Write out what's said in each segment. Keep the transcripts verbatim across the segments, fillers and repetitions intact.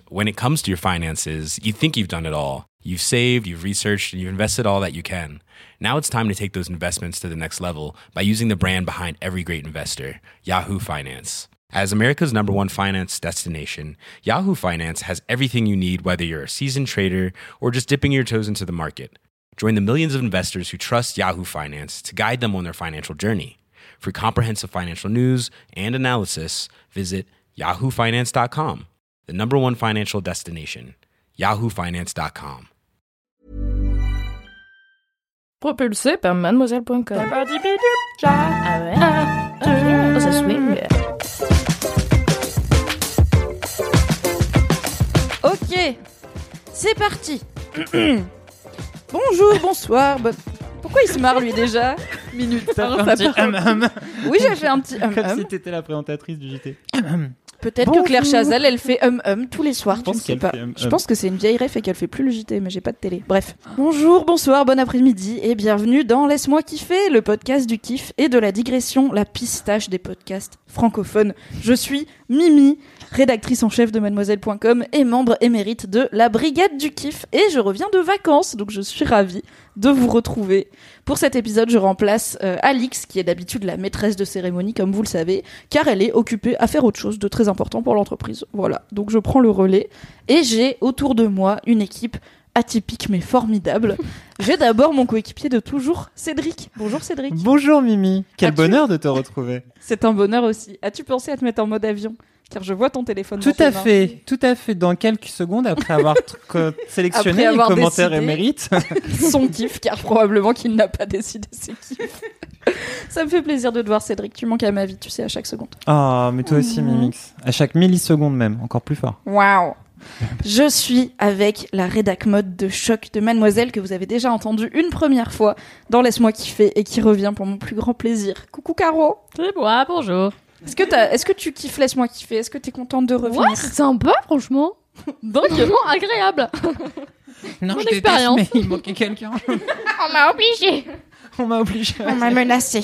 when it comes to your finances, you think you've done it all. You've saved, you've researched, and you've invested all that you can. Now it's time to take those investments to the next level by using the brand behind every great investor, Yahoo Finance. As America's number one finance destination, Yahoo Finance has everything you need, whether you're a seasoned trader or just dipping your toes into the market. Join the millions of investors who trust Yahoo Finance to guide them on their financial journey. For comprehensive financial news and analysis, visit yahoo finance dot com, the number one financial destination, yahoo finance dot com. Propulsé par mademoiselle point com. Ah ouais. Ah, oh, ça swing. Ok, c'est parti. Bonjour, bonsoir. Bon... Pourquoi il se marre lui déjà? Minute, ça fait un petit hum hum. Oui, j'ai fait un petit hum Comme hum. si t'étais la présentatrice du J T. Peut-être Bonjour. que Claire Chazal, elle fait hum hum tous les soirs, Je tu pense ne sais qu'elle pas. fait hum Je hum. pense que c'est une vieille ref et qu'elle fait plus le J T, mais j'ai pas de télé. Bref. Bonjour, bonsoir, bon après-midi et bienvenue dans Laisse-moi kiffer, le podcast du kiff et de la digression, la pistache des podcasts francophones. Je suis Mimi, rédactrice en chef de mademoiselle point com et membre émérite de la Brigade du Kiff. Et je reviens de vacances, donc je suis ravie de vous retrouver. Pour cet épisode, je remplace euh, Alix, qui est d'habitude la maîtresse de cérémonie, comme vous le savez, car elle est occupée à faire autre chose de très important pour l'entreprise. Voilà, donc je prends le relais. Et j'ai autour de moi une équipe atypique mais formidable. J'ai d'abord mon coéquipier de toujours, Cédric. Bonjour Cédric. Bonjour Mimi, quel As-tu- bonheur de te retrouver. C'est un bonheur aussi. As-tu pensé à te mettre en mode avion ? Car je vois ton téléphone Tout dans tes à mains. fait, tout à fait. Dans quelques secondes, après avoir t- co- sélectionné Après avoir les commentaires décidé. émérites. Son kiff, car probablement qu'il n'a pas décidé ses kiffs. Ça me fait plaisir de te voir, Cédric. Tu manques à ma vie, tu sais, à chaque seconde. Ah, mais toi aussi, Mimix. À chaque milliseconde même, encore plus fort. Waouh. Je suis avec la rédac mode de choc de Mademoiselle que vous avez déjà entendue une première fois dans Laisse-moi kiffer et qui revient pour mon plus grand plaisir. Coucou Caro. C'est moi, bonjour. Est-ce que, t'as, est-ce que tu kiffes Laisse-moi kiffer ? Est-ce que t'es contente de revenir ? Ouais, c'est sympa, franchement. Vraiment agréable. Non, Mon je déteste, expérience. mais il manquait quelqu'un. On m'a obligé. On m'a obligé. On m'a menacé.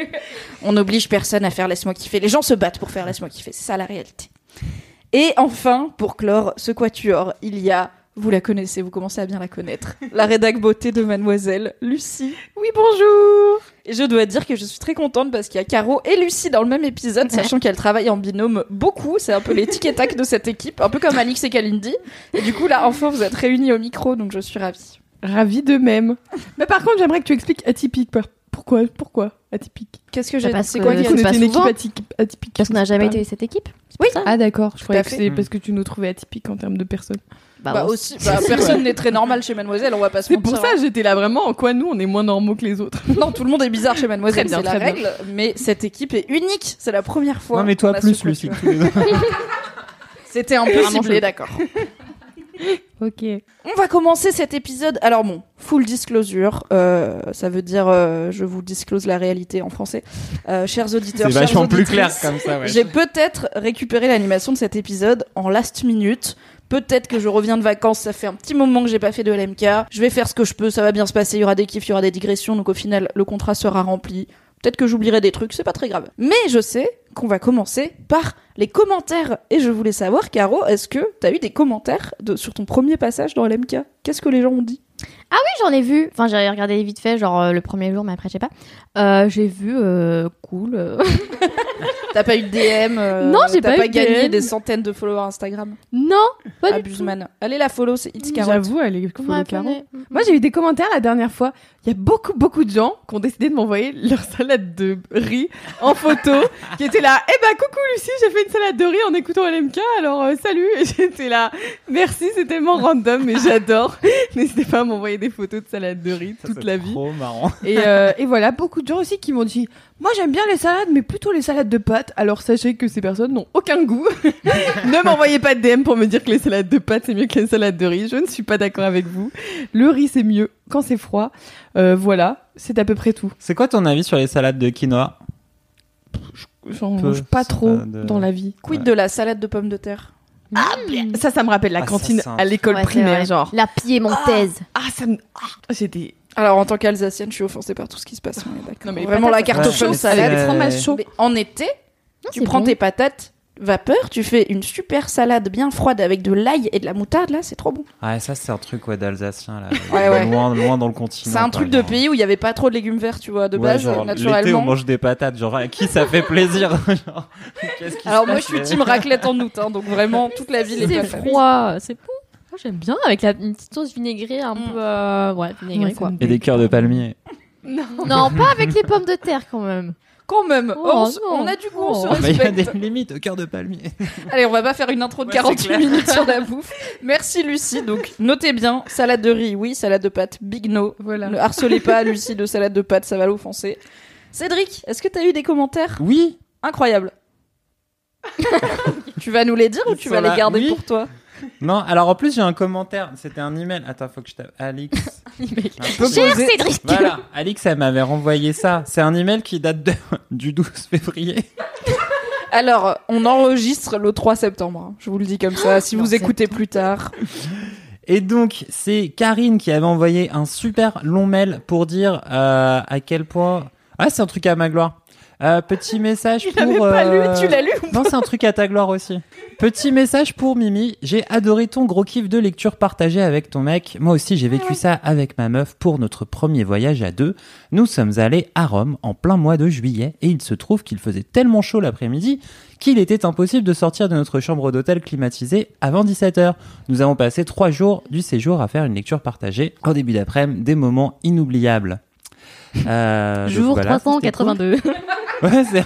On n'oblige personne à faire Laisse-moi kiffer. Les gens se battent pour faire Laisse-moi kiffer. C'est ça la réalité. Et enfin, pour clore ce quatuor, il y a, vous la connaissez, vous commencez à bien la connaître, la rédac beauté de Mademoiselle, Lucie. Oui, bonjour. Et je dois dire que je suis très contente parce qu'il y a Caro et Lucie dans le même épisode, sachant qu'elles travaillent en binôme beaucoup. C'est un peu les tic et tac de cette équipe, un peu comme Alix et Kalindi. Et du coup, là, enfin, vous êtes réunis au micro, donc je suis ravie. Ravi de même. Mais par contre, j'aimerais que tu expliques atypique. Par- Pourquoi Pourquoi atypique? Qu'est-ce que j'ai parce C'est que quoi qui c'est est Qu'on pas était une souvent. équipe atypique. atypique. Parce qu'on n'a jamais Pas- été cette équipe. C'est Oui. pour ça. Ah d'accord, je croyais à que fait. c'est Mm. parce que tu nous trouvais atypique en termes de personnes. Bah, Bah on- aussi, bah, personne n'est très normal chez Mademoiselle, on va pas se C'est mentir. pour ça, j'étais là vraiment, en quoi nous, on est moins normaux que les autres. Non, tout le monde est bizarre chez Mademoiselle, Très bien, c'est la très bien. règle, mais cette équipe est unique, c'est la première fois. Non, mais toi qu'on a plus, ce Lucie. quatuor. que tous les autres. C'était un peu Vraiment ciblé, chaud. d'accord. Ok. On va commencer cet épisode. Alors bon, full disclosure, euh, ça veut dire euh, je vous disclose la réalité en français. Euh, chers auditeurs, C'est chères vachement plus auditrices, clair comme ça, ouais. j'ai peut-être récupéré l'animation de cet épisode en last minute. Peut-être que je reviens de vacances, ça fait un petit moment que j'ai pas fait de L M K. Je vais faire ce que je peux, ça va bien se passer, il y aura des kiffs, il y aura des digressions, donc au final, le contrat sera rempli. Peut-être que j'oublierai des trucs, c'est pas très grave. Mais je sais qu'on va commencer par les commentaires. Et je voulais savoir, Caro, est-ce que t'as eu des commentaires de, sur ton premier passage dans L M K ? Qu'est-ce que les gens ont dit ? Ah oui, j'en ai vu. Enfin, j'ai regardé vite fait, genre euh, le premier jour, mais après, je sais pas. Euh, j'ai vu euh, cool. euh. T'as pas eu de D M euh, Non, j'ai t'as pas pas eu de gagné D M. des centaines de followers Instagram. Non, pas du tout. Abuseman. Allez la follow, c'est It's Carotte. J'avoue, elle est Comment follow elle Caro. connaît Moi, j'ai eu des commentaires la dernière fois. Il y a beaucoup, beaucoup de gens qui ont décidé de m'envoyer leur salade de riz en photo, qui étaient là. Eh ben, coucou Lucie, j'ai fait une salade de riz en écoutant L M K, alors euh, salut. Et j'étais là. Merci, c'est tellement random, mais j'adore. N'hésitez pas à m'envoyer des photos de salade de riz Ça, toute c'est la vie. Trop marrant. Et, euh, et voilà, beaucoup de gens aussi qui m'ont dit moi j'aime bien les salades, mais plutôt les salades de pâtes. Alors sachez que ces personnes n'ont aucun goût. Ne m'envoyez pas de D M pour me dire que les salades de pâtes c'est mieux que les salades de riz. Je ne suis pas d'accord avec vous. Le riz c'est mieux quand c'est froid. Euh, voilà, c'est à peu près tout. C'est quoi ton avis sur les salades de quinoa? J'en Peu, mange pas c'est trop pas de- dans la vie. Quid Ouais. de la salade de pommes de terre ? Mmh. Ça, ça me rappelle la Ah, ça cantine sent- à l'école Ouais, c'est primaire, vrai. genre. La piémontaise. Ah, ça me. Ah, j'étais. Alors en tant qu'Alsacienne, je suis offensée par tout ce qui se passe. On est d'accord. Non, mais Vraiment la patates carte au Ouais, chaud, mais salade. c'est- fromage chaud. Mais en été, Non, tu c'est prends bon. tes patates vapeur, tu fais une super salade bien froide avec de l'ail et de la moutarde, là, c'est trop bon. Ah, ça, c'est un truc ouais, d'Alsacien, là. Ouais, ouais. Loin, loin dans le continent. C'est un quoi, truc de genre. pays où il y avait pas trop de légumes verts, tu vois, de Ouais, base, genre, naturellement. L'été, on mange des patates. Genre, à qui ça fait plaisir? Genre, qu'est-ce qui Alors se moi, je passe, suis mais- team raclette en août, hein, donc vraiment, toute la ville est C'est pas froid, c'est bon. Moi, j'aime bien avec la, une petite sauce vinaigrée un Mm. peu. euh, ouais, vinaigrée Ouais, ça quoi. me Et des cœurs de palmier. Non, pas avec les pommes de terre quand même. Quand même, Oh, on, s- non. on a du goût, on se Oh. Bah, il y a respecte. des limites au cœur de palmier. Allez, on va pas faire une intro de Ouais, c'est quarante-huit clair. minutes sur la bouffe. Merci Lucie. Donc, notez bien, salade de riz, oui, salade de pâtes, big no. Voilà. Ne harcelez pas Lucie de salade de pâtes, ça va l'offenser. Cédric, est-ce que t'as eu des commentaires Oui. incroyables? Tu vas nous les dire ou Ils tu sont vas là. les garder Oui. pour toi? Non, alors en plus, j'ai un commentaire. C'était un email. Attends, faut que je tape. Alix. Tu peux Cher poser- Cédric. Voilà, Alix, elle m'avait renvoyé ça. C'est un email qui date de- du douze février. Alors, on enregistre le trois septembre. hein. Je vous le dis comme ça. Si Non, vous c'est- écoutez plus tard. Et donc, c'est Karine qui avait envoyé un super long mail pour dire euh, à quel point... Ah, c'est un truc à ma gloire. Euh, petit message Tu pour... l'avais pas euh, lu, tu l'as lu ou Non, c'est un truc à ta gloire aussi. Petit message pour Mimi. J'ai adoré ton gros kiff de lecture partagé avec ton mec. Moi aussi, j'ai vécu ça avec ma meuf pour notre premier voyage à deux. Nous sommes allés à Rome en plein mois de juillet et il se trouve qu'il faisait tellement chaud l'après-midi qu'il était impossible de sortir de notre chambre d'hôtel climatisée avant dix-sept heures. Nous avons passé trois jours du séjour à faire une lecture partagée. En début d'après-midi, des moments inoubliables. Euh, donc Jour voilà, trois cent quatre-vingt-deux. Ouais, c'est...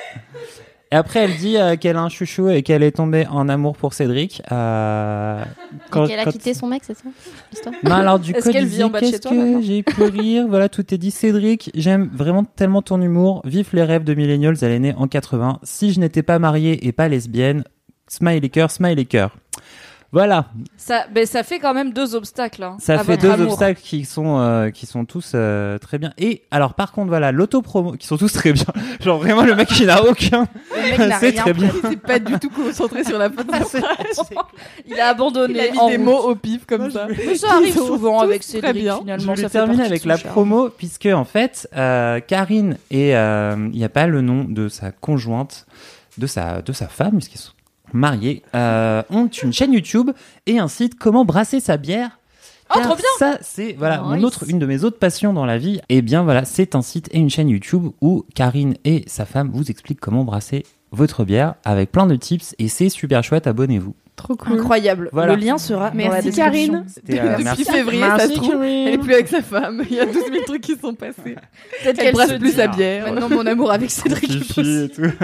Et après, elle dit euh, qu'elle a un chouchou et qu'elle est tombée en amour pour Cédric. Euh... Et qu'elle a quitté son mec, c'est ça l'histoire? Non, alors du Est-ce coup, qu'elle elle vit disait, en bas de chez qu'est-ce toi, maintenant que j'ai pu rire. Voilà, tout est dit. Cédric, j'aime vraiment tellement ton humour. Vive les rêves de Millennials, elle est née en quatre-vingts. Si je n'étais pas mariée et pas lesbienne, smiley cœur, smiley cœur. Voilà, Ça, ben, ça fait quand même deux obstacles. hein, ça à fait votre deux amour. obstacles qui sont euh, qui sont tous euh, très bien. Et alors par contre voilà, l'autopromo qui sont tous très bien. Genre vraiment le mec qui n'a aucun. Le mec n'a C'est rien très bien. Il s'est pas du tout concentré sur la fin de sa phrase. Il a abandonné. Il a mis en des route. mots au pif comme ça. Mais ça arrive Ils sont souvent tous avec très Cédric bien. finalement. Je vais ça fait terminer partie de avec son la charme. promo, puisque en fait, euh, Karine et euh, il n'y a pas le nom de sa conjointe, de sa, de sa femme, puisqu'ils sont mariés, euh, ont une chaîne YouTube et un site Comment brasser sa bière. Oh, Car trop bien. Ça, c'est voilà, mon Nice. autre, une de mes autres passions dans la vie. Et bien voilà, c'est un site et une chaîne YouTube où Karine et sa femme vous expliquent comment brasser votre bière avec plein de tips et c'est super chouette. Abonnez-vous. Trop cool. Incroyable. Voilà. Le lien sera dans la Merci description. Karine. C'était, euh, Depuis merci. février, ça Merci, se trouve, Karine. elle est plus avec sa femme. Il y a douze mille trucs qui sont passés. Peut-être Elle qu'elle brasse se plus dit, sa bière. Maintenant, mon amour avec Cédric est Fifi possible. et tout.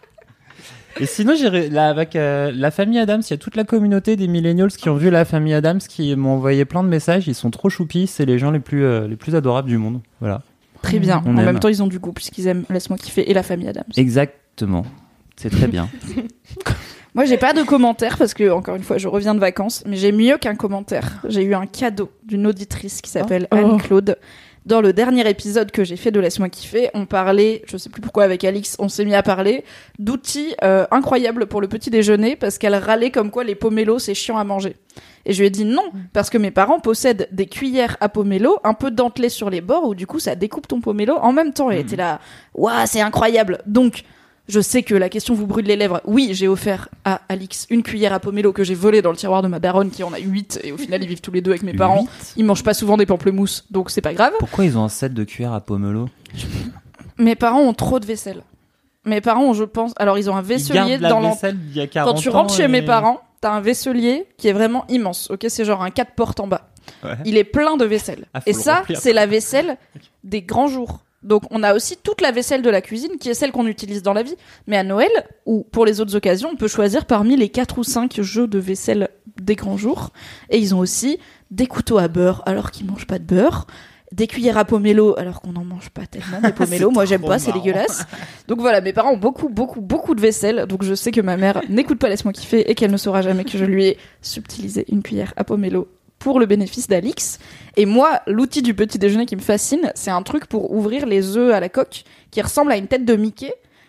Et sinon, j'ai ré- là, avec euh, la famille Adams, il y a toute la communauté des millennials qui ont vu la famille Adams qui m'ont envoyé plein de messages. Ils sont trop choupis, c'est les gens les plus, euh, les plus adorables du monde. Voilà. Très bien. On en aime. même temps, ils ont du goût puisqu'ils aiment Laisse-moi kiffer et la famille Adams. Exactement. C'est très bien. Moi, j'ai pas de commentaires parce que, encore une fois, je reviens de vacances, mais j'ai mieux qu'un commentaire. J'ai eu un cadeau d'une auditrice qui s'appelle Oh. Anne-Claude. Dans le dernier épisode que j'ai fait de Laisse-moi kiffer, on parlait, je sais plus pourquoi avec Alix, on s'est mis à parler d'outils euh, incroyables pour le petit déjeuner parce qu'elle râlait comme quoi les pomelos c'est chiant à manger. Et je lui ai dit non, parce que mes parents possèdent des cuillères à pomelo un peu dentelées sur les bords où du coup ça découpe ton pomelo en même temps. Et elle était là, waouh, c'est incroyable. Donc, je sais que la question vous brûle les lèvres. Oui, j'ai offert à Alix une cuillère à pomelo que j'ai volée dans le tiroir de ma daronne qui en a huit et au final ils vivent tous les deux avec mes parents. Huit. Ils mangent pas souvent des pamplemousses, donc c'est pas grave. Pourquoi ils ont un set de cuillères à pomelo? Mes parents ont trop de vaisselle. Mes parents ont, je pense, alors ils ont un Ils vaisselier gardent la dans l'en- vaisselle d'il y a quarante Quand tu ans rentres chez et- mes parents, t'as un vaisselier qui est vraiment immense. Ok, c'est genre un quatre portes en bas. Ouais. Il est plein de vaisselle. Ah, faut et le ça, remplir. c'est la vaisselle des grands jours. Donc on a aussi toute la vaisselle de la cuisine qui est celle qu'on utilise dans la vie. Mais à Noël ou pour les autres occasions, on peut choisir parmi les quatre ou cinq jeux de vaisselle des grands jours. Et ils ont aussi des couteaux à beurre alors qu'ils mangent pas de beurre. Des cuillères à pomelo alors qu'on n'en mange pas tellement des pomelos. Moi j'aime trop pas, c'est marrant. dégueulasse. Donc voilà, mes parents ont beaucoup, beaucoup, beaucoup de vaisselle. Donc je sais que ma mère n'écoute pas Laisse-moi kiffer et qu'elle ne saura jamais que je lui ai subtilisé une cuillère à pomelo pour le bénéfice d'Alix. Et moi, l'outil du petit déjeuner qui me fascine, c'est un truc pour ouvrir les œufs à la coque qui ressemble à une tête de Mickey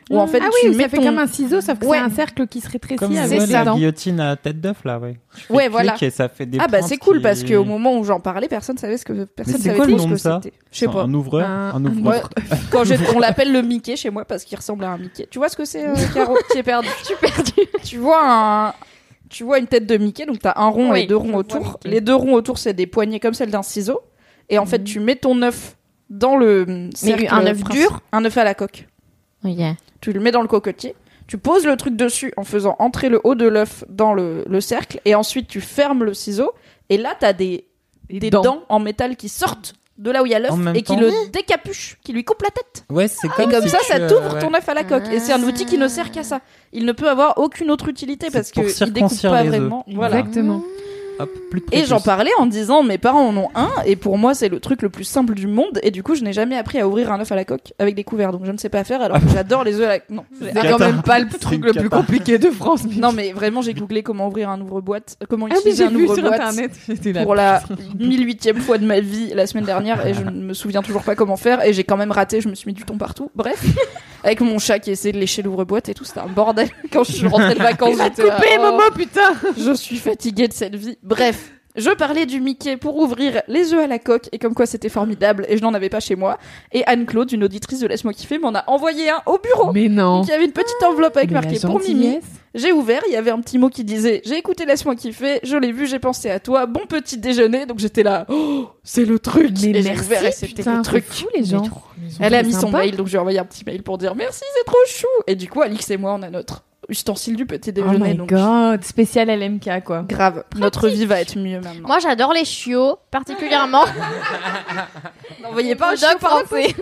Où en fait, ah tu oui, mets ça fait ton... comme un ciseau, sauf que Ouais. c'est un cercle qui se rétrécit Comme C'est avec ouais, ça. la dedans. guillotine à tête d'œuf là, ouais. Tu fais Ouais, clic voilà. Et ça fait des Ah bah pointes c'est cool qui- parce qu'au moment où j'en parlais, personne savait ce que personne Mais c'est savait quoi le trop nom ce de que ça c'était. Je sais pas. Un ouvreur, Un- un ouvreur. Ouais, quand j'ai- on l'appelle le Mickey chez moi parce qu'il ressemble à un Mickey. Tu vois ce que c'est, euh, Caro, qui est perdu. Je suis perdue. Tu vois un, tu vois une tête de Mickey, donc t'as un rond Oui, et deux je ronds vois autour. Mickey. Les deux ronds autour, c'est des poignées comme celles d'un ciseau. Et en fait, tu mets ton œuf dans le cercle. un œuf princi- dur Un œuf à la coque. Ok. Tu le mets dans le cocotier. Tu poses le truc dessus en faisant entrer le haut de l'œuf dans le, le cercle. Et ensuite, tu fermes le ciseau. Et là, t'as des, des dents. dents. en métal qui sortent de là où il y a l'œuf En même et qui temps. le décapuchent, qui lui coupent la tête. Ouais, c'est Et comme comme si ça, tu, ça euh, t'ouvre ouais. ton œuf à la coque. Et c'est un outil qui ne sert qu'à ça. Il ne peut avoir aucune autre utilité C'est parce pour que il découpe circoncire pas les œufs. vraiment. Voilà. Exactement. Hop, plus de Et j'en prépuce. parlais en disant mes parents en ont un et pour moi c'est le truc le plus simple du monde et du coup je n'ai jamais appris à ouvrir un œuf à la coque avec des couverts donc je ne sais pas faire alors que j'adore les œufs à la non. j'ai- C'est Cata. quand même pas le C'est truc une le plus cata. compliqué de France. Non mais vraiment j'ai googlé comment ouvrir un ouvre-boîte, euh, comment Ah oui, utiliser j'ai un vu sur ouvre-boîte internet. J'étais là. pour la mille huitième fois de ma vie la semaine dernière et je ne me souviens toujours pas comment faire et j'ai quand même raté, je me suis mis du thon partout. Bref, avec mon chat qui essayait de lécher l'ouvre-boîte et tout, c'était un bordel quand je suis rentrée de vacances. J'étais là, Coupé, oh, Momo, putain. je suis fatiguée de cette vie. Bref. Je parlais du Mickey pour ouvrir les œufs à la coque et comme quoi c'était formidable et je n'en avais pas chez moi. Et Anne-Claude, une auditrice de Laisse-moi kiffer, m'en a envoyé un au bureau. Mais non. Donc il y avait une petite enveloppe avec Mais la marqué pour Mimi. gentillesse. J'ai ouvert, il y avait un petit mot qui disait j'ai écouté Laisse-moi kiffer, je l'ai vu, j'ai pensé à toi, bon petit déjeuner. Donc j'étais là, oh, c'est le truc. Mais et j'ai merci, ouvert et c'était putain, le truc. c'est fou, les gens. Elle a trop mis son sympas. mail, donc je lui ai envoyé un petit mail pour dire merci, c'est trop chou. Et du coup, Alix et moi, on a notre ustensile du petit Oh déjeuner. my donc god, spécial L M K quoi. grave, notre vie va être mieux maintenant. Moi, j'adore les chiots, particulièrement. N'envoyez pas un Bulldog chiot par français.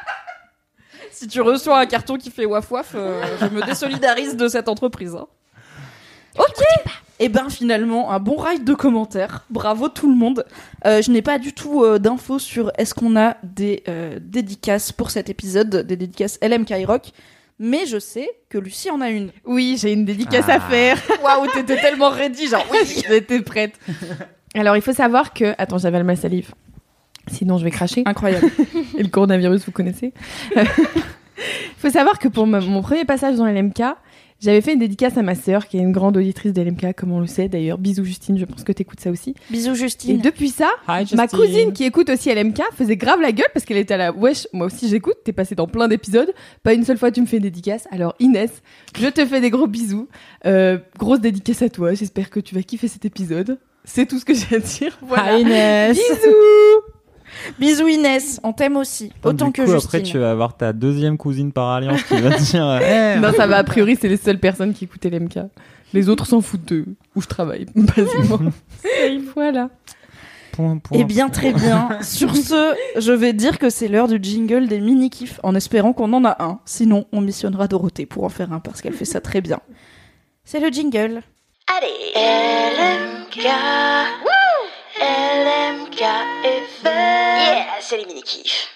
Si tu reçois un carton qui fait waf waf, euh, je me désolidarise de cette entreprise. hein. Ok. Et ben finalement, un bon ride de commentaires. Bravo tout le monde. Euh, je n'ai pas du tout euh, d'infos sur est-ce qu'on a des euh, dédicaces pour cet épisode, des dédicaces L M K Rock. Mais je sais que Lucie en a une. Oui, j'ai une dédicace Ah. à faire. Waouh, t'étais tellement ready, genre oui. J'étais prête. Alors, il faut savoir que... Attends, j'avale ma salive. Sinon, je vais cracher. Incroyable. Et le coronavirus, vous connaissez. Il faut savoir que pour me- mon premier passage dans L M K, j'avais fait une dédicace à ma sœur, qui est une grande auditrice de L M K, comme on le sait d'ailleurs. Bisous Justine, je pense que t'écoutes ça aussi. Bisous Et Justine. depuis ça, Hi, ma Justine. cousine qui écoute aussi L M K faisait grave la gueule parce qu'elle était à la wesh, moi aussi j'écoute, t'es passé dans plein d'épisodes, pas une seule fois tu me fais une dédicace. Alors Inès, je te fais des gros bisous, euh, grosse dédicace à toi, j'espère que tu vas kiffer cet épisode. C'est tout ce que j'ai à dire. Voilà. Hi, Inès. Bisous. Bisous Inès, on t'aime aussi. Autant Du que coup, Justine. après, tu vas avoir ta deuxième cousine par alliance qui va te dire eh, Non, ça va, a priori c'est les seules personnes qui écoutent L M K. Les autres s'en foutent de où je travaille, basiquement. Et voilà. point, point, Eh bien, point. très bien. Sur ce, je vais dire que c'est l'heure du jingle des mini-kifs, en espérant qu'on en a un. Sinon, on missionnera Dorothée pour en faire un, parce qu'elle fait ça très bien. C'est le jingle. Allez, L M K, Woo! L M K F M, yeah, c'est les mini-kifs.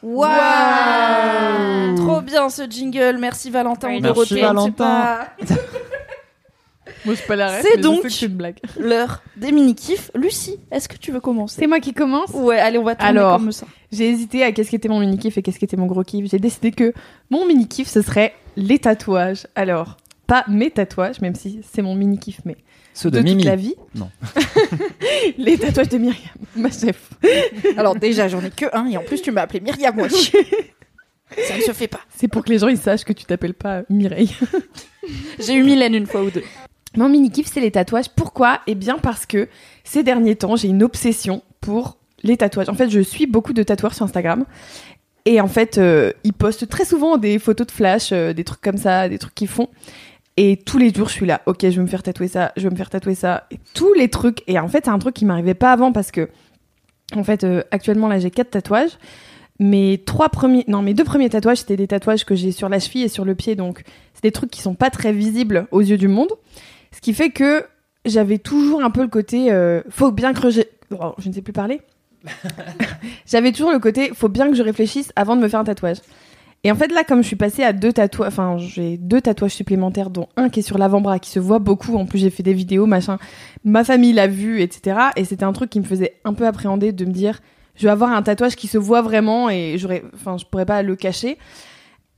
Waouh, trop bien ce jingle. Merci Valentin ou Merci Dorothée. Valentin. C'est pas Moi je peux la ref, C'est mais donc- je sais que c'est une blague. l'heure des mini-kifs. Lucie, est-ce que tu veux commencer? C'est moi qui commence. Ouais, allez, on va tourner Alors. comme ça. J'ai hésité à qu'est-ce qu'était mon mini-kiff et qu'est-ce qu'était mon gros kiff. J'ai décidé que mon mini-kiff, ce serait les tatouages. Alors, pas mes tatouages, même si c'est mon mini-kiff, mais Ceux de, de, Mimi. toute la vie. Non. Les tatouages de Myriam, ma chef. Alors déjà, j'en ai que un, et en plus, tu m'as appelé Myriam, moi. Ça ne se fait pas. C'est pour que les gens ils sachent que tu t'appelles pas Mireille. J'ai eu Mylène une fois ou deux. Mon mini-kiff, c'est les tatouages. Pourquoi ? Eh bien parce que ces derniers temps, j'ai une obsession pour les tatouages. En fait, je suis beaucoup de tatoueurs sur Instagram. Et en fait, euh, ils postent très souvent des photos de flash, euh, des trucs comme ça, des trucs qu'ils font. Et tous les jours, je suis là, ok, je vais me faire tatouer ça, je vais me faire tatouer ça. Et tous les trucs. Et en fait, c'est un truc qui m'arrivait pas avant parce que, en fait, euh, actuellement, là, j'ai quatre tatouages. Mes trois premiers, non, mes deux premiers tatouages, c'était des tatouages que j'ai sur la cheville et sur le pied. Donc, c'est des trucs qui sont pas très visibles aux yeux du monde. Ce qui fait que j'avais toujours un peu le côté, euh, faut bien que je... Oh, je ne sais plus parler. J'avais toujours le côté, faut bien que je réfléchisse avant de me faire un tatouage. Et en fait, là, comme je suis passée à deux tatouages, enfin, j'ai deux tatouages supplémentaires, dont un qui est sur l'avant-bras, qui se voit beaucoup. En plus, j'ai fait des vidéos, machin. Ma famille l'a vu, et cetera. Et c'était un truc qui me faisait un peu appréhender de me dire, je vais avoir un tatouage qui se voit vraiment et j'aurais, enfin, je pourrais pas le cacher.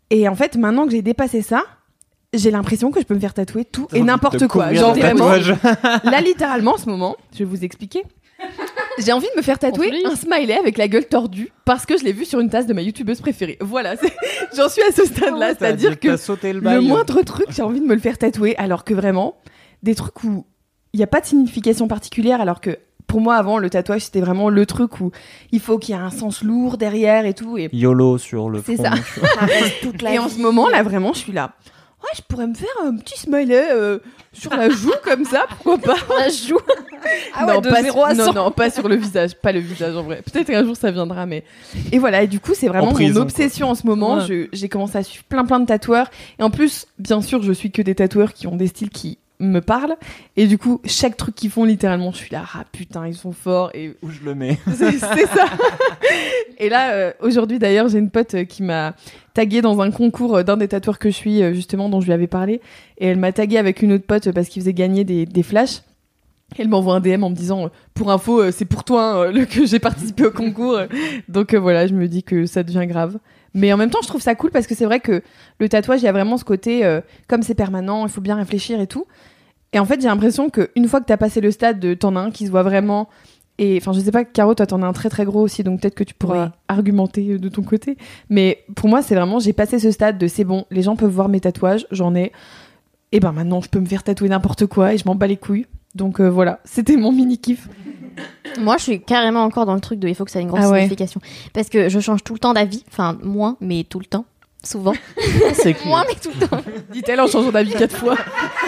Et en fait, maintenant que j'ai dépassé ça, j'ai l'impression que je peux me faire tatouer tout et Envie n'importe de quoi. couvrir Genre de vraiment, tatouages. là littéralement en ce moment, je vais vous expliquer. J'ai envie de me faire tatouer Continue. un smiley avec la gueule tordue parce que je l'ai vu sur une tasse de ma youtubeuse préférée. Voilà, c'est... j'en suis à ce stade-là, T'as c'est-à-dire dit que t'as sauté le le bail. moindre truc, j'ai envie de me le faire tatouer, alors que vraiment, des trucs où il n'y a pas de signification particulière, alors que pour moi, avant, le tatouage, c'était vraiment le truc où il faut qu'il y ait un sens lourd derrière et tout. Et, YOLO sur le front. C'est ça. toute la et en ce moment, là, vraiment, je suis là. Ouais, je pourrais me faire un petit smiley euh, sur la joue, comme ça, pourquoi pas. La joue. Ah ouais, non, de pas zéro à sur- cent. non, non, pas sur le visage, pas le visage en vrai. Peut-être qu'un jour ça viendra, mais. Et voilà, et du coup, c'est vraiment En prison, mon obsession en ce moment. Ouais. Je- j'ai commencé à suivre plein plein de tatoueurs. Et en plus, bien sûr, je suis que des tatoueurs qui ont des styles qui me parlent. Et du coup, chaque truc qu'ils font, littéralement, je suis là, ah putain, ils sont forts. Et Où je le mets. c'est, c'est ça. Et là, euh, aujourd'hui d'ailleurs, j'ai une pote euh, qui m'a taguée dans un concours euh, d'un des tatoueurs que je suis, euh, justement, dont je lui avais parlé. Et elle m'a taguée avec une autre pote euh, parce qu'il faisait gagner des, des flashs. Elle m'envoie un D M en me disant euh, pour info, euh, c'est pour toi hein, euh, le, que j'ai participé au concours. Donc euh, voilà, je me dis que ça devient grave. Mais en même temps, je trouve ça cool parce que c'est vrai que le tatouage, il y a vraiment ce côté, euh, comme c'est permanent, il faut bien réfléchir et tout. Et en fait, j'ai l'impression qu'une fois que t'as passé le stade de t'en as un qui se voit vraiment. Et enfin, je sais pas, Caro, toi t'en as un très très gros aussi, donc peut-être que tu pourras Oui. argumenter euh, de ton côté. Mais pour moi, c'est vraiment, j'ai passé ce stade de c'est bon, les gens peuvent voir mes tatouages, j'en ai. Et ben maintenant, je peux me faire tatouer n'importe quoi et je m'en bats les couilles. Donc euh, voilà, c'était mon mini kiff. Moi, je suis carrément encore dans le truc de il faut que ça ait une grosse Ah ouais. signification. Parce que je change tout le temps d'avis. Enfin, moins, mais tout le temps. Souvent. C'est clair. Moins, mais tout le temps. Dit-elle en changeant d'avis quatre fois.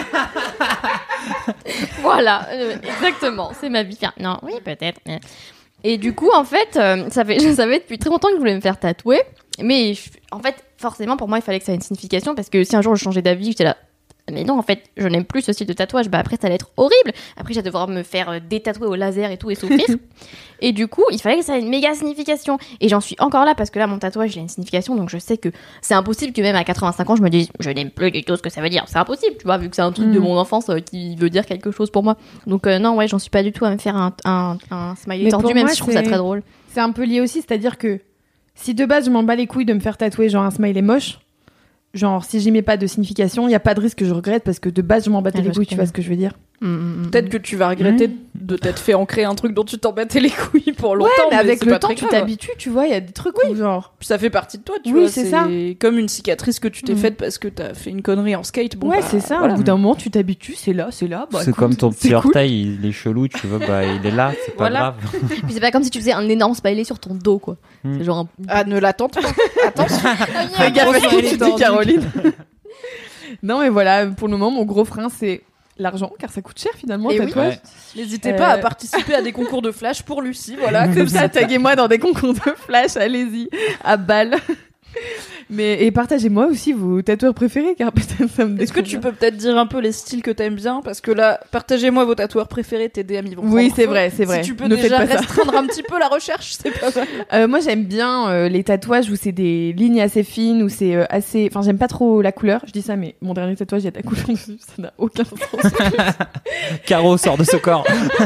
Voilà, euh, exactement. C'est ma vie. Enfin, non, oui, peut-être. mais- Et du coup, en fait, euh, ça fait, je savais depuis très longtemps que je voulais me faire tatouer. Mais je- en fait, forcément, pour moi, il fallait que ça ait une signification. Parce que si un jour je changeais d'avis, j'étais là. Mais non, en fait, je n'aime plus ce style de tatouage. Bah après, ça allait être horrible. Après, j'ai devoir me faire euh, détatouer au laser et tout et souffrir. Et du coup, il fallait que ça ait une méga signification. Et j'en suis encore là parce que là, mon tatouage, il a une signification. Donc je sais que c'est impossible que même à quatre-vingt-cinq ans, je me dise, je n'aime plus du tout ce que ça veut dire. C'est impossible, tu vois, vu que c'est un truc Mm. de mon enfance euh, qui veut dire quelque chose pour moi. Donc euh, non, ouais, j'en suis pas du tout à me faire un, un, un smiley Mais tordu, pour même moi, si je trouve ça c'est- très drôle. C'est un peu lié aussi, c'est-à-dire que si de base je m'en bats les couilles de me faire tatouer genre un smiley moche, genre si j'y mets pas de signification, il y a pas de risque que je regrette parce que de base je m'en battais Ah, je les vois couilles, ce tu que vois tu ce que je veux dire. Mm, mm, mm. Peut-être que tu vas regretter de t'être fait ancrer un truc dont tu t'en battais les couilles pour longtemps. Ouais, mais avec c'est le pas temps très tu grave. t'habitues, tu vois, il y a des trucs où genre Puis ça fait partie de toi, tu Oui, vois. c'est ça. Comme une cicatrice que tu t'es Mm. faite parce que t'as fait une connerie en skate. Bon, ouais, bah, c'est ça, voilà. au bout d'un moment tu t'habitues, c'est là, c'est là. Bah, c'est écoute, comme ton c'est petit cool. orteil, il est chelou, tu vois, bah il est là, c'est pas Voilà. grave. Puis c'est pas comme si tu faisais un énorme smiley sur ton dos, quoi. Mm. C'est genre un. Ah, ne l'attente pas. Attention. Fais gaffe à ce Gros que tu smiley dis, Caroline. Non, mais voilà, pour le moment, mon gros frein, c'est l'argent, car ça coûte cher finalement, Et oui. tatouage. Ouais. N'hésitez Euh, pas à participer à des concours de flash pour Lucie, voilà. Comme ça, taguez-moi dans des concours de flash, allez-y, à balle. Mais, et partagez-moi aussi vos tatoueurs préférés, car peut-être ça me Est-ce que tu peux peut-être dire un peu les styles que t'aimes bien? Parce que là, partagez-moi vos tatoueurs préférés, tes D M ils vont Oui, prendre c'est feu. vrai, c'est vrai. Si tu peux Ne faites déjà pas ça. restreindre un petit peu la recherche, c'est pas mal. Euh, moi, j'aime bien euh, les tatouages où c'est des lignes assez fines, où c'est euh, assez. Enfin, j'aime pas trop la couleur. Je dis ça, mais mon dernier tatouage, il y a de la couleur dessus. Ça n'a aucun sens. Caro sort de ce corps.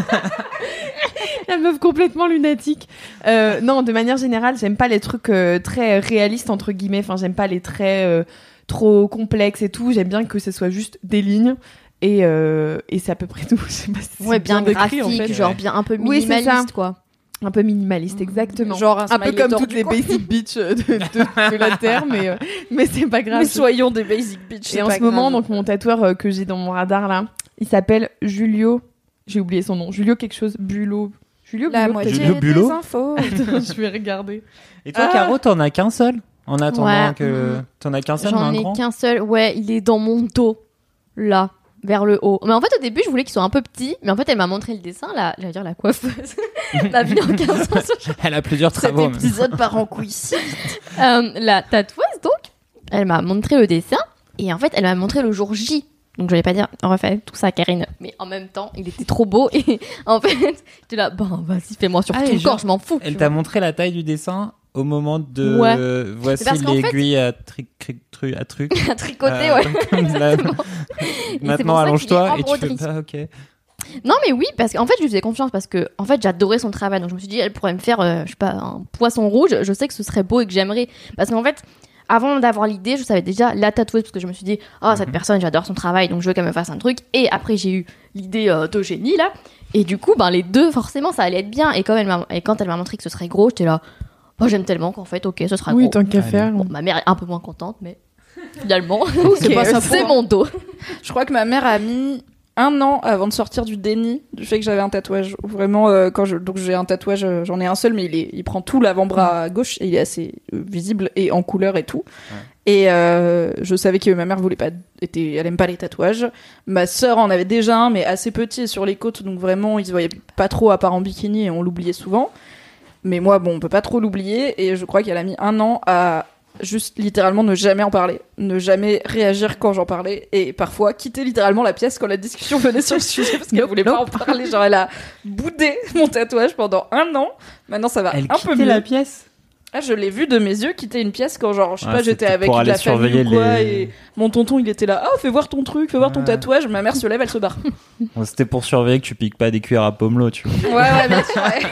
La meuf complètement lunatique. Euh, non, de manière générale, j'aime pas les trucs euh, très réalistes, entre guillemets. Enfin, j'aime pas les traits euh, trop complexes et tout. J'aime bien que ce soit juste des lignes. Et, euh, et c'est à peu près tout. Je sais pas si c'est Ouais, bien décrit, graphique, en fait. genre bien un peu Oui, c'est ça. minimaliste, quoi. Un peu minimaliste, exactement. Genre un un peu smiley comme tordu, toutes les quoi. basic bitch de, de, de la Terre, mais, euh, mais c'est pas grave. Mais soyons des basic bitch. Et c'est en pas ce moment, grave. donc mon tatoueur euh, que j'ai dans mon radar là, il s'appelle Julio. J'ai oublié son nom. Julio quelque chose. Bulot. Julio La Bulot, moitié peut-être. Julio Bulot des infos. Attends, je vais regarder. Et toi, Ah. Caro, t'en as qu'un seul en attendant Ouais. que. T'en as qu'un seul, mais J'en un ai grand qu'un seul. Ouais, il est dans mon dos. Là. Vers le haut. Mais en fait, au début, je voulais qu'il soit un peu petit. Mais en fait, elle m'a montré le dessin. La, j'allais dire la coiffeuse. La vie en quinze sens. Elle a plusieurs Cet travaux. même. épisode part en couille. Euh, la tatoueuse, donc, elle m'a montré le dessin. Et en fait, elle m'a montré le jour J. Donc, je vais pas dire, refais tout ça, Karine. Mais en même temps, il était trop beau. Et en fait, j'étais là, bon, vas-y, fais-moi sur Ah, tout et le corps, genre, je m'en fous. Elle tu t'a vois. montré la taille du dessin au moment de. Ouais. euh, voici C'est parce qu'en fait- l'aiguille à truc, truc, truc, à truc. À tricoter, Euh, ouais. comme la- Exactement. Maintenant, ça qu'il allonge-toi est en et tu fais broderie. pas, ok. Non, mais oui, parce qu'en fait, je lui faisais confiance parce que, en fait, j'adorais son travail. Donc, je me suis dit, elle pourrait me faire, euh, je sais pas, un poisson rouge. Je sais que ce serait beau et que j'aimerais. Parce qu'en fait, avant d'avoir l'idée, je savais déjà la tatoueuse parce que je me suis dit, oh, cette Mhm. personne, j'adore son travail, donc je veux qu'elle me fasse un truc. Et après, j'ai eu l'idée euh, d'Eugénie, là. Et du coup, ben, les deux, forcément, ça allait être bien. Et, comme elle m'a... et quand elle m'a montré que ce serait gros, j'étais là, oh, j'aime tellement qu'en fait, ok, ce sera Oui, gros. tant qu'à Allez. faire. Bon, ma mère est un peu moins contente, mais finalement, C'est pas ça pour c'est moi. mon dos. Je crois que ma mère a mis un an avant de sortir du déni du fait que j'avais un tatouage. Vraiment, euh, quand je donc j'ai un tatouage, euh, j'en ai un seul, mais il est, il prend tout l'avant-bras gauche et il est assez euh, visible et en couleur et tout. Ouais. Et euh, je savais que ma mère voulait pas, était, elle aime pas les tatouages. Ma sœur en avait déjà un, mais assez petit et sur les côtes, donc vraiment, il se voyait pas trop à part en bikini et on l'oubliait souvent. Mais moi, bon, on peut pas trop l'oublier et je crois qu'elle a mis un an à juste littéralement ne jamais en parler, ne jamais réagir quand j'en parlais et parfois quitter littéralement la pièce quand la discussion venait sur le sujet parce qu'elle Nope, voulait pas en parler. Genre elle a boudé mon tatouage pendant un an. Maintenant ça va Elle un peu quittait mieux. la pièce. Ah, je l'ai vu de mes yeux quitter une pièce quand genre je sais Ouais, pas j'étais c'était avec pour de aller la famille surveiller ou quoi les- et mon tonton il était là, ah fais voir ton truc, fais voir ton Ouais. tatouage. Ma mère se lève, elle se barre. Bon, c'était pour surveiller que tu piques pas des cuirs à pomelo, tu vois. Ouais ouais bien sûr. Ouais.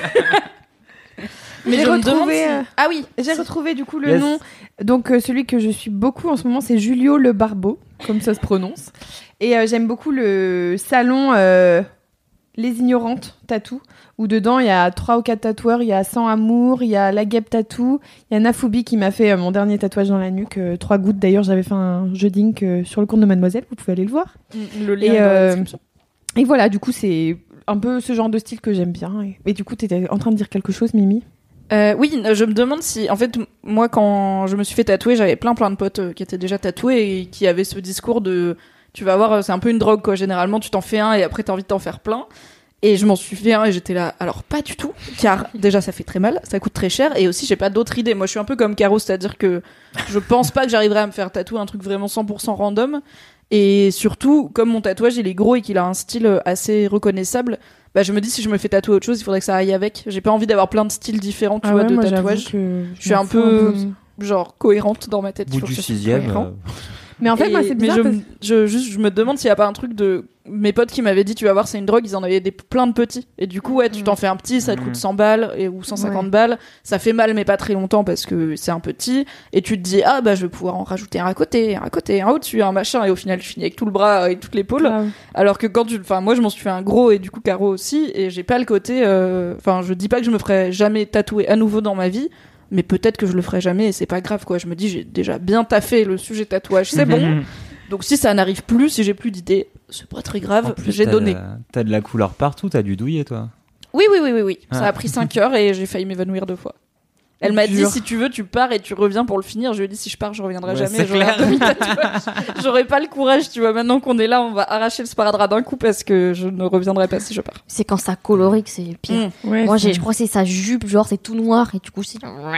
Mais J'ai je me demande retrouvé, si- euh, ah oui J'ai retrouvé du coup le Yes. nom. Donc euh, celui que je suis beaucoup en ce moment, c'est Julio Le Barbeau, comme ça se prononce. Et euh, j'aime beaucoup le salon euh, Les Ignorantes Tattoo, où dedans il y a trois ou quatre tatoueurs. Il y a Sans Amour, il y a La Guêpe Tattoo, il y a Nafoubi qui m'a fait euh, mon dernier tatouage dans la nuque, euh, trois gouttes. D'ailleurs, j'avais fait un jeu d'ink euh, sur le compte de Mademoiselle, vous pouvez aller le voir. le lien Et, est dans la euh, description. Et voilà, du coup, c'est un peu ce genre de style que j'aime bien. Et, et du coup, t'étais en train de dire quelque chose, Mimi? Euh, oui, je me demande si, en fait, m- moi, quand je me suis fait tatouer, j'avais plein plein de potes euh, qui étaient déjà tatoués et qui avaient ce discours de, tu vas voir, euh, c'est un peu une drogue, quoi. Généralement, tu t'en fais un et après, t'as envie de t'en faire plein. Et je m'en suis fait un et j'étais là, alors pas du tout, car déjà, ça fait très mal, ça coûte très cher et aussi, j'ai pas d'autres idées. Moi, je suis un peu comme Caro, c'est-à-dire que je pense pas que j'arriverai à me faire tatouer un truc vraiment cent pour cent random. Et surtout, comme mon tatouage, il est gros et qu'il a un style euh, assez reconnaissable, bah, je me dis, si je me fais tatouer autre chose, il faudrait que ça aille avec. J'ai pas envie d'avoir plein de styles différents, tu Ah vois, ouais, de moi, j'avoue tatouage. que Je suis m'en un fous peu- Genre cohérente dans ma tête. Au bout il faut du que ce soit sixième, cohérent. euh, Mais en fait, Et- moi, c'est mais bizarre je, parce me- je, juste, je me demande s'il y a pas un truc de mes potes qui m'avaient dit, tu vas voir, c'est une drogue, ils en avaient des, plein de petits. Et du coup, ouais, tu t'en fais un petit, ça te Mhm. coûte cent balles et, ou cent cinquante Ouais. balles. Ça fait mal, mais pas très longtemps parce que c'est un petit. Et tu te dis, ah, bah, je vais pouvoir en rajouter un à côté, un à côté, un au-dessus, un machin. Et au final, tu finis avec tout le bras et toute l'épaule. Grave. Alors que quand tu, enfin, moi, je m'en suis fait un gros et du coup, Caro aussi. Et j'ai pas le côté, euh, enfin, je dis pas que je me ferai jamais tatouer à nouveau dans ma vie. Mais peut-être que je le ferai jamais et c'est pas grave, quoi. Je me dis, j'ai déjà bien taffé le sujet tatouage, c'est bon. Donc si ça n'arrive plus, si j'ai plus d'idées, c'est pas très En grave, plus, j'ai t'as donné. la- T'as de la couleur partout, t'as dû douiller, toi. Oui, oui, oui, oui, oui. Ça Ah. a pris cinq heures et j'ai failli m'évanouir deux fois. Elle m'a dit, Dur. si tu veux, tu pars et tu reviens pour le finir. Je lui ai dit, si je pars, je reviendrai Ouais, jamais. c'est J'aurai un clair. demi-tatouage. J'aurais pas le courage, tu vois. Maintenant qu'on est là, on va arracher le sparadrap d'un coup parce que je ne reviendrai pas si je pars. C'est quand ça colorie que c'est pire. Mm. Ouais, Moi, c'est- j'ai, je crois que c'est sa jupe, genre c'est tout noir et du coup c'est.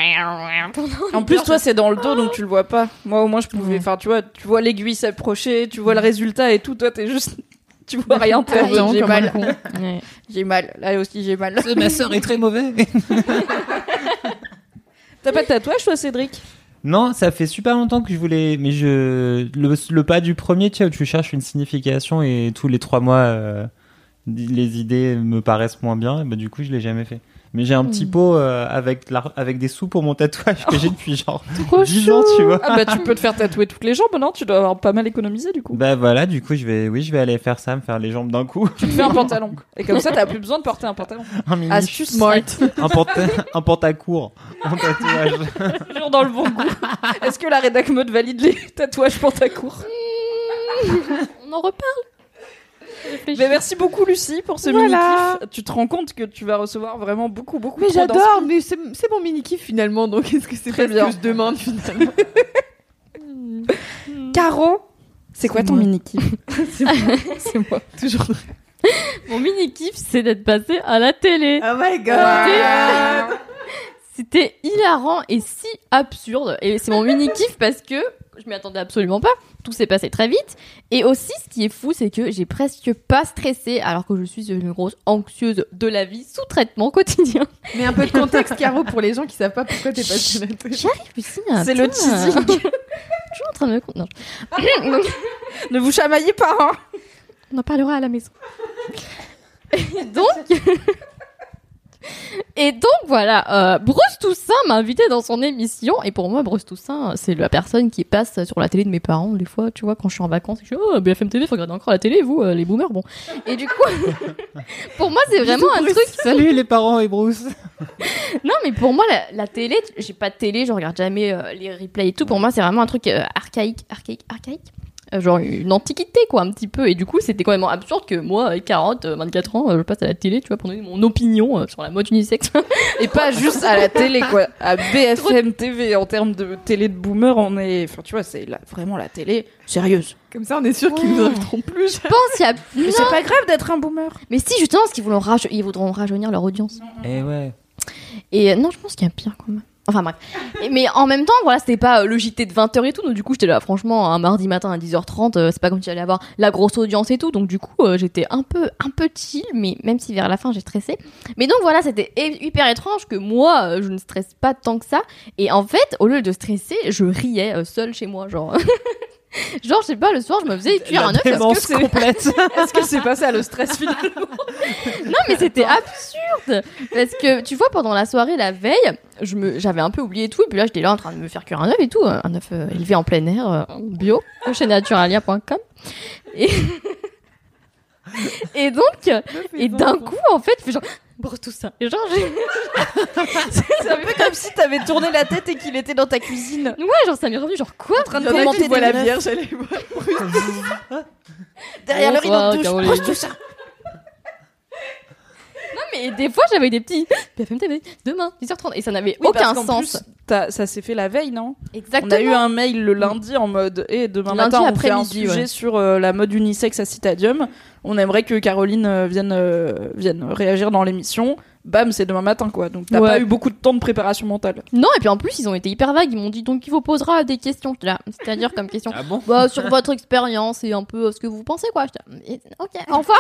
En plus, toi, c'est dans le dos, donc tu le vois pas. Moi, au moins, je pouvais. Ouais. Enfin, tu vois, tu vois l'aiguille s'approcher, tu vois le résultat et tout. Toi, t'es juste. Tu vois rien, t'es en mode, Attends, j'ai comme un mal. con. Ouais. J'ai mal. Là aussi, j'ai mal. Ma sœur est très mauvaise. T'as pas de tatouage, toi, Cédric? Non, ça fait super longtemps que je voulais, mais je le, le pas du premier, tu sais, où tu cherches une signification et tous les trois mois, euh, les idées me paraissent moins bien. Et bah, du coup, je l'ai jamais fait. Mais j'ai un petit pot euh, avec la- avec des sous pour mon tatouage que j'ai depuis genre dix ans, tu vois. Ah bah tu peux te faire tatouer toutes les jambes, non? Tu dois avoir pas mal économisé du coup. Bah voilà, du coup, je vais, oui, je vais aller faire ça, me faire les jambes d'un coup. Tu te fais un pantalon. Et comme ça, t'as plus besoin de porter un pantalon. Un mini, Astuce Smart. un pantalon, un pantacourt, mon tatouage. Toujours dans le bon goût. Est-ce que la rédac mode valide les tatouages pantacourt? On en reparle. Mais merci beaucoup Lucie pour ce Voilà. mini-kiff. Tu te rends compte que tu vas recevoir vraiment beaucoup, beaucoup Mais trop j'adore, mais c'est c'est mon mini-kiff finalement, donc est-ce que c'est Très pas ce bien. que je demande finalement? d'inspi- Caro, c'est quoi C'est ton moi. mini-kiff? C'est moi. C'est moi. Toujours. Mon mini kiff, c'est d'être passé à la télé. Oh my god! C'était hilarant et si absurde. Et c'est mon mini kiff parce que je m'y attendais absolument pas. Tout s'est passé très vite. Et aussi, ce qui est fou, c'est que j'ai presque pas stressé alors que je suis une grosse anxieuse de la vie sous traitement quotidien. Mais un peu de contexte, Caro, pour les gens qui savent pas pourquoi t'es passée à la télé. J'arrive ici. C'est le teasing. Je suis en train de me... Non. Donc, Ne vous chamaillez pas, hein. on en parlera à la maison. Et donc... Et Et donc voilà, euh, Bruce Toussaint m'a invité dans son émission. Et pour moi, Bruce Toussaint, c'est la personne qui passe sur la télé de mes parents, des fois, tu vois, quand je suis en vacances. Je suis, oh, B F M T V, faut regarder encore la télé, vous, euh, les boomers, bon. Et du coup, pour moi, c'est vraiment un truc. Salut les parents et Bruce. Non, mais pour moi, la, la télé, j'ai pas de télé, je regarde jamais euh, les replays et tout. Pour moi, c'est vraiment un truc euh, archaïque, archaïque, archaïque. Euh, genre une antiquité, quoi, un petit peu. Et du coup, c'était quand même absurde que moi, avec quarante, vingt-quatre ans, euh, je passe à la télé, tu vois, pour donner mon opinion euh, sur la mode unisexe. Et pas juste à la télé, quoi. À B F M T V, en termes de télé de boomer, on est. Enfin, tu vois, c'est la... vraiment la télé sérieuse. Comme ça, on est sûr qu'ils nous inviteront plus. Je pense qu'il y a. Mais Non. c'est pas grave d'être un boomer. Mais si, justement, parce qu'ils voudront, raj... ils voudront rajeunir leur audience. Eh ouais. Et euh, non, je pense qu'il y a pire quand même. Enfin bref. Et, mais en même temps, voilà, c'était pas euh, le J T de vingt heures et tout. Donc du coup, j'étais là, franchement, un mardi matin à dix heures trente, euh, c'est pas comme si j'allais avoir la grosse audience et tout. Donc du coup, euh, j'étais un peu, un peu chill, mais même si vers la fin, j'ai stressé. Mais donc voilà, c'était é- hyper étrange que moi, euh, je ne stresse pas tant que ça. Et en fait, au lieu de stresser, je riais euh, seule chez moi, genre. Genre, je sais pas, le soir, je me faisais cuire La un œuf. Est-ce que démence c'est- complète. Est-ce que c'est pas ça le stress finalement? Non, mais c'était absurde. Parce que, tu vois, pendant la soirée, la veille, je me, j'avais un peu oublié tout. Et puis là, j'étais là en train de me faire cuire un œuf et tout. Un œuf euh, élevé en plein air, euh, bio, chez naturalia point com. Et... et donc, et d'un coup, en fait, je fais genre, Bruce Toussaint. Et genre, j'ai... C'est un peu comme si t'avais tourné la tête et qu'il était dans ta cuisine. Ouais, genre, ça m'est revenu, genre, quoi? En train de Il y en a commenter qui voient des la meufs. Vierge, elle les voit. Derrière le rideau Bonsoir, de douche. Caroline. Bruce Toussaint. Non, mais des fois, j'avais des petits B F M T V, demain, dix heures trente. Et ça n'avait Oui, aucun parce qu'en sens. plus, t'as- ça s'est fait la veille, non? Exactement. On a eu un mail le lundi en mode et demain Lundi matin on fait un après-midi, sujet ouais. sur euh, la mode unisexe à Citadium. On aimerait que Caroline euh, vienne euh, vienne réagir dans l'émission. Bam, c'est demain matin quoi. Donc t'as Ouais. pas eu beaucoup de temps de préparation mentale. Non, et puis en plus, ils ont été hyper vagues. Ils m'ont dit donc il vous posera des questions. J'étais là, c'est-à-dire comme question. Ah bon? Bah, sur votre expérience et un peu euh, ce que vous pensez, quoi. J'étais là, ok, au revoir.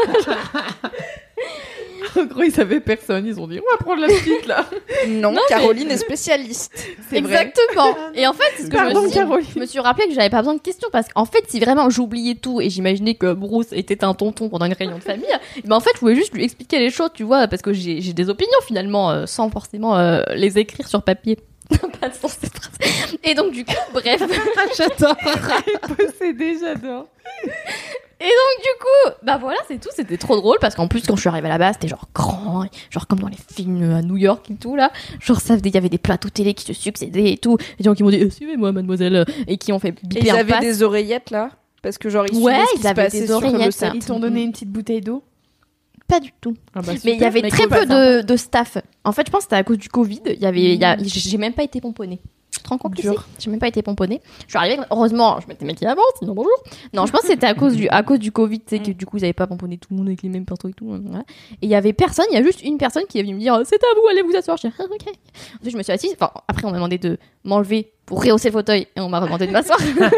En gros, ils savaient personne. Ils ont dit, on va prendre la petite là. Non, Non, Caroline est spécialiste. C'est vrai. Exactement. Et en fait, c'est ce que je Pardon, me, suis... Caroline. je me suis rappelé que j'avais pas besoin de questions parce qu'en fait, si vraiment j'oubliais tout et j'imaginais que Bruce était un tonton pendant une réunion de famille, ben en fait, je pouvais juste lui expliquer les choses, tu vois, parce que j'ai j'ai des opinions finalement, euh, sans forcément euh, les écrire sur papier. Pas de sens cette phrase. Et donc du coup, bref. J'adore. Possédé, j'adore. Et donc du coup, bah voilà, c'est tout, c'était trop drôle parce qu'en plus quand je suis arrivée là-bas, c'était genre grand, genre comme dans les films à New York et tout là, genre ça il y avait des plateaux télé qui se succédaient et tout, et des gens qui m'ont dit eh, suivez-moi mademoiselle et qui ont fait Et biper ils un avaient pass. des oreillettes là parce que genre ils Ouais, suivaient ce qui ils se avaient passait des sur le oreillettes. set. Ils t'ont donné une petite bouteille d'eau. Pas du tout. Ah bah, Mais il y avait mec, très on va peu de, de staff. En fait, je pense que c'était à cause du Covid. Il y avait, il y a, j'ai même pas été pomponnée. Tu te rends compte, Dur. Lucie ? J'ai même pas été pomponnée. Je suis arrivée, heureusement, je m'étais maquillée avant, sinon bonjour. Non, je pense que c'était à cause du, à cause du Covid, tu sais, que du coup, ils avaient pas pomponné tout le monde avec les mêmes pinceaux et tout. Voilà. Et il y avait personne, il y a juste une personne qui est venue me dire, c'est à vous, allez vous asseoir. Je dis, ah, ok. Ensuite, je me suis assise. Enfin, après, on m'a demandé de m'enlever pour rehausser le fauteuil et on m'a demandé de m'asseoir.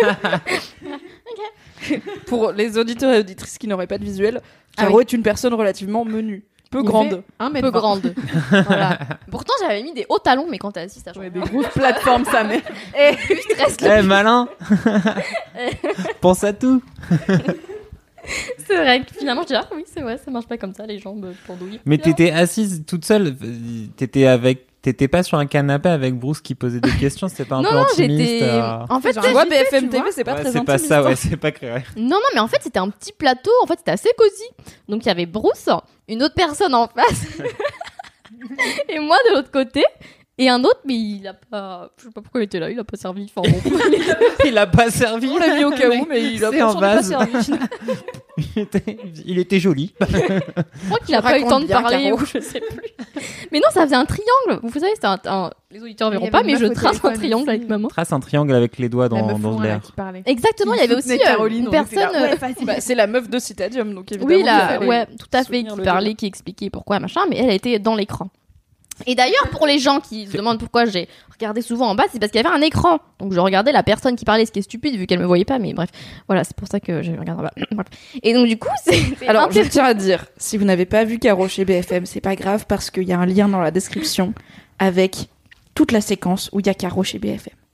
Pour les auditeurs et auditrices qui n'auraient pas de visuel, Caro Ah est une personne relativement menue, peu Il grande. fait un Un mètre peu vingt. grande. Voilà. Pourtant, j'avais mis des hauts talons, mais quand t'es assise, ça change. Ouais, des grosses plateformes, ça, mais. Et je stresse le Eh, malin. Pense à tout. C'est vrai que finalement, je dis, ah oui, c'est vrai, ça marche pas comme ça, les jambes pendouilles. Mais t'étais assise toute seule. T'étais avec. T'étais pas sur un canapé avec Bruce qui posait des questions. C'était pas un Non, peu non, intimiste. j'étais. euh, En fait, Genre, Tu c'est- vois, J T, B F M tu T V, vois. c'est pas ouais, très c'est intime. pas ça, ouais, l'histoire. c'est pas créé. non, non, mais en fait, c'était un petit plateau. En fait, c'était assez cosy. Donc, il y avait Bruce, une autre personne en face, et moi de l'autre côté. Et un autre, mais il a pas. Je sais pas pourquoi il était là, il a pas servi. Enfin, bon. Il a pas servi. On l'a mis au cas où, mais il a C'est pas en sans doute pas vase. servi. il, était, il était joli. Je crois qu'il a Tu pas eu le temps de racontes bien, parler Caro. ou je sais plus. Mais non, ça faisait un triangle. Vous savez, c'était un, un- les auditeurs Il y verront avait pas, une mais meuf je au trace un téléphone triangle aussi. avec ma main. Trace un triangle avec les doigts La dans, meuf dans loin, là, l'air. qui parlait. Exactement, il y avait aussi soutenait euh, Caroline, une on était là, personne. ouais, euh, facile. Bah, c'est la meuf de Citadium, donc évidemment. Oui, là, il fallait ouais, tout à fait, soutenir qui le parlait, job. qui expliquait pourquoi, machin, mais elle était dans l'écran. Et d'ailleurs, pour les gens qui se demandent pourquoi j'ai regardé souvent en bas, c'est parce qu'il y avait un écran. Donc je regardais la personne qui parlait, ce qui est stupide vu qu'elle me voyait pas, mais bref. Voilà, c'est pour ça que j'ai regardé en bas. Bref. Et donc du coup, c'est... c'est Alors, je intéressant. tiens à dire, si vous n'avez pas vu Caro chez B F M, c'est pas grave parce qu'il y a un lien dans la description avec toute la séquence où il y a Caro chez B F M.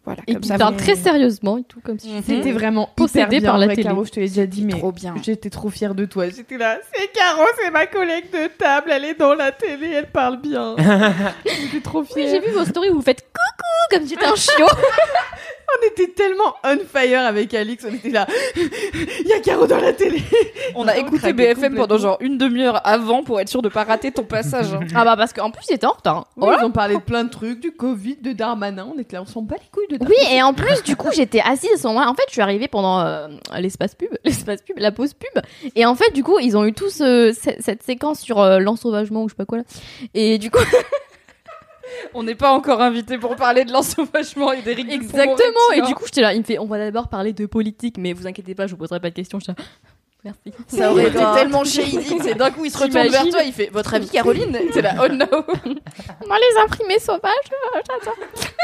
Voilà, Et comme qui ça. parle vous- très sérieusement et tout, comme si. Mhm. C'était vraiment Possédé hyper bien, par la vrai, télé. Caro, je te l'ai déjà dit, mais Trop bien. j'étais trop fière de toi. J'étais là, c'est Caro, c'est ma collègue de table, elle est dans la télé, elle parle bien. J'étais trop Oui, fière. j'ai vu vos stories où vous faites coucou comme si j'étais un chiot. On était tellement on fire avec Alix, on était là, il y a Caro dans la télé. On a On écouté craquait B F M complètement. pendant genre une demi-heure avant pour être sûr de pas rater ton passage. hein. Ah bah parce qu'en plus il était en retard. Oui, ils ont parlé de plein de trucs, du Covid, de Darmanin, on était là, on s'en bat les couilles de Oui, et en plus, du coup, j'étais assise à ce moment-là. En fait, je suis arrivée pendant euh, l'espace pub, l'espace pub, la pause pub. Et en fait, du coup, ils ont eu tous euh, ce- cette séquence sur euh, l'ensauvagement ou je sais pas quoi là. Et du coup, On n'est pas encore invité pour parler de l'ensauvagement et d'Éric exactement. Dupond-Moretti, Et hein. du coup, j'étais là. Il me fait, on va d'abord parler de politique, mais vous inquiétez pas, je vous poserai pas de questions. J'étais là, merci. Ça aurait été Ah. tellement shady que c'est d'un coup il se retourne vers T'imagines toi, il fait votre avis Caroline. T'es là oh no. Moi, les imprimés sauvages, euh, j'adore.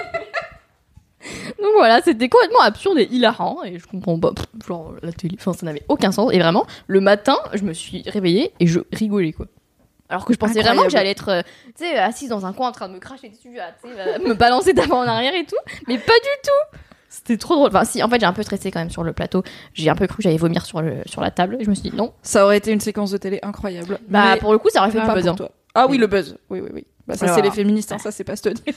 Donc voilà, c'était complètement absurde et hilarant et je comprends pas, pff, genre la télé, enfin ça n'avait aucun sens et vraiment le matin je me suis réveillée et je rigolais quoi. Alors que je pensais Incroyable. vraiment que j'allais être, euh, tu sais, assise dans un coin en train de me cracher dessus, à, tu sais, euh, me balancer d'avant en arrière et tout, mais pas du tout. C'était trop drôle. Enfin si, en fait j'ai un peu stressé quand même sur le plateau. J'ai un peu cru que j'allais vomir sur le sur la table. Et je me suis dit non. Ça aurait été une séquence de télé incroyable. Bah Mais pour le coup ça aurait fait pas du buzz. pour hein. toi. Ah oui, le buzz. Oui oui oui. Bah ça Alors. c'est les féministes, hein, ça c'est pas se tenir.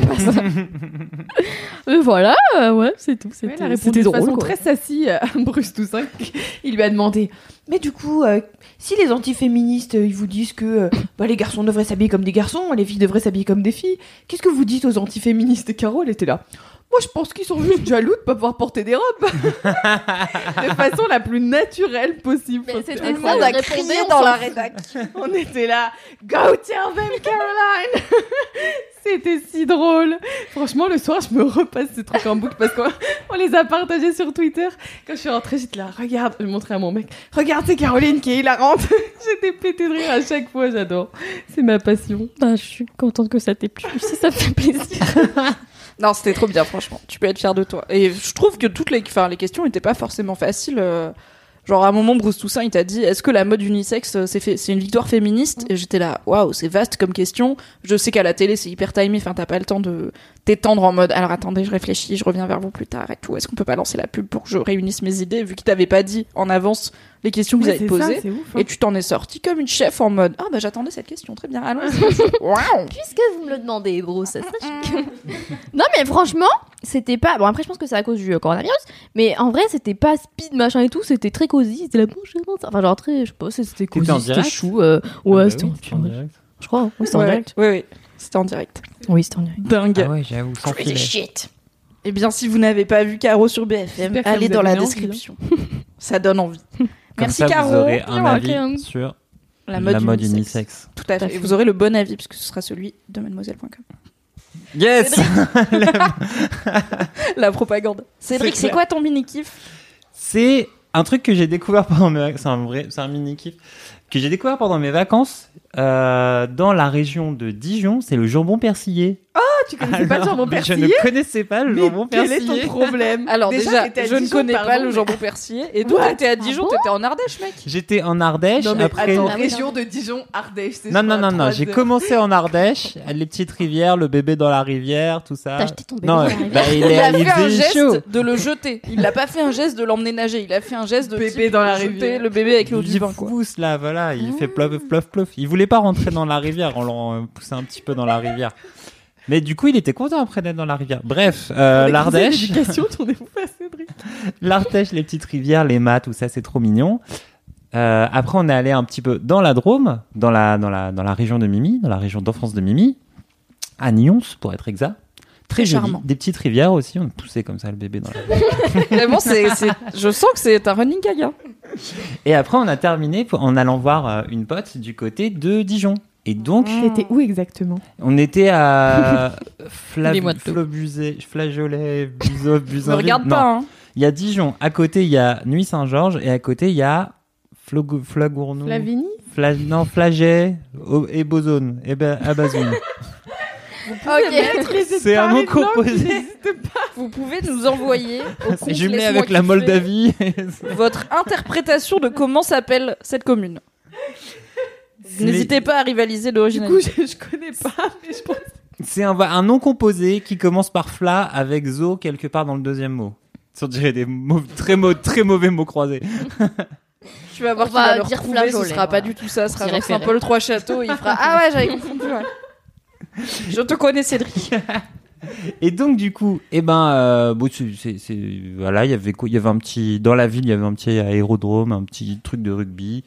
Et voilà, euh, ouais c'est tout. Ouais, C'était elle a répondu c'était de drôle. façon quoi. très sassy à Bruce Toussaint. Il lui a demandé mais du coup, euh, si les antiféministes euh, ils vous disent que euh, bah, les garçons devraient s'habiller comme des garçons, les filles devraient s'habiller comme des filles, qu'est-ce que vous dites aux antiféministes? Et Caro, elle était là. Moi, je pense qu'ils sont juste jaloux de pas pouvoir porter des robes. De façon la plus naturelle possible. Mais Enfin, c'était c'était ça, incroyable. on a a crié crié on dans s'en la fout. rédac. On était là. Go tell them, Caroline. C'était si drôle. Franchement, le soir, je me repasse ces trucs en boucle parce qu'on on les a partagés sur Twitter. Quand je suis rentrée, j'étais là. Regarde, je montrais à mon mec. Regarde, c'est Caroline qui est hilarante. J'étais pétée de rire à chaque fois. J'adore. C'est ma passion. Bah, je suis contente que ça t'ait plu. Si ça me fait plaisir. Non, c'était trop bien, franchement. Tu peux être fier de toi. Et je trouve que toutes les, enfin, les questions n'étaient pas forcément faciles. euh, Genre, à un moment, Bruce Toussaint, il t'a dit, est-ce que la mode unisexe, euh, c'est, fait... c'est une victoire féministe? Et j'étais là, waouh, c'est vaste comme question. Je sais qu'à la télé, c'est hyper timé. Enfin, t'as pas le temps de t'étendre en mode, alors attendez, je réfléchis, je reviens vers vous plus tard et tout. Est-ce qu'on peut pas lancer la pub pour que je réunisse mes idées, vu qu'il t'avait pas dit en avance les questions que vous Oui, allez c'est poser? ça, c'est ouf, hein. Et tu t'en es sorti comme une chef en mode, ah bah j'attendais cette question, très bien, allons-y. Waouh! Puisque vous me le demandez, Bruce, sachez que... Non, mais franchement, c'était pas... Bon, après, je pense que c'est à cause du euh, coronavirus, mais en vrai, c'était pas speed, machin et tout, c'était très cosy, c'était la bouche, enfin, genre très... Je sais pas, c'était cosy, en c'était direct chou. euh, Ouais, Ah bah c'était oui, en c'est en direct. direct. Je crois, oui, c'était en Ouais, direct. oui, oui, c'était en direct. Oui, c'était en direct. Dingue. Ah ouais, j'avoue, sans filet. shit. Eh bien, si vous n'avez pas vu Caro sur B F M, J'espère que ça allez vous dans a la donné envie, description. Ça donne envie. Comme Merci ça, Caro. vous aurez un You're avis welcome. sur La mode, la mode unisexe. unisexe. Tout à fait. Tout à Et fait. vous aurez le bon avis, puisque ce sera celui de mademoiselle point com. Yes. La propagande. Cédric, c'est clair. quoi ton mini-kiff? C'est un truc que j'ai découvert pendant mes vacances. C'est un vrai, c'est un mini kiff que j'ai découvert pendant mes vacances euh, dans la région de Dijon. C'est le jambon persillé. Tu connaissais pas le Alors, jambon mais persillé? Je ne connaissais pas le Mais jambon quel persillé. est ton problème? Alors déjà, t'étais à je ne Dijon, connais pas pardon, le mais- jambon persillé. Et toi, What? t'étais à Dijon, Ah bon t'étais en Ardèche, mec. J'étais en Ardèche. Non mais après. attends, Ah oui, région de Dijon, Ardèche, c'est Non, sur non, la non, non, trois j'ai heures. commencé en Ardèche, les petites rivières, le bébé dans la rivière, tout ça. T'as acheté ton bébé Non, dans la euh, rivière bah, il, Il est, a il fait un faisait geste chaud. de le jeter. Il n'a pas fait un geste de l'emmener nager. Il a fait un geste de Bébé type dans la jeter rivière. le bébé avec l'eau du Il bain, quoi. pousse là, voilà, il fait plouf, plouf, plouf. Il voulait pas rentrer dans la rivière, on l'a poussé un petit peu dans la rivière. Mais du coup, il était content après d'être dans la rivière. Bref, euh, Avec l'Ardèche, conseil d'éducation, tournez-vous pas Cédric. l'Ardèche, les petites rivières, les mâts, tout ça, c'est trop mignon. Euh, après, on est allé un petit peu dans la Drôme, dans la, dans la, dans la région de Mimi, dans la région d'enfance de Mimi, à Nyons, pour être exact. Très Très joli. charmant. Des petites rivières aussi, on poussait comme ça le bébé dans la rivière. Vraiment, c'est, c'est- je sens que c'est un running gag. hein. Et après, on a terminé pour- en allant voir euh, une pote du côté de Dijon. Et donc, T'étais où exactement? on était à Flav- Les mois de tôt. Flobusé, Flageolet, Buzov, Me Buzanville. regarde Non, pas. Hein. il y a Dijon. À côté, il y a Nuit-Saint-Georges. Et à côté, il y a Flog- Flagournou. Flavigny? Fla- non, Flaget O- et Bozone. Et ben, Abazoun. Ok. C'est un nom composé. Vous pouvez nous envoyer au compte C'est jumelé Laisse-moi avec la kiffer Moldavie. votre interprétation de comment s'appelle cette commune. N'hésitez pas à rivaliser Du coup, d'originalité. je, je connais pas, mais je pense. C'est un, un nom composé qui commence par fla avec zo quelque part dans le deuxième mot. On dirait des mots, très, mau- très mauvais mots croisés. Tu vas voir On qu'il va va le dire retrouver, ce flageolet, sera pas voilà. du tout ça, ce sera S'y genre référer. Saint-Paul trois châteaux, il fera ah ouais, j'avais confondu. Ouais. Je te connais Cédric. Et donc du coup, eh ben, euh, bon, c'est, c'est, c'est, voilà, il y avait quoi, il y avait un petit, dans la ville, il y avait un petit aérodrome, un petit truc de rugby,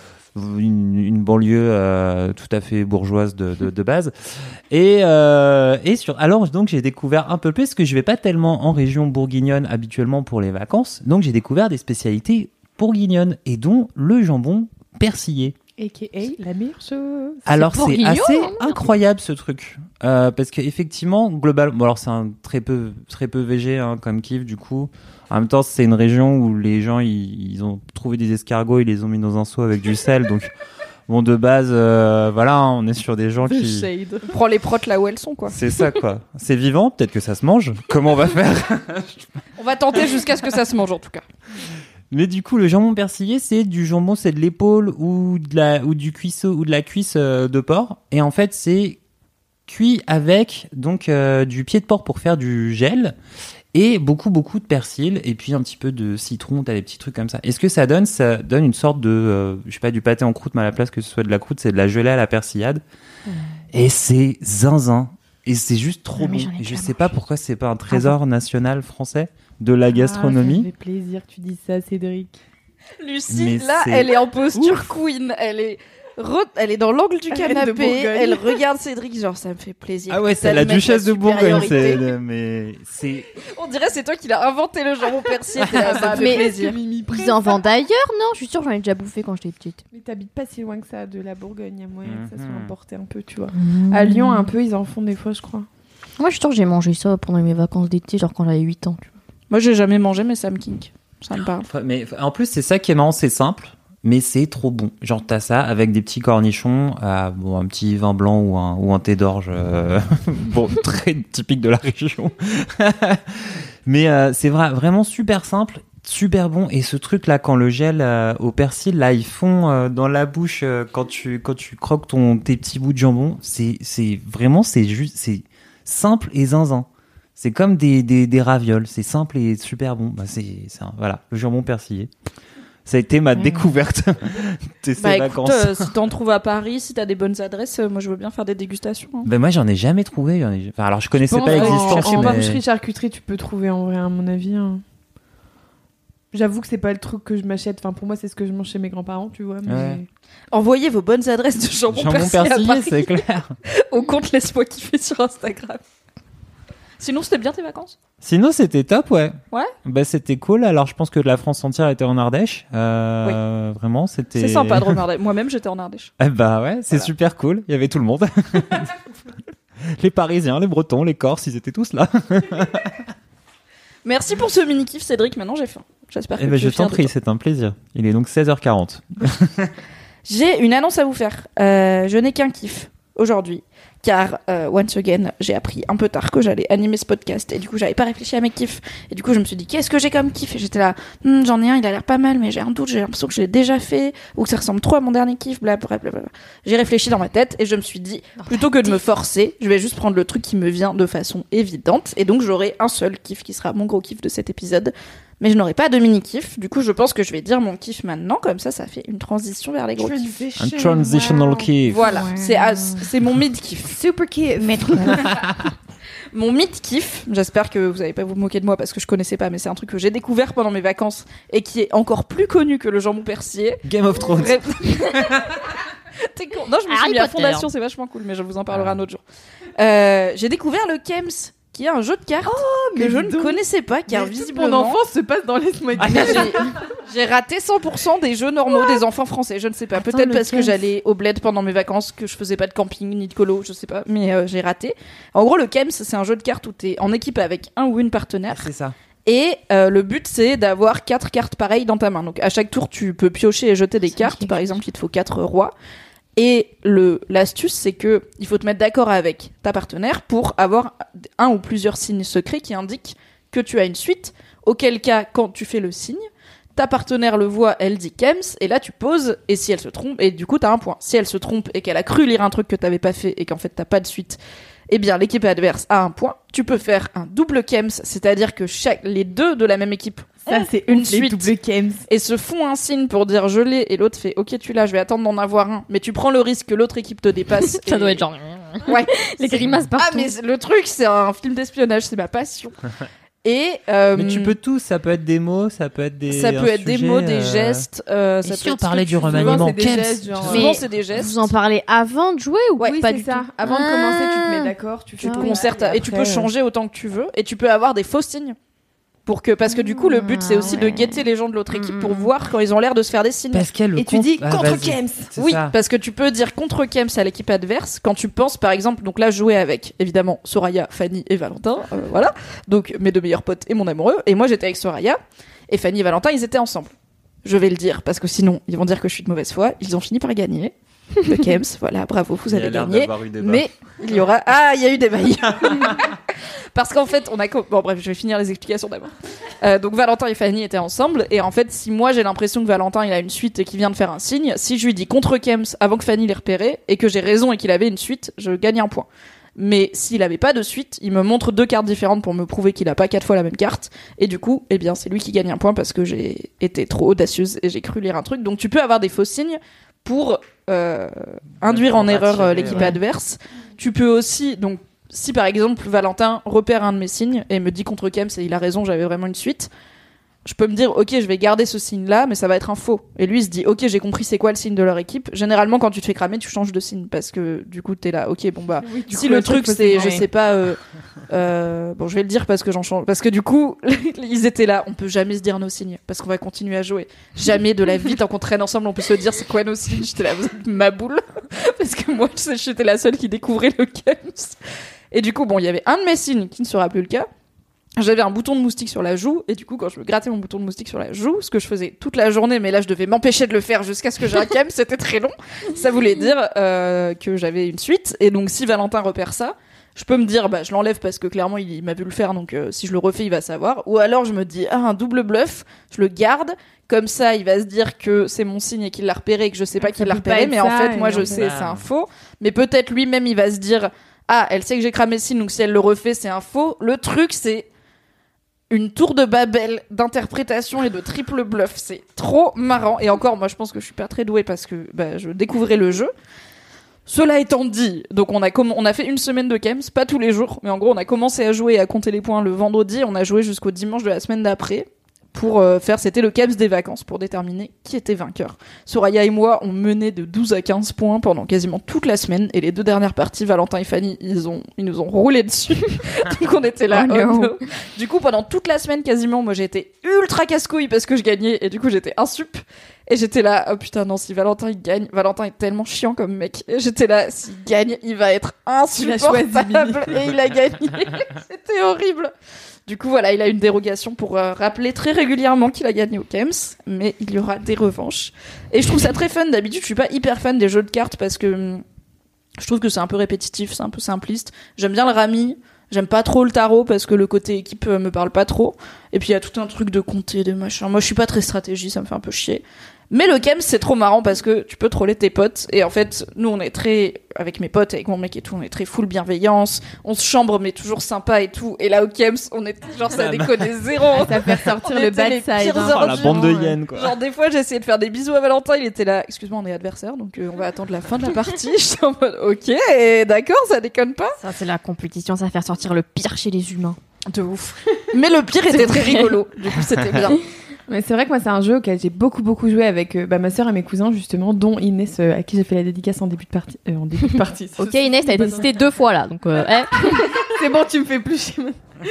une, une banlieue euh, tout à fait bourgeoise de, de, de base. Et, euh, et sur, alors donc j'ai découvert un peu plus, parce que je vais pas tellement en région bourguignonne habituellement pour les vacances, donc j'ai découvert des spécialités bourguignonnes et dont le jambon persillé. A K A la meilleure chose. Alors c'est bourguignon, assez hein. incroyable ce truc euh, parce qu'effectivement globalement, bon alors c'est un très peu très peu végé hein, comme kiff du coup. En même temps c'est une région où les gens ils, ils ont trouvé des escargots, ils les ont mis dans un seau avec du sel donc bon de base euh, voilà hein, on est sur des gens The qui shade. Prends les protes là où elles sont quoi. c'est ça quoi. C'est vivant, peut-être que ça se mange. Comment on va faire? On va tenter jusqu'à ce que ça se mange en tout cas. Mais du coup, le jambon persillé, c'est du jambon, c'est de l'épaule ou de la ou du cuisseau ou de la cuisse euh, de porc. Et en fait, c'est cuit avec donc euh, du pied de porc pour faire du gel et beaucoup beaucoup de persil et puis un petit peu de citron. T'as des petits trucs comme ça. Et ce que ça donne, ça donne une sorte de, euh, je sais pas, du pâté en croûte, mais à la place que ce soit de la croûte, c'est de la gelée à la persillade. Mmh. Et c'est zinzin. Et c'est juste trop Ah, mais bon. j'en ai Et je déjà sais pas mangé. pourquoi c'est pas un trésor national français de la Ah, gastronomie. ça me fait plaisir que tu dises ça, Cédric. Lucie, Mais là, c'est- elle est en posture queen. Elle est, re- elle est dans l'angle du Reine de canapé. Bourgogne. Elle regarde Cédric, genre ça me fait plaisir. Ah ouais, que c'est ça la lui mette duchesse de Bourgogne, supériorité. c'est, mais c'est, On dirait c'est toi qui l'as inventé le jambon persillé. T'es là, ça me fait Mais- plaisir. Mimi Ils en vendent ailleurs, non? Je suis sûre, j'en ai déjà bouffé quand j'étais petite. Mais t'habites pas si loin que ça de la Bourgogne, il y a moyen que ça soit Mhm. importé un peu, tu vois. À Lyon, un peu, ils en font des fois, je crois. Moi, je suis sûre que j'ai mangé ça pendant mes vacances d'été, genre quand j'avais huit ans. Tu vois. Moi j'ai jamais mangé, mais ça me kink. Ça me parle. Enfin, mais en plus c'est ça qui est marrant, c'est simple, mais c'est trop bon. Genre t'as ça avec des petits cornichons, euh, bon un petit vin blanc ou un ou un thé d'orge, euh, bon très typique de la région. Mais euh, c'est vrai, vraiment super simple, super bon. Et ce truc là, quand le gel euh, au persil là, ils font euh, dans la bouche euh, quand tu quand tu croques ton tes petits bouts de jambon, c'est c'est vraiment c'est juste c'est simple et zinzin. C'est comme des, des, des ravioles, c'est simple et super bon. Bah c'est, c'est un- voilà, le jambon persillé. Ça a été ma découverte de ces Bah écoute, vacances. euh, si t'en trouves à Paris, si t'as des bonnes adresses, euh, moi je veux bien faire des dégustations. hein. Ben moi j'en ai jamais trouvé. j'en ai- Enfin, alors je connaissais pense pas que l'existence. En mais- boucherie charcuterie, tu peux trouver en vrai, à mon avis. hein. J'avoue que c'est pas le truc que je m'achète. Enfin, pour moi, c'est ce que je mange chez mes grands-parents, tu vois. Mais... Ouais. Envoyez vos bonnes adresses de jambon, Jambon persillé, à persillé, Paris c'est clair. au compte Laisse-moi kiffer sur Instagram. Sinon, c'était bien tes vacances? Sinon c'était top, ouais. Ouais. Bah c'était cool. Alors je pense que la France entière était en Ardèche. Euh, Vraiment, c'était. C'est sympa de regarder. Moi-même, j'étais en Ardèche. Eh bah ouais, c'est Voilà. super cool. Il y avait tout le monde. Les Parisiens, les Bretons, les Corses, ils étaient tous là. Merci pour ce mini-kiff, Cédric. Maintenant, j'ai faim. J'espère que Eh ben tu je es fier t'en de prie, toi. c'est un plaisir. Il est donc seize heures quarante. J'ai une annonce à vous faire. Euh, je n'ai qu'un kiff aujourd'hui. Car, euh, once again, j'ai appris un peu tard que j'allais animer ce podcast. Et du coup, j'avais pas réfléchi à mes kiffs. Et du coup, je me suis dit, qu'est-ce que j'ai comme kiff? Et j'étais là, Hm, j'en ai un, il a l'air pas mal, mais j'ai un doute, j'ai l'impression que je l'ai déjà fait. Ou que ça ressemble trop à mon dernier kiff, blablabla. J'ai réfléchi dans ma tête et je me suis dit, plutôt que de me forcer, je vais juste prendre le truc qui me vient de façon évidente. Et donc, j'aurai un seul kiff qui sera mon gros kiff de cet épisode. Mais je n'aurai pas de mini-kiff. Du coup, je pense que je vais dire mon kiff maintenant. Comme ça, ça fait une transition vers les gros kiffs. Un transitional kiff. Voilà, Ouais. c'est à- c'est mon mid-kiff. Super kiff. Mon mid-kiff, j'espère que vous n'allez pas vous moquer de moi parce que je connaissais pas, mais c'est un truc que j'ai découvert pendant mes vacances et qui est encore plus connu que le jambon persillé. Game of Thrones. Bref. T'es con. Non, je me suis Harry mis à Potter. Fondation, c'est vachement cool, mais je vous en parlerai un autre jour. Euh, j'ai découvert le Kems, qui est un jeu de cartes que mais je dis ne donc. connaissais pas, car Mais toute visiblement... Mon enfance se passe dans Laisse-moi Mais kiffer. j'ai- J'ai raté cent pour cent des jeux normaux des enfants français. Je ne sais pas. Attends, Peut-être le parce que Kems. j'allais au bled pendant mes vacances, que je faisais pas de camping ni de colo, je sais pas. Mais euh, j'ai raté. En gros, le Kems, c'est un jeu de cartes où t'es en équipe avec un ou une partenaire. C'est ça. Et euh, le but, c'est d'avoir quatre cartes pareilles dans ta main. Donc à chaque tour, tu peux piocher et jeter des Ça me cartes. dit Par quelque exemple, il te faut quatre rois. Et le l'astuce, c'est que il faut te mettre d'accord avec ta partenaire pour avoir un ou plusieurs signes secrets qui indiquent que tu as une suite. Auquel cas, quand tu fais le signe, ta partenaire le voit, elle dit Kems, et là tu poses, et si elle se trompe, et du coup t'as un point. Si elle se trompe et qu'elle a cru lire un truc que t'avais pas fait et qu'en fait t'as pas de suite, eh bien l'équipe adverse a un point. Tu peux faire un double kems, c'est-à-dire que chaque, les deux de la même équipe Ça, ont c'est une une suite double kems. et se font un signe pour dire je l'ai, et l'autre fait ok tu l'as, je vais attendre d'en avoir un, mais tu prends le risque que l'autre équipe te dépasse. Ça et- doit être genre. Ouais. Les grimaces partout. Ah mais le truc c'est un film d'espionnage, c'est ma passion. Et euh, Mais tu peux tout, ça peut être des mots, ça peut être des. ça peut un être des sujet, mots, des euh, gestes. Euh, ça Et peut si on être ce parlait que du tu veux. remaniement Souvent, c'est des Kems gestes, genre, Souvent Mais c'est des gestes. Vous en parlez avant de jouer ou Oui, pas c'est du ça. tout Avant de commencer, tu te Ah. mets d'accord, tu fais Tu te ton concertes et et tu peux après, euh, changer autant que tu veux, et tu peux avoir des faux signes. Pour que, parce que du coup, le but, c'est aussi de ouais. guetter les gens de l'autre équipe pour Mm. voir quand ils ont l'air de se faire des signes. Pascal, le Et tu compte- dis Ah, contre vas-y. Kems. C'est Oui, ça. parce que tu peux dire contre Kems à l'équipe adverse quand tu penses, par exemple, donc là, je jouais avec, évidemment, Soraya, Fanny et Valentin, euh, voilà, donc mes deux meilleurs potes et mon amoureux, et moi j'étais avec Soraya, et Fanny et Valentin, ils étaient ensemble. Je vais le dire, parce que sinon, ils vont dire que je suis de mauvaise foi, ils ont fini par gagner. Le Kems, voilà, bravo, vous Il y avez a l'air gagné. d'avoir eu des bas. Mais il y aura. Ah, il y a eu des bails. Parce qu'en fait, on a. co- Bon, bref, je vais finir les explications d'abord. Euh, donc, Valentin et Fanny étaient ensemble. Et en fait, si moi j'ai l'impression que Valentin il a une suite et qu'il vient de faire un signe, si je lui dis contre Kems avant que Fanny l'ait repéré et que j'ai raison et qu'il avait une suite, je gagne un point. Mais s'il avait pas de suite, il me montre deux cartes différentes pour me prouver qu'il a pas quatre fois la même carte. Et du coup, eh bien, c'est lui qui gagne un point parce que j'ai été trop audacieuse et j'ai cru lire un truc. Donc, tu peux avoir des faux signes pour euh, induire en Pour erreur euh, attirer, l'équipe ouais. adverse. Tu peux aussi, donc, si par exemple Valentin repère un de mes signes et me dit contre Kems et il a raison, j'avais vraiment une suite, je peux me dire ok, je vais garder ce signe-là, mais ça va être un faux. Et lui il se dit ok, j'ai compris c'est quoi le signe de leur équipe. Généralement, quand tu te fais cramer, tu changes de signe parce que du coup t'es là ok, bon bah. Oui, du Si coup, le à chaque truc fois, c'est, je ouais. sais pas, euh, euh, bon je vais le dire parce que j'en change, parce que du coup ils étaient là, on peut jamais se dire nos signes parce qu'on va continuer à jouer. Jamais de la vie tant qu'on traîne ensemble on peut se dire c'est quoi nos signes. J'étais là, vous êtes ma boule parce que moi j'étais la seule qui découvrait le Kems. Et du coup bon il y avait un de mes signes qui ne sera plus le cas. J'avais un bouton de moustique sur la joue, et du coup, quand je me grattais mon bouton de moustique sur la joue, ce que je faisais toute la journée, mais là, je devais m'empêcher de le faire jusqu'à ce que j'ai un Kems, c'était très long. Ça voulait dire euh, que j'avais une suite, et donc si Valentin repère ça, je peux me dire, bah, je l'enlève parce que clairement, il, il m'a vu le faire, donc euh, si je le refais, il va savoir. Ou alors, je me dis, ah, un double bluff, je le garde, comme ça, il va se dire que c'est mon signe et qu'il l'a repéré, et que je sais pas Ah, qu'il ça l'a peut pas repéré, être mais en ça, fait, moi, et je en sais, fait- c'est un faux. Mais peut-être lui-même, il va se dire, ah, elle sait que j'ai cramé le signe, donc si elle le refait, c'est un faux. Le truc, c'est une tour de Babel d'interprétation et de triple bluff. C'est trop marrant. Et encore, moi, je pense que je suis pas très douée parce que bah, je découvrais le jeu. Cela étant dit, donc on a, comm- on a fait une semaine de Kems, pas tous les jours, mais en gros, on a commencé à jouer et à compter les points le vendredi. On a joué jusqu'au dimanche de la semaine d'après pour euh, faire, c'était le Kems des vacances, pour déterminer qui était vainqueur. Soraya et moi, on menait de douze à quinze points pendant quasiment toute la semaine, et les deux dernières parties, Valentin et Fanny, ils, ont, ils nous ont roulé dessus. Donc on était là. Oh oh no. no. Du coup, pendant toute la semaine, quasiment, moi j'ai été ultra casse-couille parce que je gagnais, et du coup j'étais insup. Et j'étais là, oh putain, non, si Valentin il gagne, Valentin est tellement chiant comme mec. Et j'étais là, s'il gagne, il va être Tu l'as choisi, insupportable. Et il a gagné. C'était horrible. Du coup, voilà, il a une dérogation pour euh, rappeler très régulièrement qu'il a gagné au Kems, mais il y aura des revanches. Et je trouve ça très fun. D'habitude, je suis pas hyper fan des jeux de cartes parce que hum, je trouve que c'est un peu répétitif, c'est un peu simpliste. J'aime bien le rami. J'aime pas trop le tarot parce que le côté équipe euh, me parle pas trop. Et puis il y a tout un truc de compter, de machin. Moi je suis pas très stratégie, ça me fait un peu chier. Mais le Kems c'est trop marrant parce que tu peux troller tes potes. Et en fait, nous on est très, avec mes potes, avec mon mec et tout, on est très full bienveillance. On se chambre mais toujours sympa et tout. Et là au Kems, on est genre ça déconne zéro. Ah, ça fait ressortir On le était bad les side. pires hein. heures Oh, la du bande de jour, hyènes, quoi. Genre des fois j'ai essayé de faire des bisous à Valentin, il était là, excuse-moi on est adversaires donc euh, on va attendre la fin de la partie. Je suis en mode ok, d'accord, ça déconne pas. Ça, c'est la compétition, ça va faire sortir le pire chez les humains. De ouf. Mais le pire était très rigolo, du coup c'était bien. Mais c'est vrai que moi, c'est un jeu auquel j'ai beaucoup, beaucoup joué avec euh, bah, ma sœur et mes cousins, justement, dont Inès, euh, à qui j'ai fait la dédicace en début de partie. Euh, en début de partie. Ok, Inès, t'as été citée deux fois là, donc euh, eh. C'est bon, tu me fais plus chier.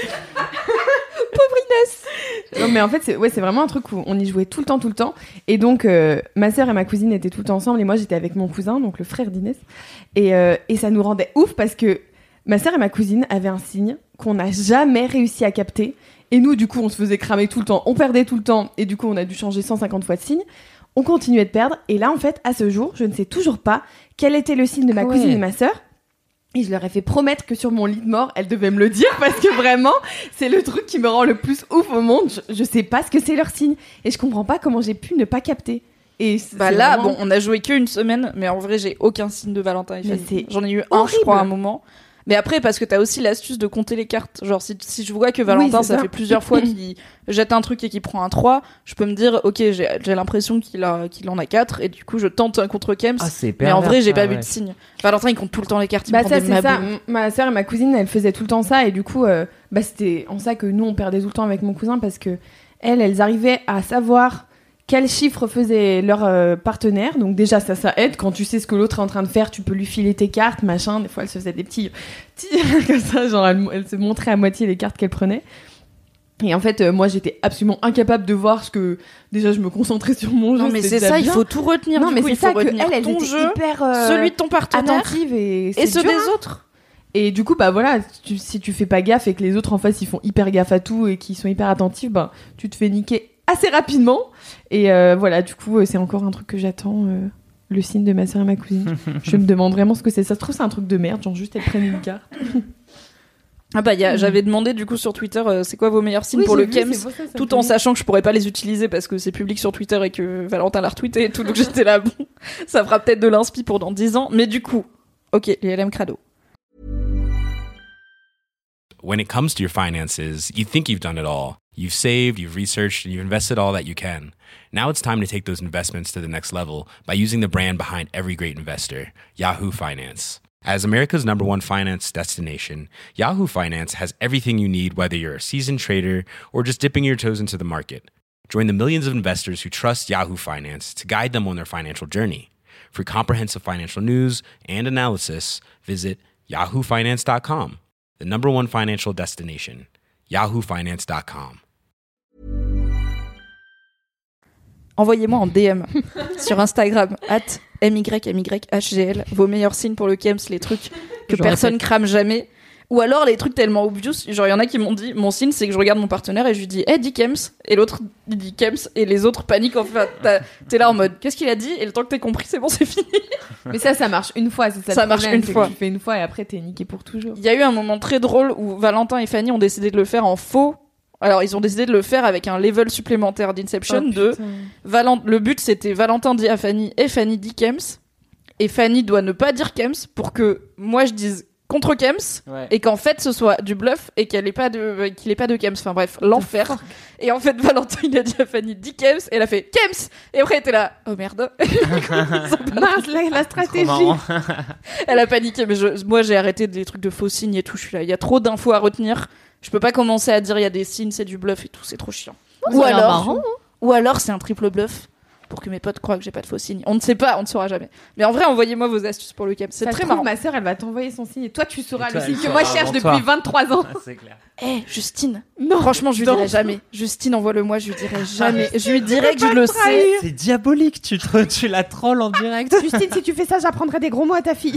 Pauvre Inès. Non, mais en fait, c'est ouais, c'est vraiment un truc où on y jouait tout le temps, tout le temps. Et donc, euh, ma sœur et ma cousine étaient tout le temps ensemble, et moi, j'étais avec mon cousin, donc le frère d'Inès. Et, euh, et ça nous rendait ouf parce que ma sœur et ma cousine avaient un signe qu'on n'a jamais réussi à capter. Et nous, du coup, on se faisait cramer tout le temps, on perdait tout le temps, et du coup, on a dû changer cent cinquante fois de signe. On continuait de perdre, et là, en fait, à ce jour, je ne sais toujours pas quel était le signe de ma Ah ouais. cousine et ma sœur. Et je leur ai fait promettre que sur mon lit de mort, elles devaient me le dire, parce que vraiment, c'est le truc qui me rend le plus ouf au monde. Je, je sais pas ce que c'est leur signe, et je comprends pas comment j'ai pu ne pas capter. Et c'est- Bah c'est là, vraiment- bon, on a joué qu'une semaine, mais en vrai, j'ai aucun signe de Valentin et Mais Fanny. c'est J'en ai eu un, je horrible. crois, à un moment. Mais après, parce que t'as aussi l'astuce de compter les cartes. Genre, si, si je vois que Valentin, Oui, ça, ça fait plusieurs fois qu'il jette un truc et qu'il prend un trois, je peux me dire, ok, j'ai, j'ai l'impression qu'il, a, qu'il en a quatre, et du coup, je tente un contre Kems. Ah, c'est mais en pervers, vrai, j'ai ça, pas ouais. vu de signe. Valentin, il compte tout le temps les cartes, il Bah prend ça des c'est ça. mabous. M- Ma sœur et ma cousine, elles faisaient tout le temps ça et du coup, euh, bah c'était en ça que nous on perdait tout le temps avec mon cousin parce que elles, elles arrivaient à savoir quels chiffres faisait leur euh, partenaire. Donc déjà ça, ça aide quand tu sais ce que l'autre est en train de faire, tu peux lui filer tes cartes, machin. Des fois, elle se faisait des petits, petits comme ça, genre elle, elle se montrait à moitié les cartes qu'elle prenait. Et en fait, euh, moi, j'étais absolument incapable de voir ce que. Déjà, je me concentrais sur mon jeu. Non, mais c'était c'est déjà ça, il bien. faut tout retenir. Non, du mais coup, c'est il faut ça que retenir elles, elles ton étaient jeu, hyper euh, celui de ton partenaire, attentives et, et c'est ceux dur, des hein. autres. Et du coup, bah voilà, tu- si tu fais pas gaffe et que les autres en face ils font hyper gaffe à tout et qu'ils sont hyper attentifs, bah tu te fais niquer assez rapidement. Et euh, voilà, du coup, euh, c'est encore un truc que j'attends, euh, le signe de ma soeur et ma cousine. Je me demande vraiment ce que c'est. Ça se trouve, c'est un truc de merde, genre juste elles prennent une carte. Ah bah, y a, j'avais demandé du coup sur Twitter, euh, c'est quoi vos meilleurs signes Oui, pour j'ai le vu, Kems, c'est pour ça, ça me tout fait en rire. sachant que je pourrais pas les utiliser parce que c'est public sur Twitter et que Valentin l'a retweeté et tout, donc j'étais là, bon, ça fera peut-être de l'inspi pour dans dix ans, mais du coup, ok, les L M Crado. When it comes to your finances, you think you've done it all. You've saved, you've researched, and you've invested all that you can. Now it's time to take those investments to the next level by using the brand behind every great investor, Yahoo Finance. As America's number one finance destination, Yahoo Finance has everything you need, whether you're a seasoned trader or just dipping your toes into the market. Join the millions of investors who trust Yahoo Finance to guide them on their financial journey. For comprehensive financial news and analysis, visit yahoo finance dot com, the number one financial destination, yahoo finance dot com. Envoyez-moi en D M sur Instagram, at M Y M Y H G L, vos meilleurs signes pour le Kems, les trucs que Je personne répète. crame jamais. Ou alors les trucs tellement obvious, genre il y en a qui m'ont dit, mon signe c'est que je regarde mon partenaire et je lui dis, hey, dis Kems, et l'autre il dit Kems, et les autres paniquent en fait. T'as- T'es là en mode, qu'est-ce qu'il a dit? Et le temps que t'aies compris, c'est bon, c'est fini. Mais ça, ça marche une fois, c'est ça. Ça le marche problème, une c'est fois. Que tu fais une fois et après t'es niqué pour toujours. Il y a eu un moment très drôle où Valentin et Fanny ont décidé de le faire en faux. Alors ils ont décidé de le faire avec un level supplémentaire d'Inception Oh, de putain. Valent- le but c'était Valentin dit à Fanny et Fanny dit Kems, et Fanny doit ne pas dire Kems pour que moi je dise contre Kems Ouais. et qu'en fait ce soit du bluff et qu'elle ait pas de qu'il ait pas de Kems, enfin bref, l'enfer. Et en fait Valentin il a dit à Fanny dit Kems et elle a fait Kems, et après elle était là oh merde. Mince, la, la Trop stratégie. marrant. Elle a paniqué, mais je, moi j'ai arrêté des trucs de faux signes et tout, je suis là, il y a trop d'infos à retenir, je peux pas commencer à dire il y a des signes, c'est du bluff et tout, c'est trop chiant. Ça Ou a l'air alors, marrant, hein. ou alors c'est un triple bluff pour que mes potes croient que j'ai pas de faux signes. On ne sait pas, on ne saura jamais. Mais en vrai, envoyez-moi vos astuces pour le Kems, c'est Ça se très trouve, marrant. ma sœur, elle va t'envoyer son signe et toi, tu sauras Et toi, le elle signe que saura moi je cherche avant depuis toi. vingt-trois ans. Ah, c'est clair. Eh, Justine, Non. franchement, je lui Non. dirai jamais. Justine, envoie-le-moi, je lui dirai jamais. Je lui dirai que je le sais. trahir. C'est diabolique, tu, te, tu la trolles en direct. Justine, si tu fais ça, j'apprendrai des gros mots à ta fille.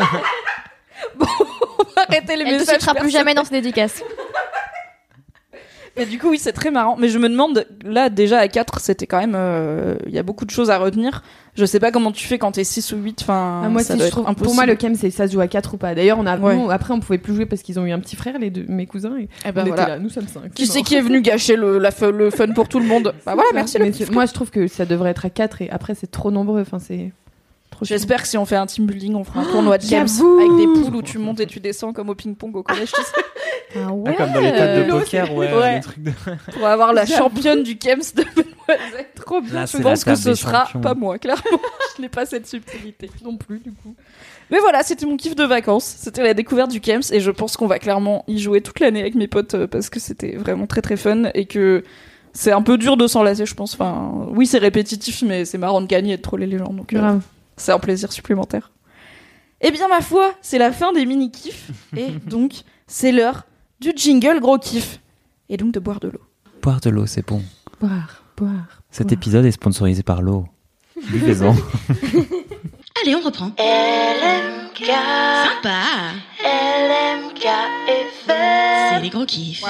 Arrêtez les Elle ne messages. citera plus personnels. jamais dans ses dédicaces. Mais du coup, oui, c'est très marrant. Mais je me demande, là, déjà à quatre, c'était quand même. Il y a beaucoup de choses à retenir. Je sais pas comment tu fais quand t'es six ou huit. Enfin, Ah, moi, ça si, doit je être trouve, impossible. pour moi, le Kems, c'est ça se joue à quatre ou pas. D'ailleurs, on a, Ouais. nous, après, on pouvait plus jouer parce qu'ils ont eu un petit frère, les deux, mes cousins. Et Eh ben on voilà. était là, nous sommes cinq. Qui c'est c'est mort. qui est venu gâcher le, la, fu- le fun pour tout le monde? Bah voilà, merci le Mais petit c'est- moi, je trouve que ça devrait être à quatre et après, c'est trop nombreux. Enfin, c'est trop chiant. J'espère que si on fait un team building, on fera un tournoi de Kems j'avoue. avec des poules où tu montes et tu descends comme au ping-pong au collège, tu sais, Ah ouais. Ah, comme dans les tables de l'eau, poker, ouais. Ouais. les trucs de... pour avoir la J'avoue. championne du Kems de Mademoiselle. trop bien. Là, Je c'est la pense que table ce des sera champions. pas moi, clairement. Je n'ai pas cette subtilité. Non plus, du coup. Mais voilà, c'était mon kiff de vacances. C'était la découverte du Kems et je pense qu'on va clairement y jouer toute l'année avec mes potes euh, parce que c'était vraiment très très fun et que c'est un peu dur de s'en lasser, je pense. Enfin, oui, c'est répétitif, mais c'est marrant de gagner et de troller les gens. Donc, euh, Grave. c'est un plaisir supplémentaire. Eh bien, ma foi, c'est la fin des mini-kiffs. Et donc, c'est l'heure du jingle gros kiff. Et donc de boire de l'eau. Boire de l'eau, c'est bon. Boire, boire. Cet boire. épisode est sponsorisé par l'eau. Buvez-en. Allez, on reprend. L M K. Sympa. L M K F M. C'est les gros kiffs.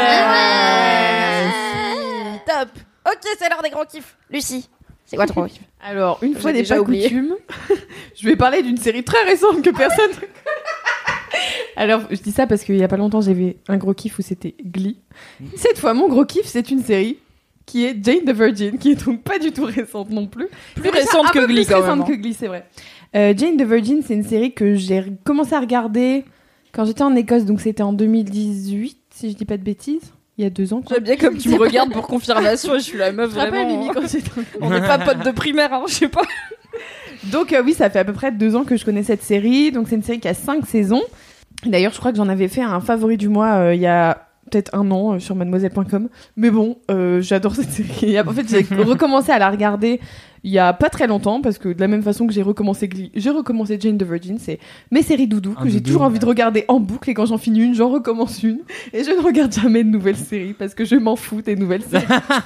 Top. Ok, c'est l'heure des gros kiffs. Lucie, c'est quoi ton gros kiff? Alors, une fois J'ai n'est déjà pas oublié. coutume, je vais parler d'une série très récente que personne. Alors, je dis ça parce qu'il y a pas longtemps, j'avais un gros kiff où c'était Glee. Cette fois, mon gros kiff, c'est une série qui est Jane the Virgin, qui est donc pas du tout récente non plus. Plus C'est déjà récente un que peu Glee, plus quand récente même, hein. que Glee, c'est vrai. Euh, Jane the Virgin, c'est une série que j'ai commencé à regarder quand j'étais en Écosse, donc c'était en deux mille dix-huit, si je dis pas de bêtises. Il y a deux ans. Quoi. J'aime bien comme tu me regardes pour confirmation et je suis la meuf Je te rappelle, vraiment. Mimi, quand j'étais en On n'est pas potes de primaire, hein, je sais pas. Donc euh, oui, ça fait à peu près deux ans que je connais cette série. Donc c'est une série qui a cinq saisons. D'ailleurs, je crois que j'en avais fait un favori du mois euh, il y a peut-être un an euh, sur mademoiselle point com. Mais bon, euh, j'adore cette série. En fait, j'ai recommencé à la regarder il y a pas très longtemps parce que de la même façon que j'ai recommencé Glee, j'ai recommencé Jane the Virgin. C'est mes séries doudou Un que j'ai doudou, toujours envie ouais. de regarder en boucle et quand j'en finis une, j'en recommence une. Et je ne regarde jamais de nouvelles séries parce que je m'en fous des nouvelles séries.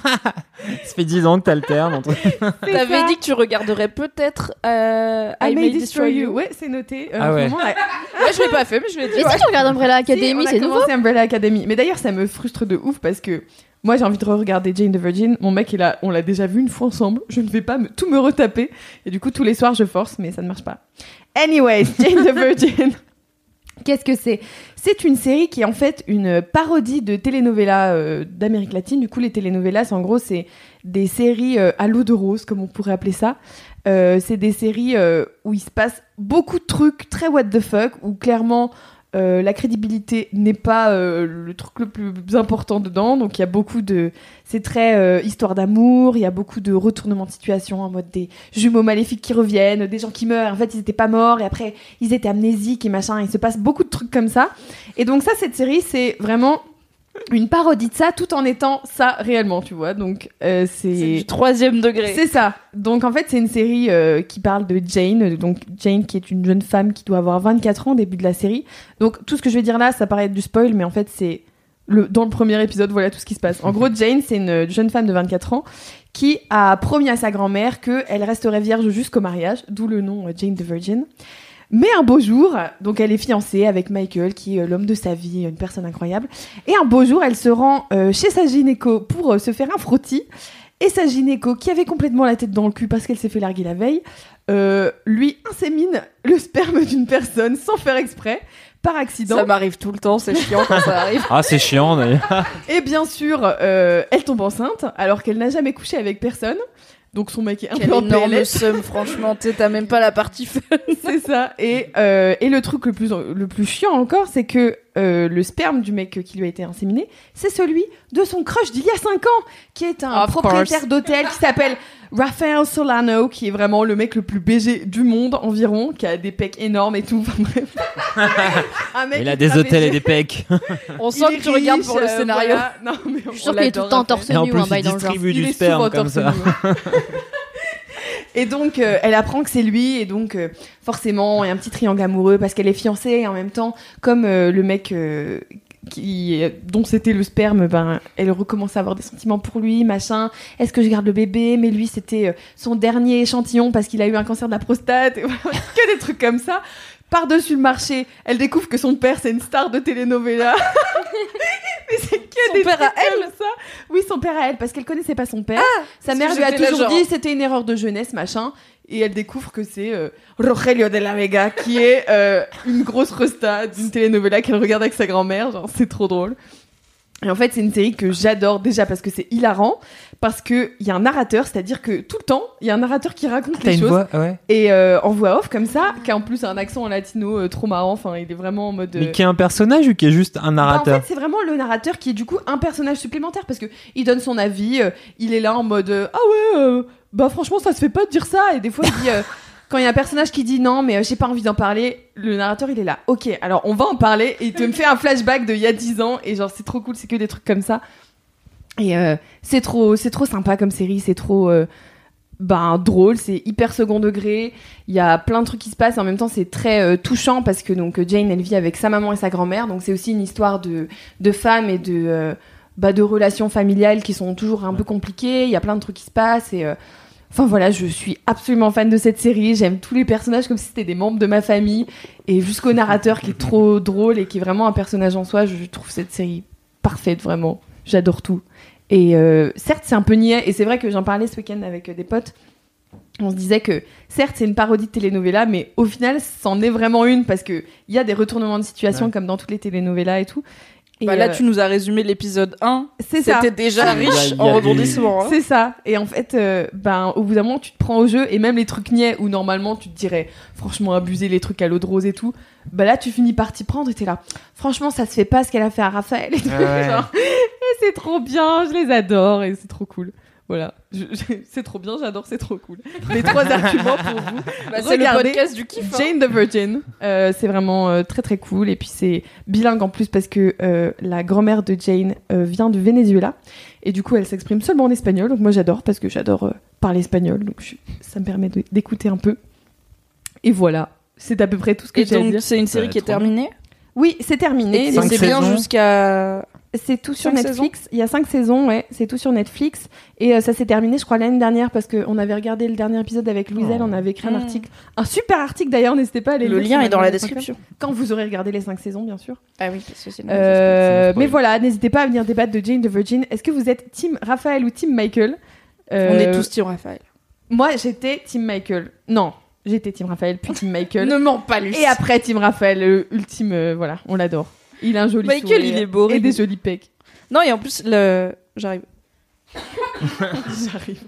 Ça fait dix ans que t'alternes entre. T'avais dit que tu regarderais peut-être euh, I, May Destroy You. Ouais, c'est noté. Euh, Ah ouais. vraiment, ouais. Moi, je l'ai pas fait, mais je l'ai dit. Mais si tu regardes Umbrella Academy, Si, on a c'est nouveau. commencé Umbrella Academy. Mais d'ailleurs, ça me frustre de ouf parce que moi, j'ai envie de re-regarder Jane the Virgin. Mon mec, il a, on l'a déjà vu une fois ensemble. Je ne vais pas me, tout me retaper. Et du coup, tous les soirs, je force, mais ça ne marche pas. Anyways, Jane the Virgin. Qu'est-ce que c'est ? C'est une série qui est en fait une parodie de telenovela euh, d'Amérique latine. Du coup, les telenovelas, en gros, c'est des séries euh, à l'eau de rose, comme on pourrait appeler ça. Euh, c'est des séries euh, où il se passe beaucoup de trucs très what the fuck, où clairement euh, la crédibilité n'est pas euh, le truc le plus important dedans. Donc il y a beaucoup de... C'est très euh, histoire d'amour, il y a beaucoup de retournements de situation en mode des jumeaux maléfiques qui reviennent, des gens qui meurent, en fait ils étaient pas morts et après ils étaient amnésiques et machin, il se passe beaucoup de trucs comme ça. Et donc ça, cette série, c'est vraiment une parodie de ça tout en étant ça réellement, tu vois. Donc euh, C'est c'est... du troisième degré. C'est ça. Donc en fait, c'est une série euh, qui parle de Jane. Donc Jane qui est une jeune femme qui doit avoir vingt-quatre ans au début de la série. Donc tout ce que je vais dire là, ça paraît être du spoil, mais en fait c'est le dans le premier épisode, voilà tout ce qui se passe. En gros, Jane, c'est une jeune femme de vingt-quatre ans qui a promis à sa grand-mère qu'elle resterait vierge jusqu'au mariage, d'où le nom euh, Jane the Virgin. Mais un beau jour, donc elle est fiancée avec Michael, qui est l'homme de sa vie, une personne incroyable. Et un beau jour, elle se rend euh, chez sa gynéco pour euh, se faire un frottis. Et sa gynéco, qui avait complètement la tête dans le cul parce qu'elle s'est fait larguer la veille, euh, lui insémine le sperme d'une personne sans faire exprès, par accident. Ça m'arrive tout le temps, c'est chiant quand ça arrive. Ah, c'est chiant d'ailleurs. Et bien sûr, euh, elle tombe enceinte alors qu'elle n'a jamais couché avec personne. Donc son mec est un Quel peu en P L énorme S. somme, franchement, tu sais, t'as même pas la partie fun. C'est ça. Et, euh, et le truc le plus, le plus chiant encore, c'est que euh, le sperme du mec qui lui a été inséminé, c'est celui de son crush d'il y a cinq ans, qui est un Of propriétaire course. d'hôtel qui s'appelle Raphael Solano, qui est vraiment le mec le plus B G du monde environ, qui a des pecs énormes et tout. Enfin bref. Un mec Il a qui des est hôtels et B G. des pecs. On Il sent est que tu regardes riche, pour le euh, scénario. voilà. Non, mais on Je suis sûre qu'il est tout le temps l'adore, torse Et en nu ou plus, un bail il dans le genre. distribue Il du est sperme souvent comme torse ça. nu. Et donc, euh, elle apprend que c'est lui, et donc, euh, forcément, il y a un petit triangle amoureux parce qu'elle est fiancée, et en même temps, comme euh, le mec euh, qui, dont c'était le sperme, ben, elle recommence à avoir des sentiments pour lui, machin. Est-ce que je garde le bébé ? Mais lui, c'était euh, son dernier échantillon parce qu'il a eu un cancer de la prostate. Et voilà, que des trucs comme ça. Par-dessus le marché, elle découvre que son père, c'est une star de telenovela. Mais c'est que Son des père trucs à elle comme ça. Oui, son père à elle, parce qu'elle connaissait pas son père. Sa parce mère que lui a j'étais là, toujours genre- dit c'était une erreur de jeunesse, machin. Et elle découvre que c'est euh, Rogelio de la Vega, qui est euh, une grosse resta d'une telenovela qu'elle regarde avec sa grand-mère. Genre, c'est trop drôle. Et en fait, c'est une série que j'adore déjà parce que c'est hilarant, parce qu'il y a un narrateur, c'est-à-dire que tout le temps, il y a un narrateur qui raconte T'as les une choses. voix, ouais. Et euh, en voix off, comme ça, qui a en plus un accent en latino euh, trop marrant. Enfin, il est vraiment en mode. euh, Mais qui est un personnage ou qui est juste un bah, en narrateur? fait, c'est vraiment le narrateur qui est du coup un personnage supplémentaire parce que il donne son avis, euh, il est là en mode euh, ah ouais, euh, bah franchement ça se fait pas de dire ça, et des fois il dit euh, quand il y a un personnage qui dit non mais euh, j'ai pas envie d'en parler, le narrateur il est là, ok alors on va en parler, et il te me fait un flashback de il y a dix ans, et genre c'est trop cool, c'est que des trucs comme ça, et euh, c'est trop c'est trop sympa comme série, c'est trop euh, ben drôle, c'est hyper second degré, il y a plein de trucs qui se passent, et en même temps c'est très euh, touchant parce que donc Jane elle vit avec sa maman et sa grand-mère, donc c'est aussi une histoire de de femmes et de euh, bah, de relations familiales qui sont toujours un peu compliquées, il y a plein de trucs qui se passent, et euh, enfin voilà, je suis absolument fan de cette série, j'aime tous les personnages comme si c'était des membres de ma famille, et jusqu'au narrateur qui est trop drôle et qui est vraiment un personnage en soi, je trouve cette série parfaite, vraiment, j'adore tout. Et euh, certes, c'est un peu niais, et c'est vrai que j'en parlais ce week-end avec euh, des potes. On se disait que certes, c'est une parodie de telenovela, mais au final, c'en est vraiment une parce que il y a des retournements de situation Ouais. comme dans toutes les telenovelas et tout. Et Bah là, euh, tu nous as résumé l'épisode un. c'est ça. C'était déjà Il y a- riche il y a en du- rebondissements. hein. C'est ça. Et en fait, euh, ben, au bout d'un moment, tu te prends au jeu et même les trucs niais où normalement tu te dirais, franchement, abuser les trucs à l'eau de rose et tout. Bah là, tu finis par t'y prendre et t'es là. Franchement, ça se fait pas ce qu'elle a fait à Raphaël. Et, tout. Ouais. Genre, et c'est trop bien, je les adore et c'est trop cool. Voilà. Je- je- c'est trop bien, j'adore, c'est trop cool. Les trois arguments pour vous. Bah, c'est le Regardez podcast du kiff. hein. Jane the Virgin, euh, c'est vraiment euh, très très cool et puis c'est bilingue en plus parce que euh, la grand-mère de Jane euh, vient du Venezuela et du coup elle s'exprime seulement en espagnol, donc moi j'adore parce que j'adore euh, parler espagnol, donc je- ça me permet de- d'écouter un peu. Et voilà, c'est à peu près tout ce que Et j'ai à donc, dire. c'est une Ça série va qui est être trop terminée. Oui, c'est terminé. Et cinq c'est bien saisons. jusqu'à. C'est tout sur Cinq Netflix. Il y a cinq saisons, ouais. C'est tout sur Netflix. Et euh, ça s'est terminé, je crois, l'année dernière parce qu'on avait regardé le dernier épisode avec Louiselle. Oh. On avait écrit un Mm. article. Un super article d'ailleurs, n'hésitez pas à aller Le lire lien sur est dans la mademoiselle point com. description. Quand vous aurez regardé les cinq saisons, bien sûr. Ah oui, parce que c'est. Euh, c'est bon, mais voilà, n'hésitez pas à venir débattre de Jane the Virgin. Est-ce que vous êtes team Raphaël ou team Michael? Euh, On est tous Team Raphaël. Moi, j'étais team Michael. Non, j'étais team Raphaël, puis team Michael. Ne mens pas, Lucie. Et après team Raphaël, euh, ultime, euh, voilà, on l'adore. Il a un joli Michael, sourire il est beau. et des jolis pecs. Non, et en plus, le. J'arrive. J'arrive.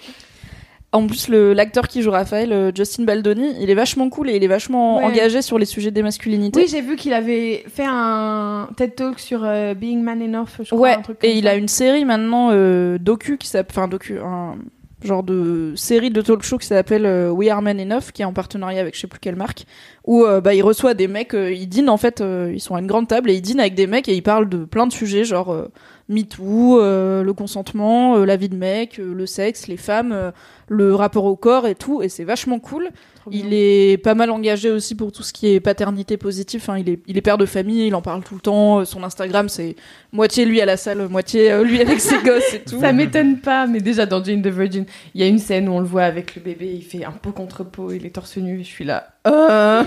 En plus, le- l'acteur qui joue Raphaël, euh, Justin Baldoni, il est vachement cool et il est vachement Ouais. engagé sur les sujets des masculinités. Oui, j'ai vu qu'il avait fait un TED Talk sur euh, Being Man Enough, je crois. Ouais, un truc comme et il ça. a une série maintenant euh, docu qui s'appelle, enfin docu, un genre de série de talk show qui s'appelle euh, We Are Men Enough, qui est en partenariat avec je sais plus quelle marque, où euh, bah il reçoit des mecs, euh, ils dînent en fait, euh, ils sont à une grande table et ils dînent avec des mecs et ils parlent de plein de sujets genre euh, MeToo, euh, le consentement, euh, la vie de mec, euh, le sexe, les femmes, euh, le rapport au corps et tout, et c'est vachement cool. Trop bien. Il est pas mal engagé aussi pour tout ce qui est paternité positive. Enfin, il est, il est père de famille, il en parle tout le temps. Euh, Son Instagram, c'est moitié lui à la salle, moitié euh, lui avec ses gosses et tout. Ça m'étonne pas, mais déjà dans Jane the Virgin, il y a une scène où on le voit avec le bébé, il fait un pot contre pot, il est torse nu, et je suis là. Euh...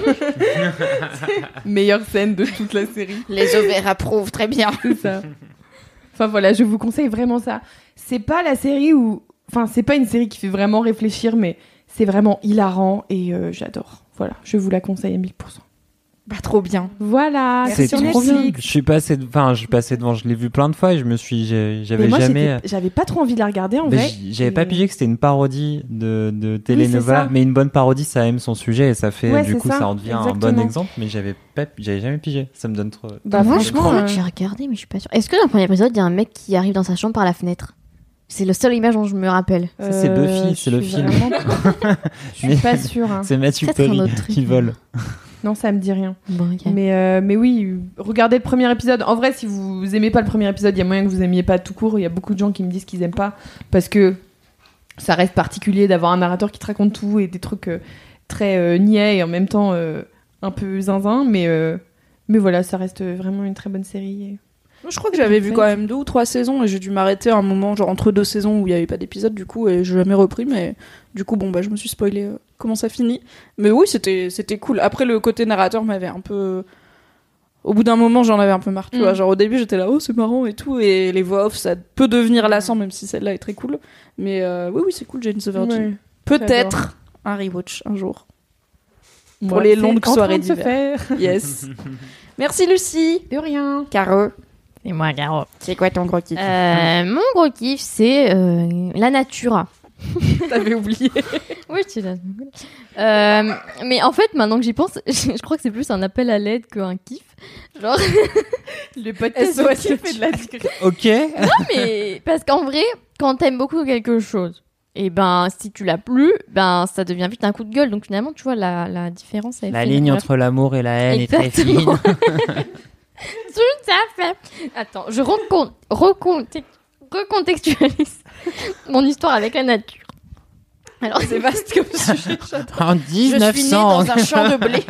Meilleure scène de toute la série. Les ovaires approuvent très bien. C'est ça. Enfin voilà, je vous conseille vraiment ça. C'est pas la série où. Enfin, c'est pas une série qui fait vraiment réfléchir, mais c'est vraiment hilarant et euh, j'adore. Voilà, je vous la conseille à mille pour cent. Bah trop bien. Voilà, C'est sur trop bien. Netflix. Je suis passé, de- enfin, je suis passé devant, je l'ai vu plein de fois et je me suis, j'ai- Mais j'avais moi, jamais. j'étais- j'avais pas trop envie de la regarder en Mais vrai. j- j'avais Et, pas euh, pigé que c'était une parodie de, de telenovela, ça. mais une bonne parodie, ça aime son sujet et ça fait, Ouais, du c'est coup, ça, ça en devient un exactement. bon exemple, mais j'avais pas, j'avais jamais pigé. Ça me donne trop. Bah, Moi, je franchement, crois euh, que j'ai regardé, mais je suis pas sûre. Est-ce que dans le premier épisode, il y a un mec qui arrive dans sa chambre par la fenêtre? C'est le seul image dont je me rappelle. Ça, c'est Buffy, c'est je le suis film. vraiment- Je suis Mais- pas sûre. hein. C'est Matthew Peut-être un Perry autre truc, qui mais- vole. Non, ça me dit rien. Bon, ok. Mais, euh, mais oui, euh, regardez le premier épisode. En vrai, si vous aimez pas le premier épisode, il y a moyen que vous aimiez pas tout court. Il y a beaucoup de gens qui me disent qu'ils aiment pas parce que ça reste particulier d'avoir un narrateur qui te raconte tout et des trucs euh, très euh, niais et en même temps euh, un peu zinzin. Mais, euh, mais voilà, ça reste vraiment une très bonne série. et- Moi, je crois que j'avais vu quand même deux ou trois saisons et j'ai dû m'arrêter à un moment, genre entre deux saisons où il y avait pas d'épisode du coup, et j'ai jamais repris. Mais du coup, bon bah je me suis spoilé euh, comment ça finit. Mais oui, c'était c'était cool. Après, le côté narrateur m'avait un peu. Au bout d'un moment, j'en avais un peu marre. Tu Mm. vois, genre au début, j'étais là, oh c'est marrant et tout, et les voix off, ça peut devenir lassant, même si celle-là est très cool. Mais euh, oui, oui, c'est cool, Jane the Virgin. Ouais. Peut-être un rewatch un jour. Pour Moi, les c'est longues en train soirées de se d'hiver. faire. Yes. Merci Lucie. De rien. Caro, Et moi, Garo. c'est quoi ton gros kiff? Euh, mon gros kiff, c'est euh, la nature. T'avais oublié. Oui, je suis là. Euh, mais en fait, maintenant que j'y pense, je crois que c'est plus un appel à l'aide qu'un kiff. Genre, Le podcast S O S qui fait de la discrétion. Ok. mais parce qu'en vrai, quand t'aimes beaucoup quelque chose, et ben si tu l'as plus, ben ça devient vite un coup de gueule. Donc finalement, tu vois la, la différence. Elle est La fine. ligne Bref. entre l'amour et la haine est très fine. Exactement. Tout à fait. Attends, je recon- reconte- recontextualise mon histoire avec la nature. Alors, C'est vaste comme sujet. En Je suis née dix-neuf cents. dans un champ de blé.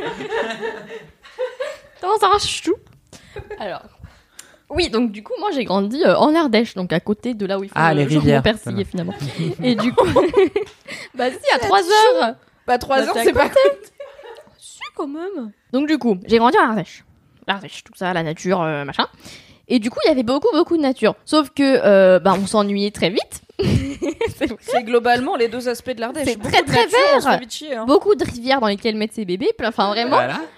dans un chou. Alors, oui, donc du coup, moi j'ai grandi euh, en Ardèche, donc à côté de là où il faut Ah, les le jambon rivières. persillé Voilà. finalement. Et du coup, bah si, à trois heures. Bah trois Bah, heures, c'est c'est à pas Si, quand même. Donc du coup, j'ai grandi en Ardèche. L'Ardèche, tout ça, la nature, euh, machin. Et du coup, il y avait beaucoup, beaucoup de nature. Sauf que, euh, bah, on s'ennuyait très vite. C'est vrai. C'est globalement les deux aspects de l'Ardèche. C'est Beaucoup très, de très nature, on se vert. fait vite chier, hein. Beaucoup de rivières dans lesquelles mettre ses bébés. Enfin, vraiment. Voilà.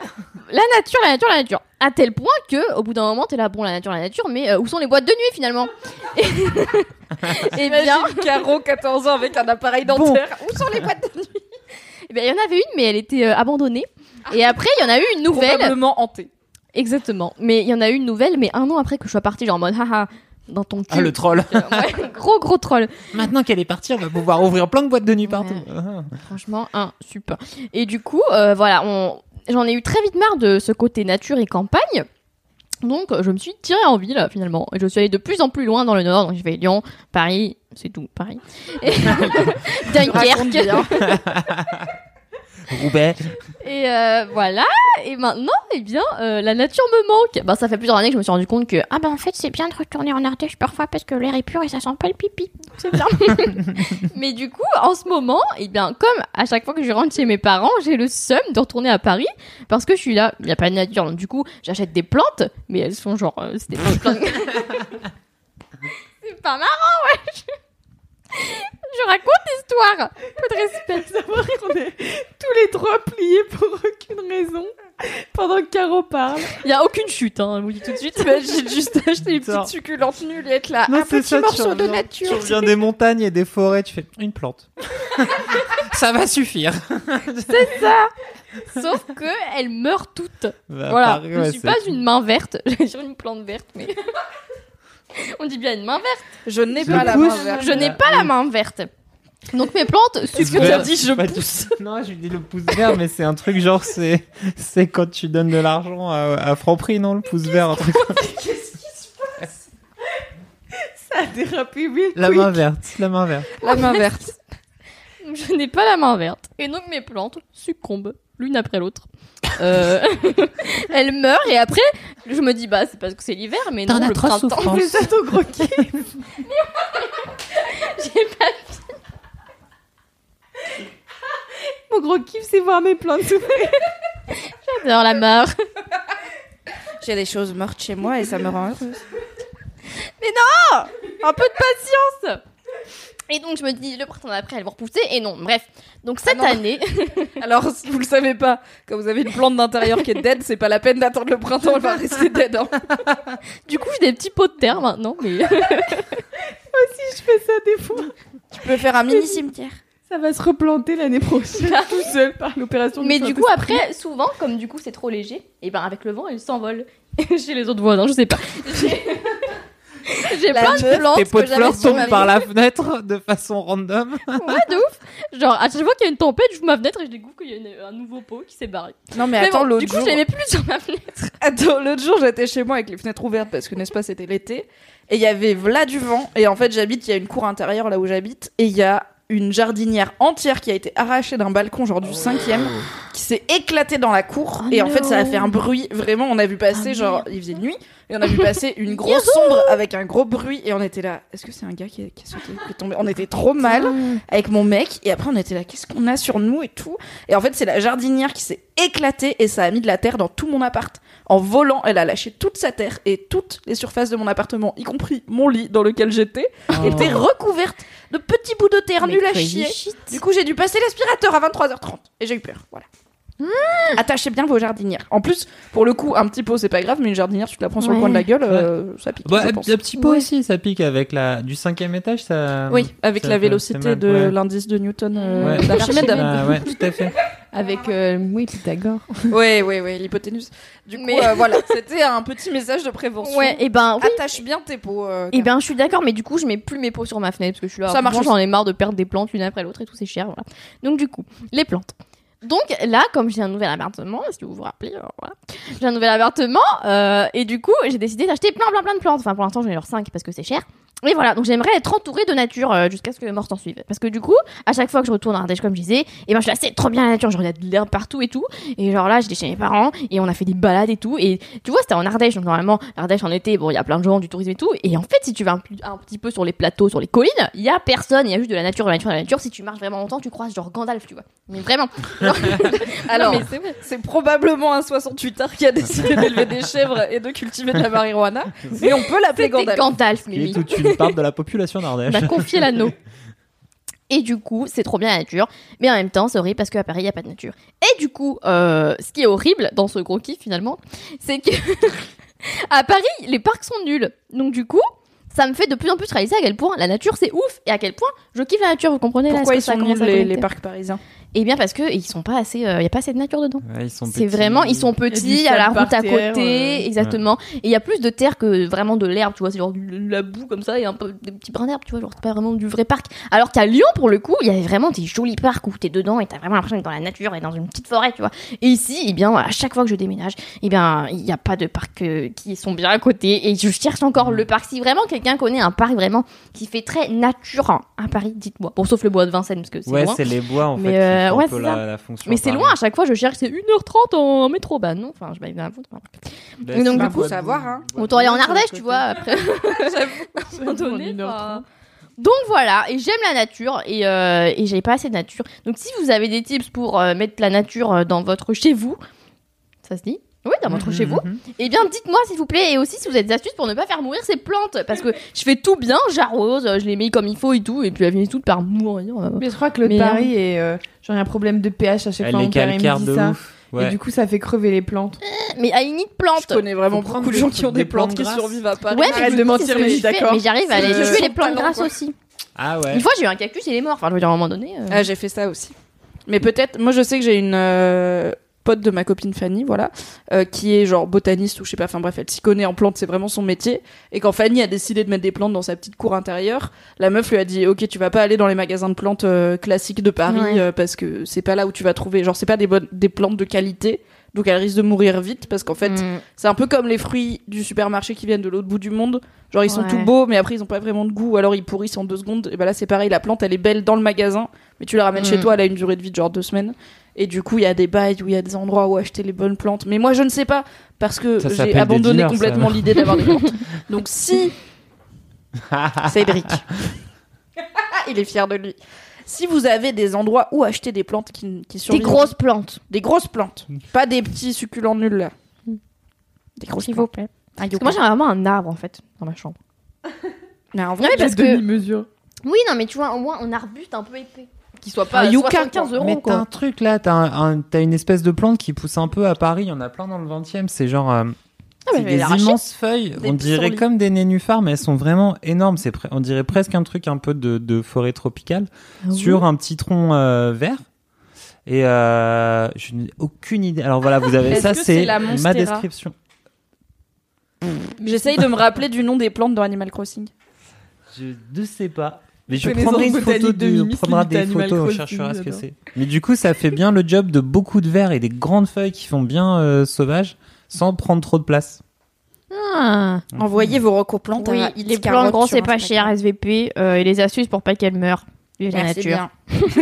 la nature, la nature, la nature. À tel point que, au bout d'un moment, t'es là, bon, la nature, la nature, mais euh, où sont les boîtes de nuit finalement? Et, et bien, Caro, quatorze ans, avec un appareil dentaire. Bon. Où sont les boîtes de nuit? Et bien, il y en avait une, mais elle était euh, abandonnée. Et après, il y en a eu une nouvelle. Probablement hantée. Exactement. Mais il y en a eu une nouvelle, mais un an après que je sois partie, genre en mode, haha, dans ton cul. Ah, le troll. Euh, ouais, gros, gros troll. Maintenant qu'elle est partie, on va pouvoir ouvrir plein de boîtes de nuit partout. Ouais. Franchement, un super. Et du coup, euh, voilà, on... j'en ai eu très vite marre de ce côté nature et campagne. Donc, je me suis tirée en ville, finalement. Et je suis allée de plus en plus loin dans le nord. Donc, j'ai fait Lyon, Paris, c'est tout, Paris. Et... Dunkerque. Roubaix. Et euh, voilà. Et maintenant, eh bien, euh, la nature me manque. Ben, ça fait plusieurs années que je me suis rendu compte que, ah ben, en fait, c'est bien de retourner en Ardèche parfois parce que l'air est pur et ça sent pas le pipi. Donc, c'est bien. Mais du coup, en ce moment, eh bien, comme à chaque fois que je rentre chez mes parents, j'ai le seum de retourner à Paris parce que je suis là, il n'y a pas de nature. Donc, du coup, j'achète des plantes, mais elles sont genre, euh, c'est des plantes. C'est pas marrant, ouais. Je raconte l'histoire. Peu de respect. Savoir qu'on est tous les trois pliés pour aucune raison pendant que Caro parle. Il y a aucune chute, hein, je vous dis tout de suite. J'ai juste acheté une Putain. petite succulente nulle et être là. Non, un c'est petit ça, tu morceau de reviens- nature. Tu reviens des montagnes et des forêts, tu fais une plante. Ça va suffire. C'est ça. Sauf que elles meurent toutes. Bah, Voilà. pareil, Je ouais, suis c'est- pas une main verte. J'allais dire une plante verte, mais on dit bien une main verte. Je n'ai Je pas la pousse. main verte. Je n'ai pas la main verte. Donc mes plantes Qu'est-ce que succombent. t'as dit? Je Pas pousse. du- Non, je lui dis le pouce vert, mais c'est un truc genre, c'est, c'est quand tu donnes de l'argent à, à Franprix, non, le pouce vert, un truc. Ça a dérapé, oui. La main verte, la main verte. La main verte. Je n'ai pas la main verte. Et donc mes plantes succombent l'une après l'autre. Euh... Elles meurent et après je me dis bah c'est parce que c'est l'hiver, mais non, T'en as le trop printemps. souffrance. C'est ça ton gros kiff. J'ai pas. Mon gros kiff, c'est voir mes plantes souffrir. J'adore la mort. J'ai des choses mortes chez moi et ça me rend heureuse. Un peu de patience. Et donc je me dis le printemps d'après elles vont repousser et non bref. Donc cette Ah non. année Alors, si vous le savez pas, quand vous avez une plante d'intérieur qui est dead, c'est pas la peine d'attendre le printemps, elle va rester dead. Hein. du coup j'ai des petits pots de terre maintenant mais Si je fais ça des fois, Tu peux faire un mini cimetière. ça va se replanter l'année prochaine tout seul par l'opération. mais du coup après souvent comme du coup c'est trop léger et ben avec le vent elles s'envolent chez les autres voisins, je sais pas. J'ai J'ai La plein de meuf, plantes Tes pots que de j'avais fleurs sur ma tombent par la fenêtre de façon random. Ouais, de ouf. Genre, à chaque fois qu'il y a une tempête, j'ouvre ma fenêtre et je découvre qu'il y a une- un nouveau pot qui s'est barré. Non, mais Mais attends, bon, l'autre du coup, jour. je les mets plus sur ma fenêtre. Attends, l'autre jour, j'étais chez moi avec les fenêtres ouvertes parce que, n'est-ce pas, c'était l'été. Et il y avait là du vent. Et en fait, j'habite, il y a une cour intérieure là où j'habite. Et il y a une jardinière entière qui a été arrachée d'un balcon, genre du cinquième, qui s'est éclatée dans la cour. Oh et en fait, ça a non. fait un bruit. Vraiment, on a vu passer, Ah, genre, il faisait nuit. Et on a vu passer une grosse sombre avec un gros bruit. Et on était là, est-ce que c'est un gars qui est, qui est sauté, qui est tombé? On était trop mal avec mon mec. Et après, on était là, qu'est-ce qu'on a sur nous et tout. Et en fait, c'est la jardinière qui s'est éclatée et ça a mis de la terre dans tout mon appart. En volant, elle a lâché toute sa terre et toutes les surfaces de mon appartement, y compris mon lit dans lequel j'étais, étaient recouvertes de petits bouts de terre nuls à chier. Du coup, j'ai dû passer l'aspirateur à vingt-trois heures trente et j'ai eu peur. Voilà. Attachez bien vos jardinières. En plus, pour le coup, un petit pot c'est pas grave, mais une jardinière, tu te la prends sur le Ouais. coin de la gueule, euh, ça pique. Bah, je un pense. petit pot Ouais. aussi, ça pique avec la du cinquième étage, ça. Oui, avec ça la fait- vélocité c'est mal, de ouais. l'indice de Newton euh, Ouais. d'Archimède. Ah, ouais, tout à fait. Avec, euh, oui, Pythagore. Ouais, ouais, ouais, l'hypoténuse. Du coup, Mais- euh, voilà, c'était un petit message de prévention. Ouais, et ben, oui. Attache bien tes pots. euh, Et ben, je suis d'accord, mais du coup, je mets plus mes pots sur ma fenêtre parce que je suis là. Ça marche franchement, j'en ai marre de perdre des plantes l'une après l'autre et tout, c'est cher. Voilà. Donc, du coup, les plantes. Donc là, comme j'ai un nouvel appartement, si vous vous rappelez, euh, voilà, j'ai un nouvel appartement euh, et du coup, j'ai décidé d'acheter plein, plein, plein de plantes. Enfin, pour l'instant, j'en ai leur cinq parce que c'est cher. Et voilà, donc j'aimerais être entourée de nature euh, jusqu'à ce que la mort s'en suive. Parce que du coup, à chaque fois que je retourne en Ardèche, comme je disais, et ben je suis là, c'est trop bien la nature, genre il y a de l'herbe partout et tout. Et genre là, j'étais chez mes parents et on a fait des balades et tout. Et tu vois, c'était en Ardèche, donc normalement, l'Ardèche en été, bon, il y a plein de gens, du tourisme et tout. Et en fait, si tu vas un, p- un petit peu sur les plateaux, sur les collines, il y a personne, il y a juste de la nature, de la nature, de la nature. Si tu marches vraiment longtemps, tu croises genre Gandalf, tu vois. Mais vraiment. Genre- Alors, Non, mais c'est vrai. c'est probablement un soixante-huit art qui a décidé d'élever des chèvres et de cultiver de la marijuana, mais on peut l'appeler C'était Gandalf. Gandalf, Qui est Mimi. toute une part de la population d'Ardèche. M'a confié l'anneau. Et du coup, c'est trop bien la nature, mais en même temps, c'est horrible parce qu'à Paris, il n'y a pas de nature. Et du coup, euh, ce qui est horrible dans ce gros kiff finalement, c'est que à Paris, les parcs sont nuls. Donc du coup, ça me fait de plus en plus réaliser à quel point la nature c'est ouf et à quel point je kiffe la nature. Vous comprenez là? Pourquoi est-ce ils que ça sont commence nuls à les, connecter les parcs parisiens? Eh bien parce que ils sont pas assez, il euh, y a pas assez de nature dedans. Ouais, ils sont C'est petits. vraiment, ils sont petits, du à la sable route par à terre, côté, euh. exactement. Et il y a plus de terre que vraiment de l'herbe, tu vois, c'est genre de la boue comme ça et un peu des petits brins d'herbe, tu vois, genre c'est pas vraiment du vrai parc. Alors qu'à Lyon, pour le coup, il y a vraiment des jolis parcs où t'es dedans et t'as vraiment l'impression d'être dans la nature et dans une petite forêt, tu vois. Et ici, eh bien, à chaque fois que je déménage, eh bien, il y a pas de parcs euh, qui sont bien à côté et je cherche encore le parc. Si vraiment quelqu'un connaît un parc vraiment qui fait très nature hein, à Paris, dites-moi. Bon, sauf le bois de Vincennes parce que c'est Ouais, loin. c'est les bois en Mais, fait. euh, qui font ouais, un peu c'est la, ça. la fonction. Mais c'est Paris. loin, à chaque fois je cherche, c'est une heure trente en métro. Bah non, enfin je vais à la foutre. Bah, Et donc, c'est du la coup, boîte savoir, de- hein. boîte Autant aller en de- sur le Ardèche, côté. tu vois, après. J'avoue, à un moment donné, une heure enfin. trente. Donc voilà, et j'aime la nature et, euh, et j'ai pas assez de nature. Donc si vous avez des tips pour euh, mettre la nature euh, dans votre chez vous, ça se dit? Oui, dans votre Mhm, chez vous. mhm. Eh bien, dites-moi s'il vous plaît, et aussi si vous avez des astuces pour ne pas faire mourir ces plantes, parce que je fais tout bien, j'arrose, je les mets comme il faut et tout, et puis elles finissent toutes par mourir. Mais je crois que le Mais, Paris est euh, genre il y a un problème de pH à chaque Elle fois est mon père il calcaire me de dit ça. ouf. Ouais. Et du coup ça fait crever les plantes. Mais à une plante. Je connais vraiment Faut prendre beaucoup de des- gens qui ont des des plantes plantes qui grasses. survivent à Paris. Ouais, mais Arrête du de coup, mentir, c'est ce que Mélanie, je fais, d'accord. Mais j'arrive à C'est aller le tuer les son plantes talent, grasses quoi. aussi. Ah ouais. Une fois, j'ai eu un cactus, il est mort. Enfin, je veux dire, à un moment donné. euh, Ah, j'ai fait ça aussi. Mais peut-être, moi je sais que j'ai une euh, pote de ma copine Fanny, voilà, euh, qui est genre botaniste ou je sais pas, enfin bref, elle s'y connaît en plantes, c'est vraiment son métier. Et quand Fanny a décidé de mettre des plantes dans sa petite cour intérieure, la meuf lui a dit ok, tu vas pas aller dans les magasins de plantes euh, classiques de Paris Ouais. euh, parce que c'est pas là où tu vas trouver, genre c'est pas des, bonnes, des plantes de qualité. Donc elle risque de mourir vite parce qu'en fait mm. c'est un peu comme les fruits du supermarché qui viennent de l'autre bout du monde. Genre ils sont Ouais. tout beaux mais après ils ont pas vraiment de goût, alors ils pourrissent en deux secondes. Et ben là c'est pareil, la plante elle est belle dans le magasin mais tu la ramènes Mm. chez toi, elle a une durée de vie de genre deux semaines. Et du coup il y a des bails où il y a des endroits où acheter les bonnes plantes. Mais moi je ne sais pas parce que Ça j'ai s'appelle des abandonné dealers, ça, complètement non l'idée d'avoir des plantes. Donc si... Cédric. Il est fier de lui. Si vous avez des endroits où acheter des plantes qui, qui Des survivent... grosses plantes, Des grosses plantes. Pas des petits succulents nuls là. Des grosses s'il vous plantes. plaît. Parce que moi, j'ai vraiment un arbre en fait dans ma chambre. Mais en Non, vrai, mais parce De que. demi-mesure. Oui, non, mais tu vois, au moins un arbuste un peu épais. Qui soit pas Un à yucca, soixante-quinze quoi. euros, Mais t'as quoi. un truc là, t'as, un, un- t'as une espèce de plante qui pousse un peu à Paris, il y en a plein dans le vingtième, c'est genre euh, Ah, mais c'est je vais des l'arracher. immenses feuilles, Des on dirait pissenlits. comme des nénuphars, mais elles sont vraiment énormes, c'est pre- on dirait presque un truc un peu de, de forêt tropicale, Ah sur un petit tronc euh, vert. Et euh, je n'ai aucune idée. Alors voilà, vous avez Est-ce ça, que c'est, c'est la ma Monstera description. j'essaye de me rappeler du nom des plantes dans Animal Crossing. Je ne sais pas. Mais je connais prendrai les une photo botaniques de de, on Mimi, prendra c'est des Animal photos, on Crossing, cherchera ce que j'adore. c'est. Mais du coup, ça fait bien le job de beaucoup de verre et des grandes feuilles qui font bien euh, sauvages, sans prendre trop de place. Ah. Envoyez vos recoplantes Oui, à les It's plantes Carotte grosses, sur c'est pas Instagram. cher, S V P, euh, et les astuces pour pas qu'elles meurent. Vive la Merci nature. bien.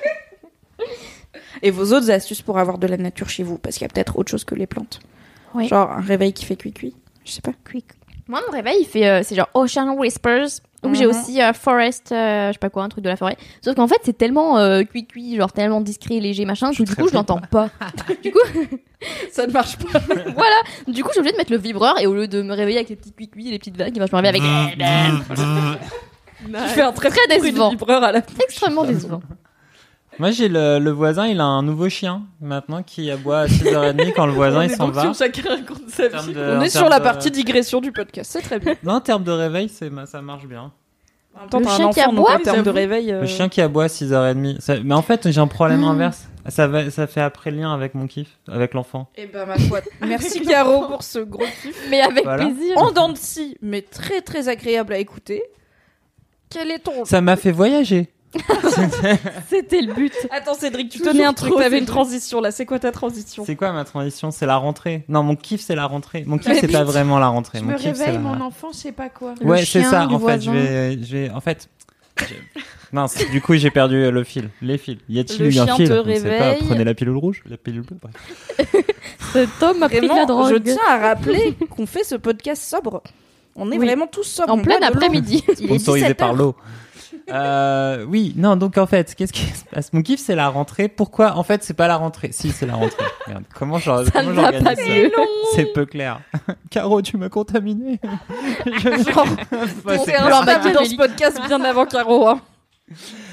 Et vos autres astuces pour avoir de la nature chez vous, parce qu'il y a peut-être autre chose que les plantes. Oui. Genre un réveil qui fait cuit-cuit. Je sais pas. Moi, mon réveil, il fait, euh, c'est genre Ocean Whispers. Ou j'ai Mhm. aussi euh, Forest, euh, je sais pas quoi, un truc de la forêt. Sauf qu'en fait, c'est tellement euh, cuit-cuit, genre tellement discret, léger, machin, que du coup, je l'entends pas. Du coup, Ça ne marche pas. voilà. Du coup, je suis obligée de mettre le vibreur et au lieu de me réveiller avec les petits cuit-cuit et les petites vagues, eh ben, je me réveille avec. Tu fais un très Très bruit de décevant. vibreur à la Extrêmement décevant. Moi, j'ai le, le voisin, il a un nouveau chien maintenant qui aboie à six heures trente quand le voisin il s'en va. Chacun raconte sa En termes vie. de- On en est sur termes la de- partie digression du podcast, c'est très bien. Non, en termes de réveil, c'est, ça marche bien. En même temps, Le t'as un chien qui enfant, donc aboie, en termes de j'avoue. réveil... euh, Le chien qui aboie à six heures trente. Ça- Mais en fait, j'ai un problème Mmh. inverse. Ça, va, ça fait après lien avec mon kiff, avec l'enfant. Eh ben, ma foi. Merci Caro pour ce gros kiff. Mais avec Voilà. plaisir. En dents de scie, mais très très agréable à écouter. Quel est ton... Ça m'a fait voyager. C'était le but. Attends Cédric, tu Toujours tenais un truc, trop, t'avais une Cédric. transition là, c'est quoi ta transition? C'est quoi ma transition? C'est la rentrée. Non, mon kiff, c'est la rentrée. Mon kiff, Mais c'est pas vite. vraiment la rentrée. Je mon me kiff, c'est réveille, la... mon enfant, je sais pas quoi. Le Ouais, c'est chien ça. du En fait, je voisin. vais, je vais, en fait, je- mince. Du coup, j'ai perdu le fil, les fils. Y a-t-il Le eu un chien fil? te Je ne sais pas. réveille. Prenez la pilule rouge, la pilule bleue. Bref. Cet homme a pris de la Vraiment, je drogue. tiens à rappeler qu'on fait ce podcast sobre. On est Oui. vraiment tous sobres. En on plein boit de l'eau. après-midi. Il est Sponsorisé dix-sept par heures. l'eau. Euh, oui, non, donc en fait, qu'est-ce qui se passe? Mon kiff, c'est la rentrée. Pourquoi? En fait, c'est pas la rentrée. Si, c'est la rentrée. Merde, comment j'or- Ça comment ne va j'organise pas ça? mieux. C'est peu clair. Caro, tu m'as contaminé. Je- Genre, Bah, on c'est s'est clair. installé dans ce podcast bien avant Caro. Hein.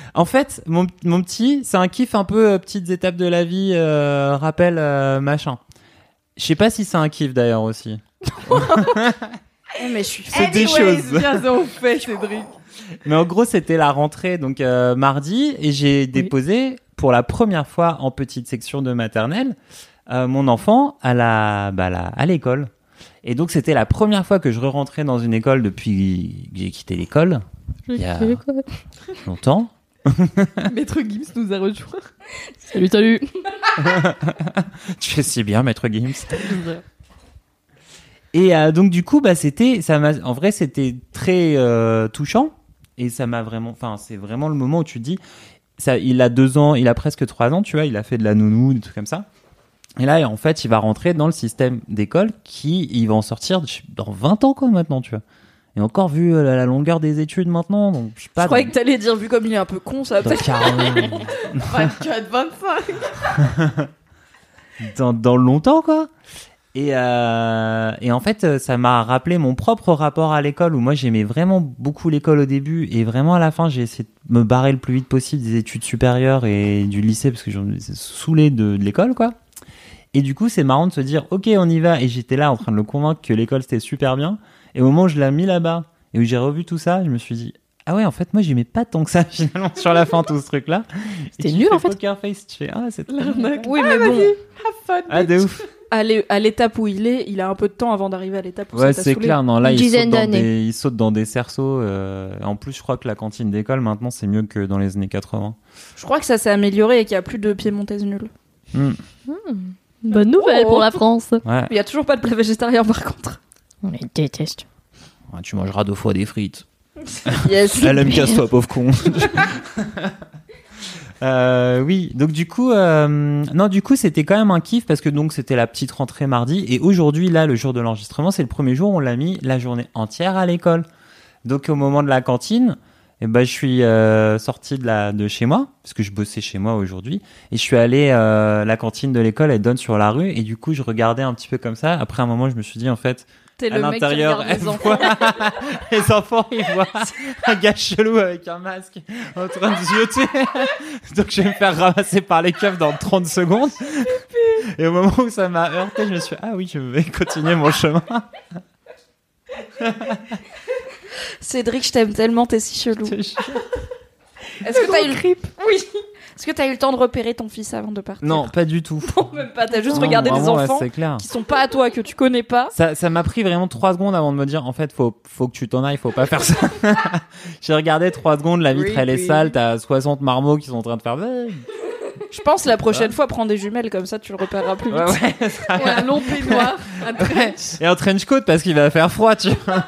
En fait, mon, mon petit, c'est un kiff un peu euh, petites étapes de la vie, euh, rappel, euh, machin. Je sais pas si c'est un kiff d'ailleurs aussi. Eh, mais je suis... C'est des Anyways, choses. Bien au fait, Cédric. Mais en gros, c'était la rentrée, donc euh, mardi, et j'ai déposé pour la première fois en petite section de maternelle euh, mon enfant à la, bah, la, à l'école. Et donc, c'était la première fois que je re-rentrais dans une école depuis que j'ai quitté l'école. Il y a longtemps. Maître Gims nous a rejoint. Salut, salut. Tu fais si bien, Maître Gims. Et euh, donc du coup, bah c'était, ça m'a, en vrai, c'était très euh, touchant et ça m'a vraiment, enfin, c'est vraiment le moment où tu te dis, ça, il a deux ans, il a presque trois ans, tu vois, il a fait de la nounou, des trucs comme ça. Et là, en fait, il va rentrer dans le système d'école qui, il va en sortir dans vingt ans, quoi, maintenant, tu vois. Et encore vu euh, la, la longueur des études maintenant, donc je sais pas. Je croyais dans- que t'allais dire, vu comme il est un peu con, ça va dans peut-être... quarante vingt-quatre, vingt-cinq. dans, dans longtemps, quoi. Et, euh, et en fait, ça m'a rappelé mon propre rapport à l'école où moi j'aimais vraiment beaucoup l'école au début et vraiment à la fin j'ai essayé de me barrer le plus vite possible des études supérieures et du lycée parce que j'en étais saoulé de, de l'école, quoi. Et du coup, c'est marrant de se dire ok, on y va. Et j'étais là en train de le convaincre que l'école c'était super bien. Et au moment où je l'ai mis là-bas et où j'ai revu tout ça, je me suis dit ah ouais, en fait, moi j'aimais pas tant que ça finalement sur la fin tout ce truc-là. C'était Et tu nul, fais en fait. Poker face, tu fais ah c'est trop bien. L'arnaque. Oui, mais bon, Have fun. Ah de ouf. à l'é- à l'étape où il est, il a un peu de temps avant d'arriver à l'étape où Ouais, ça t'a c'est saoulé. clair. Non, là, Une il saute, dizaine dans d'années. des, il saute dans des cerceaux. euh, En plus, je crois que la cantine d'école, maintenant, c'est mieux que dans les années quatre-vingts. Je crois que ça s'est amélioré et qu'il y a plus de piémontaise nulle. Hmm. Bonne nouvelle Oh. pour la France. Ouais. Il y a toujours pas de plat végétarien par contre. On les déteste. Ouais, tu mangeras deux fois des frites. Yes. Elle aime casse-toi, pauvre con. Euh, oui, donc du coup, euh, non, du coup, c'était quand même un kiff parce que donc c'était la petite rentrée mardi et aujourd'hui, là, le jour de l'enregistrement, c'est le premier jour où on l'a mis la journée entière à l'école. Donc au moment de la cantine, eh ben, je suis euh, sorti de la de chez moi parce que je bossais chez moi aujourd'hui et je suis allé euh, la cantine de l'école, elle donne sur la rue et du coup, je regardais un petit peu comme ça. Après un moment, je me suis dit en fait. T'es À le mec qui l'intérieur, regarde elle les enfants. voit les enfants, ils voient un gars chelou avec un masque en train de zioter. Donc je vais me faire ramasser par les keufs dans trente secondes. Et au moment où ça m'a heurté, je me suis dit, ah oui, je vais continuer mon chemin. Cédric, je t'aime tellement, t'es si chelou. Est-ce que t'as eu le Oui. Est-ce que t'as eu le temps de repérer ton fils avant de partir? Non, pas du tout. Non, même pas. T'as juste Non, regardé des vraiment, ouais, enfants c'est clair. qui sont pas à toi, que tu connais pas. Ça, ça m'a pris vraiment trois secondes avant de me dire, en fait, faut, faut que tu t'en ailles, faut pas faire ça. J'ai regardé trois secondes, la vitre, elle est sale, t'as soixante marmots qui sont en train de faire... Je pense la prochaine fois, prends des jumelles comme ça, tu le repéreras plus vite. Ouais, ouais, ça sera- Ouais, un long peignoir, un Ouais. trench. Et en trench coat parce qu'il va faire froid, tu vois.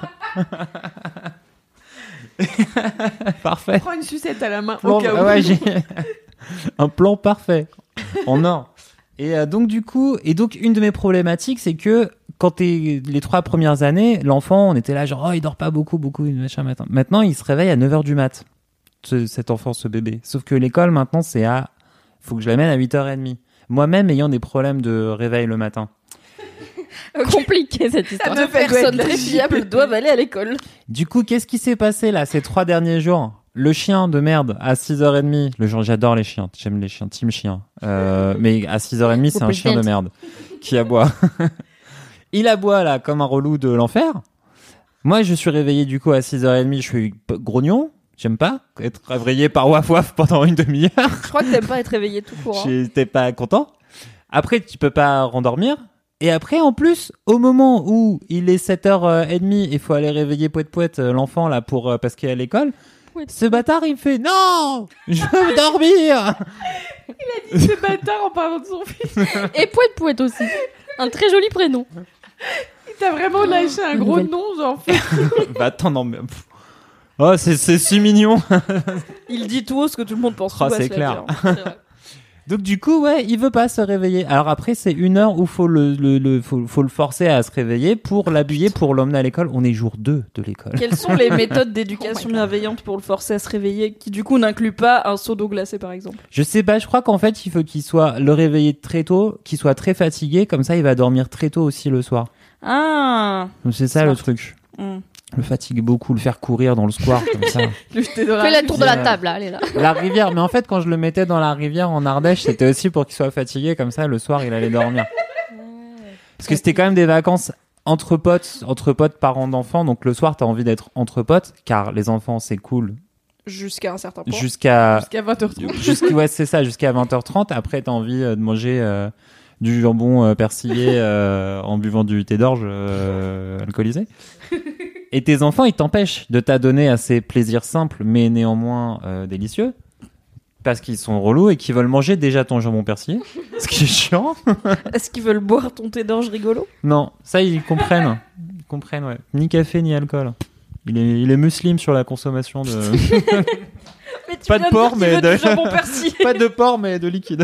Parfait. Prends une sucette à la main Plan- au cas où. ah ouais, j'ai un plan parfait en or. Et euh, donc du coup, et donc une de mes problématiques, c'est que quand t'es les trois premières années, l'enfant, on était là genre oh il dort pas beaucoup, beaucoup, machin matin. Maintenant, il se réveille à neuf heures du mat. Ce, cet enfant, ce bébé. Sauf que l'école maintenant, c'est à, faut que je l'amène à huit heures trente. Moi-même ayant des problèmes de réveil le matin. Compliqué cette histoire. Deux Ça doit personnes être la très J P P. fiables doivent aller à l'école. Du coup, qu'est-ce qui s'est passé là ces trois derniers jours? Le chien de merde à six heures trente, le genre j'adore les chiens, j'aime les chiens, team chien. Euh, mais à six heures trente, c'est un chien de merde qui aboie. Il aboie là comme un relou de l'enfer. Moi, je suis réveillé du coup à six heures trente, je suis p- grognon, j'aime pas être réveillé par waf waf pendant une demi-heure. Je crois que t'aimes pas être réveillé tout court. hein. J'étais pas content. Après, tu peux pas rendormir. Et après, en plus, au moment où il est sept heures trente, il faut aller réveiller poète poète l'enfant là pour euh, parce qu'il est à l'école. Pouette. Ce bâtard, il me fait non, je veux dormir. Ce bâtard en parlant de son fils. Et Pouette Pouette aussi. Un très joli prénom. Il t'a vraiment lâché un Bonne gros nouvelle. nom, genre. Bah attends, non mais pff. Oh, c'est c'est si mignon. Il dit tout haut ce que tout le monde pense. Oh, tout bas, c'est cela clair. dit, hein. C'est vrai. Donc du coup, ouais, il veut pas se réveiller. Alors après, c'est une heure où faut le, le, le faut, faut le forcer à se réveiller pour l'habiller, pour l'emmener à l'école. On est jour deux de l'école. Quelles sont les méthodes d'éducation bienveillante pour le forcer à se réveiller, qui du coup n'incluent pas un seau d'eau glacée par exemple? Je sais pas, je crois qu'en fait, il faut qu'il soit le réveiller très tôt, qu'il soit très fatigué, comme ça il va dormir très tôt aussi le soir. Ah. Donc c'est ça Smart. le truc. Hmm. le fatiguer beaucoup, le faire courir dans le square comme ça. Le jeter dans la Fais la tour de la Euh, table, là, allez là. La rivière, mais en fait, quand je le mettais dans la rivière en Ardèche, c'était aussi pour qu'il soit fatigué, comme ça, le soir, il allait dormir. Parce que c'était quand même des vacances entre potes, entre potes, parents d'enfants, donc le soir, t'as envie d'être entre potes, car les enfants, c'est cool, Jusqu'à un certain point. jusqu'à... Jusqu'à vingt heures trente. jusqu'à ouais, c'est ça, jusqu'à vingt heures trente. Après, t'as envie euh, de manger euh, du jambon euh, persillé euh, en buvant du thé d'orge euh, alcoolisé. Et tes enfants, ils t'empêchent de t'adonner à ces plaisirs simples, mais néanmoins euh, délicieux, parce qu'ils sont relous et qu'ils veulent manger déjà ton jambon persillé, ce qui est chiant. Est-ce qu'ils veulent boire ton thé d'orge rigolo? Non, ça, ils comprennent. Ils comprennent, ouais. Ni café, ni alcool. Il est, il est musulman sur la consommation de... Mais tu Pas viens de porc, dire qu'il mais veut de... du jambon persillé. Pas de porc, mais de liquide.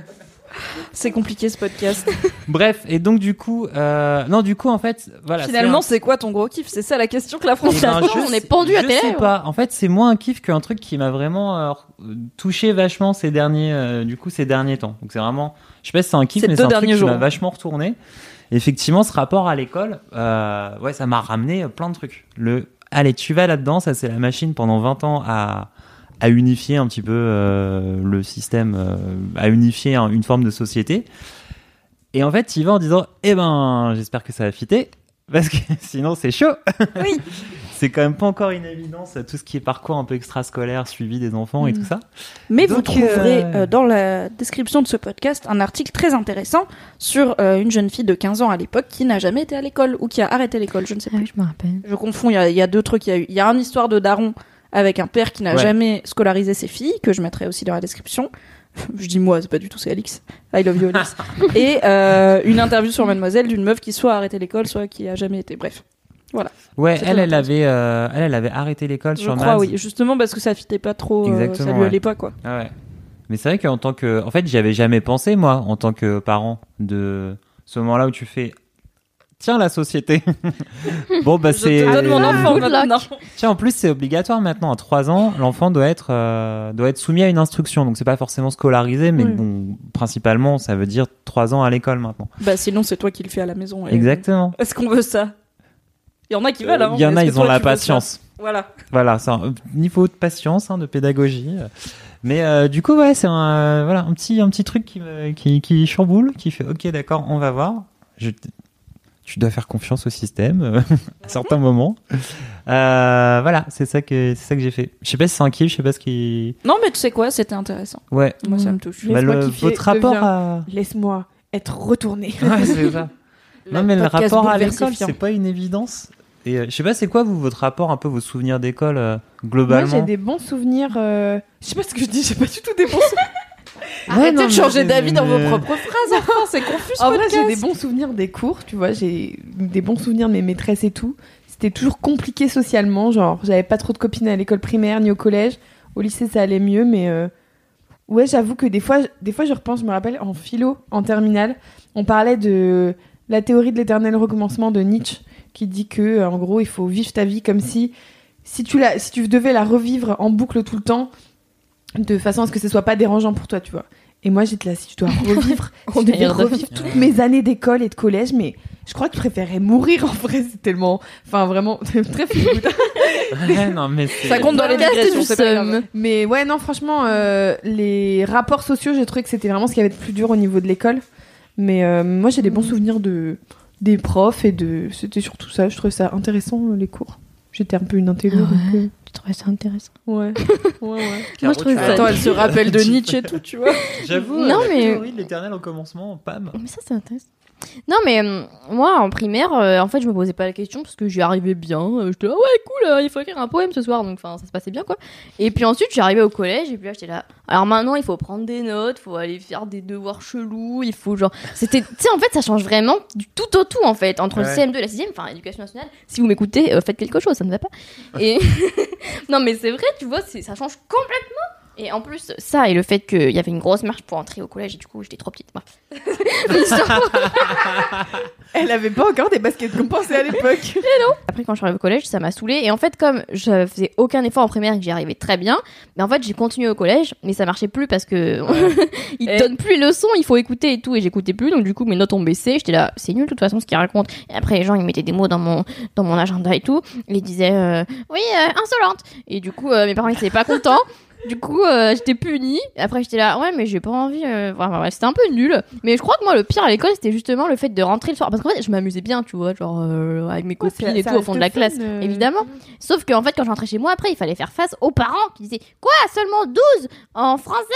C'est compliqué ce podcast. Bref, et donc du coup, euh... non, du coup, en fait, voilà. Finalement, c'est c'est quoi ton gros kiff? C'est ça la question que la un- France Eh ben, a. je on est sais- pendu à je tes sais lèvres. pas. En fait, c'est moins un kiff qu'un truc qui m'a vraiment euh, touché vachement ces derniers, euh, du coup, ces derniers temps. Donc c'est vraiment, je sais pas si c'est un kiff, Ces mais deux c'est un truc derniers qui jours. m'a vachement retourné. Effectivement, ce rapport à l'école, euh, ouais, ça m'a ramené plein de trucs. Le, allez, tu vas là-dedans, ça c'est la machine pendant vingt ans à à unifier un petit peu euh, le système, euh, à unifier un- une forme de société. Et en fait, il va en disant, eh ben, j'espère que ça va fitter, parce que sinon c'est chaud. Oui. C'est quand même pas encore une évidence, tout ce qui est parcours un peu extrascolaire, suivi des enfants et Mm. tout ça. Mais vous Donc, trouverez euh, euh, dans la description de ce podcast un article très intéressant sur euh, une jeune fille de quinze ans à l'époque qui n'a jamais été à l'école ou qui a arrêté l'école, je ne sais Ah, plus. je me rappelle. Je confonds, il y a, il y a deux trucs. Il y a, eu- il y a une histoire de daron avec un père qui n'a Ouais. jamais scolarisé ses filles, que je mettrai aussi dans la description. Je dis moi, c'est pas du tout, c'est Alix. I love you, Alix. Et euh, une interview sur Mademoiselle d'une meuf qui soit a arrêté l'école, soit qui a jamais été. Bref. Ouais, C'est elle, très elle avait, euh, elle, elle avait arrêté l'école Je sur crois, Mads. oui. Justement parce que ça fitait pas trop. Euh, ça Exactement, lui ouais. allait pas, quoi. Ah ouais. Mais c'est vrai qu'en tant que, en fait, j'y avais jamais pensé moi, en tant que parent, de ce moment-là où tu fais, tiens la société. Bon bah Je c'est. te donne mon enfant good luck. maintenant. Tiens, en plus, c'est obligatoire maintenant. À trois ans, l'enfant doit être, euh, doit être soumis à une instruction. Donc, c'est pas forcément scolarisé, mais Oui. bon, principalement, ça veut dire trois ans à l'école maintenant. Bah sinon, c'est toi qui le fais à la maison. et- Exactement. Est-ce qu'on veut ça? Il y en a qui veulent, hein. Il y en mais a, est-ce que ils ont toi, la tu veux ça? patience. Voilà. Voilà, c'est un niveau de patience, hein, de pédagogie. Mais euh, du coup, ouais, c'est un, euh, voilà, un petit, un petit truc qui, me, qui, qui chamboule, qui fait, ok, d'accord, on va voir. Je, tu dois faire confiance au système euh, à certains moments. Euh, voilà, c'est ça que, c'est ça que j'ai fait. Je sais pas si c'est un kiff, je sais pas ce qui. Non, mais tu sais quoi? C'était intéressant. Ouais. Moi, ça Mm. me touche. Mais- Bah, Laisse-moi le- kiffer, votre rapport deviens- à. Laisse-moi être retourné. Ouais, c'est ça. Non, mais le podcast rapport à l'école, bouleversifiant. c'est pas une évidence. Et euh, je sais pas, c'est quoi vous, votre rapport, un peu vos souvenirs d'école euh, Moi, globalement? j'ai des bons souvenirs. euh, Je sais pas ce que je dis, j'ai pas du tout des bons souvenirs. Arrêtez non, de changer mais- d'avis dans vos mais- propres phrases, enfin, c'est confus ce En vrai, podcast. j'ai des bons souvenirs des cours, tu vois. J'ai des bons souvenirs de mes maîtresses et tout. C'était toujours compliqué socialement. Genre, j'avais pas trop de copines à l'école primaire ni au collège. Au lycée, ça allait mieux, mais euh, ouais, j'avoue que des fois, des fois, je repense. Je me rappelle en philo, en terminale, on parlait de la théorie de l'éternel recommencement de Nietzsche, qui dit que, euh, en gros, il faut vivre ta vie comme si, si tu la, si tu devais la revivre en boucle tout le temps, de façon à ce que ce soit pas dérangeant pour toi, tu vois. Et moi, j'étais là, si je dois revivre, si je devais Merde. revivre toutes mes années d'école et de collège, mais je crois que je préférais mourir en vrai, c'est tellement, enfin vraiment, très feel good. Ouais, non, mais c'est- Ça compte dans les Podcast digressions, du c'est pas grave. seum. Mais ouais, non, franchement, euh, les rapports sociaux, j'ai trouvé que c'était vraiment ce qui avait de plus dur au niveau de l'école. Mais euh, moi, j'ai des bons souvenirs de des profs et de, c'était surtout ça. Je trouvais ça intéressant euh, les cours. J'étais un peu une intello. Ah donc, ouais. euh, Tu trouvais ça intéressant? ouais, ouais, ouais. Moi, je trouvais tu ça- as- Attends, elle se rappelle de Nietzsche et tout, tu vois. J'avoue, Non, la mais- théorie de l'éternel au commencement, pam. Mais ça, c'est intéressant. Non, mais euh, moi, en primaire, euh, en fait, je me posais pas la question parce que j'y arrivais bien. Euh, j'étais là, ouais, cool, euh, il faut écrire un poème ce soir. Donc, enfin, ça se passait bien, quoi. Et puis ensuite, j'y arrivais au collège et puis là, j'étais là. Alors maintenant, il faut prendre des notes, faut aller faire des devoirs chelous, il faut genre. C'était. Tu sais, en fait, ça change vraiment du tout au tout, en fait. Entre le Ouais. C M deux et la sixième, enfin, éducation nationale, si vous m'écoutez, euh, faites quelque chose, ça ne va pas. Et. Non, mais c'est vrai, tu vois, c'est- ça change complètement Et en plus, ça et le fait qu'il y avait une grosse marche pour entrer au collège et du coup j'étais trop petite. Bref. Elle avait pas encore des baskets compensées à l'époque. Après quand je suis arrivée au collège, ça m'a saoulée. Et en fait, comme je faisais aucun effort en primaire et que j'y arrivais très bien, mais en fait j'ai continué au collège, mais ça marchait plus parce que ils te donnent plus les leçons, il faut écouter et tout, et j'écoutais plus. Donc du coup mes notes ont baissé. J'étais là, c'est nul de toute façon ce qu'ils racontent. Et après les gens ils mettaient des mots dans mon dans mon agenda et tout. Ils disaient euh, oui euh, insolente. Et du coup euh, mes parents ils étaient pas contents. Du coup, euh, j'étais punie. Après, j'étais là, ouais, mais j'ai pas envie. Euh... Enfin, ouais, c'était un peu nul. Mais je crois que moi, le pire à l'école, c'était justement le fait de rentrer le soir. Parce qu'en fait, je m'amusais bien, tu vois, genre euh, avec mes copines ouais, et tout au fond de la fun, classe, euh... évidemment. Sauf qu'en fait, quand je rentrais chez moi, après, il fallait faire face aux parents qui disaient quoi, seulement douze en français.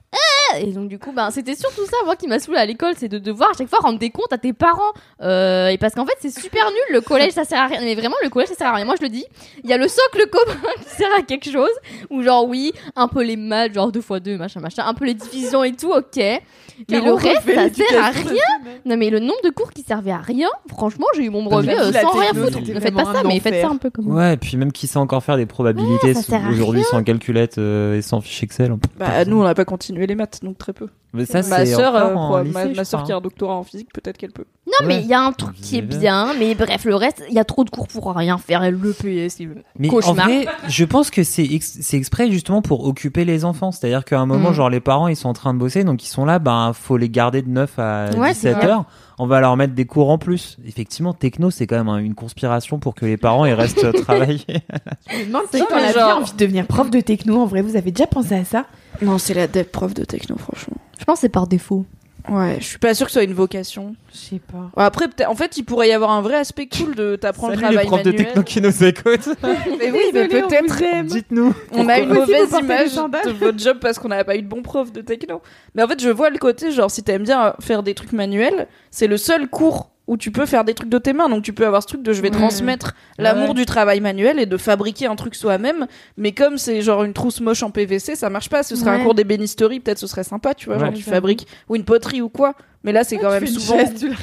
Et donc du coup ben c'était surtout ça moi qui m'a saoulée à l'école, c'est de devoir à chaque fois rendre des comptes à tes parents euh, et parce qu'en fait c'est super nul le collège, ça sert à rien, mais vraiment le collège ça sert à rien. Moi je le dis, il y a le socle commun qui sert à quelque chose, ou genre oui un peu les maths genre deux fois deux machin machin, un peu les divisions et tout, ok, mais Car le on reste refait ça sert à l'éducation rien. Non mais le nombre de cours qui servaient à rien, franchement j'ai eu mon brevet j'avoue, euh, la sans rien techno, foutre. c'était Ne faites pas vraiment ça, un mais faites enfer. ça un peu comme moi. Ouais, et puis même qui sait encore faire des probabilités Ouais, ça sert à aujourd'hui rien. sans calculette euh, et sans fichier Excel. Bah, nous, on n'a pas continué les maths, donc très peu. Mais ça, ma c'est sœur, encore euh, en quoi, lycée, ma, je ma sœur crois. qui a un doctorat en physique, peut-être qu'elle peut. Non mais Ouais. il y a un truc qui est Vous avez- bien, mais bref le reste il y a trop de cours pour rien faire, le P S, Mais cauchemar. en vrai, je pense que c'est ex- c'est exprès justement pour occuper les enfants. C'est-à-dire qu'à un moment, Mm. genre les parents, ils sont en train de bosser, donc ils sont là, ben faut les garder de neuf à Ouais, c'est dix-sept heures. On va leur mettre des cours en plus. Effectivement, techno, c'est quand même un- une conspiration pour que les parents ils restent travailler. Je me demande si Non, quand mais la vie genre- a envie de devenir prof de techno, en vrai, vous avez déjà pensé à ça? Non, c'est la dev prof de techno, franchement. Je pense que c'est par défaut. Ouais, je suis pas sûre que ce soit une vocation. Je sais pas. Ouais, après, peut-être- en fait, il pourrait y avoir un vrai aspect cool de t'apprendre le Salut travail les profs de manuel. techno qui nous écoutent. Mais oui, mais Désolée, on peut-être. vous aime. Dites-nous. On a une Aussi, vous mauvaise portez image des sandales. de votre job parce qu'on n'a pas eu de bon prof de techno. Mais en fait, je vois le côté, genre, si t'aimes bien faire des trucs manuels, c'est le seul cours où tu peux faire des trucs de tes mains. Donc, tu peux avoir ce truc de je vais Mmh. transmettre l'amour Ouais. du travail manuel et de fabriquer un truc soi-même. Mais comme c'est genre une trousse moche en P V C, ça marche pas. Ce serait Ouais. un cours d'ébénisterie, peut-être ce serait sympa, tu vois. Ouais. Genre, tu fabriques ou une poterie ou quoi. Mais là, c'est quand même souvent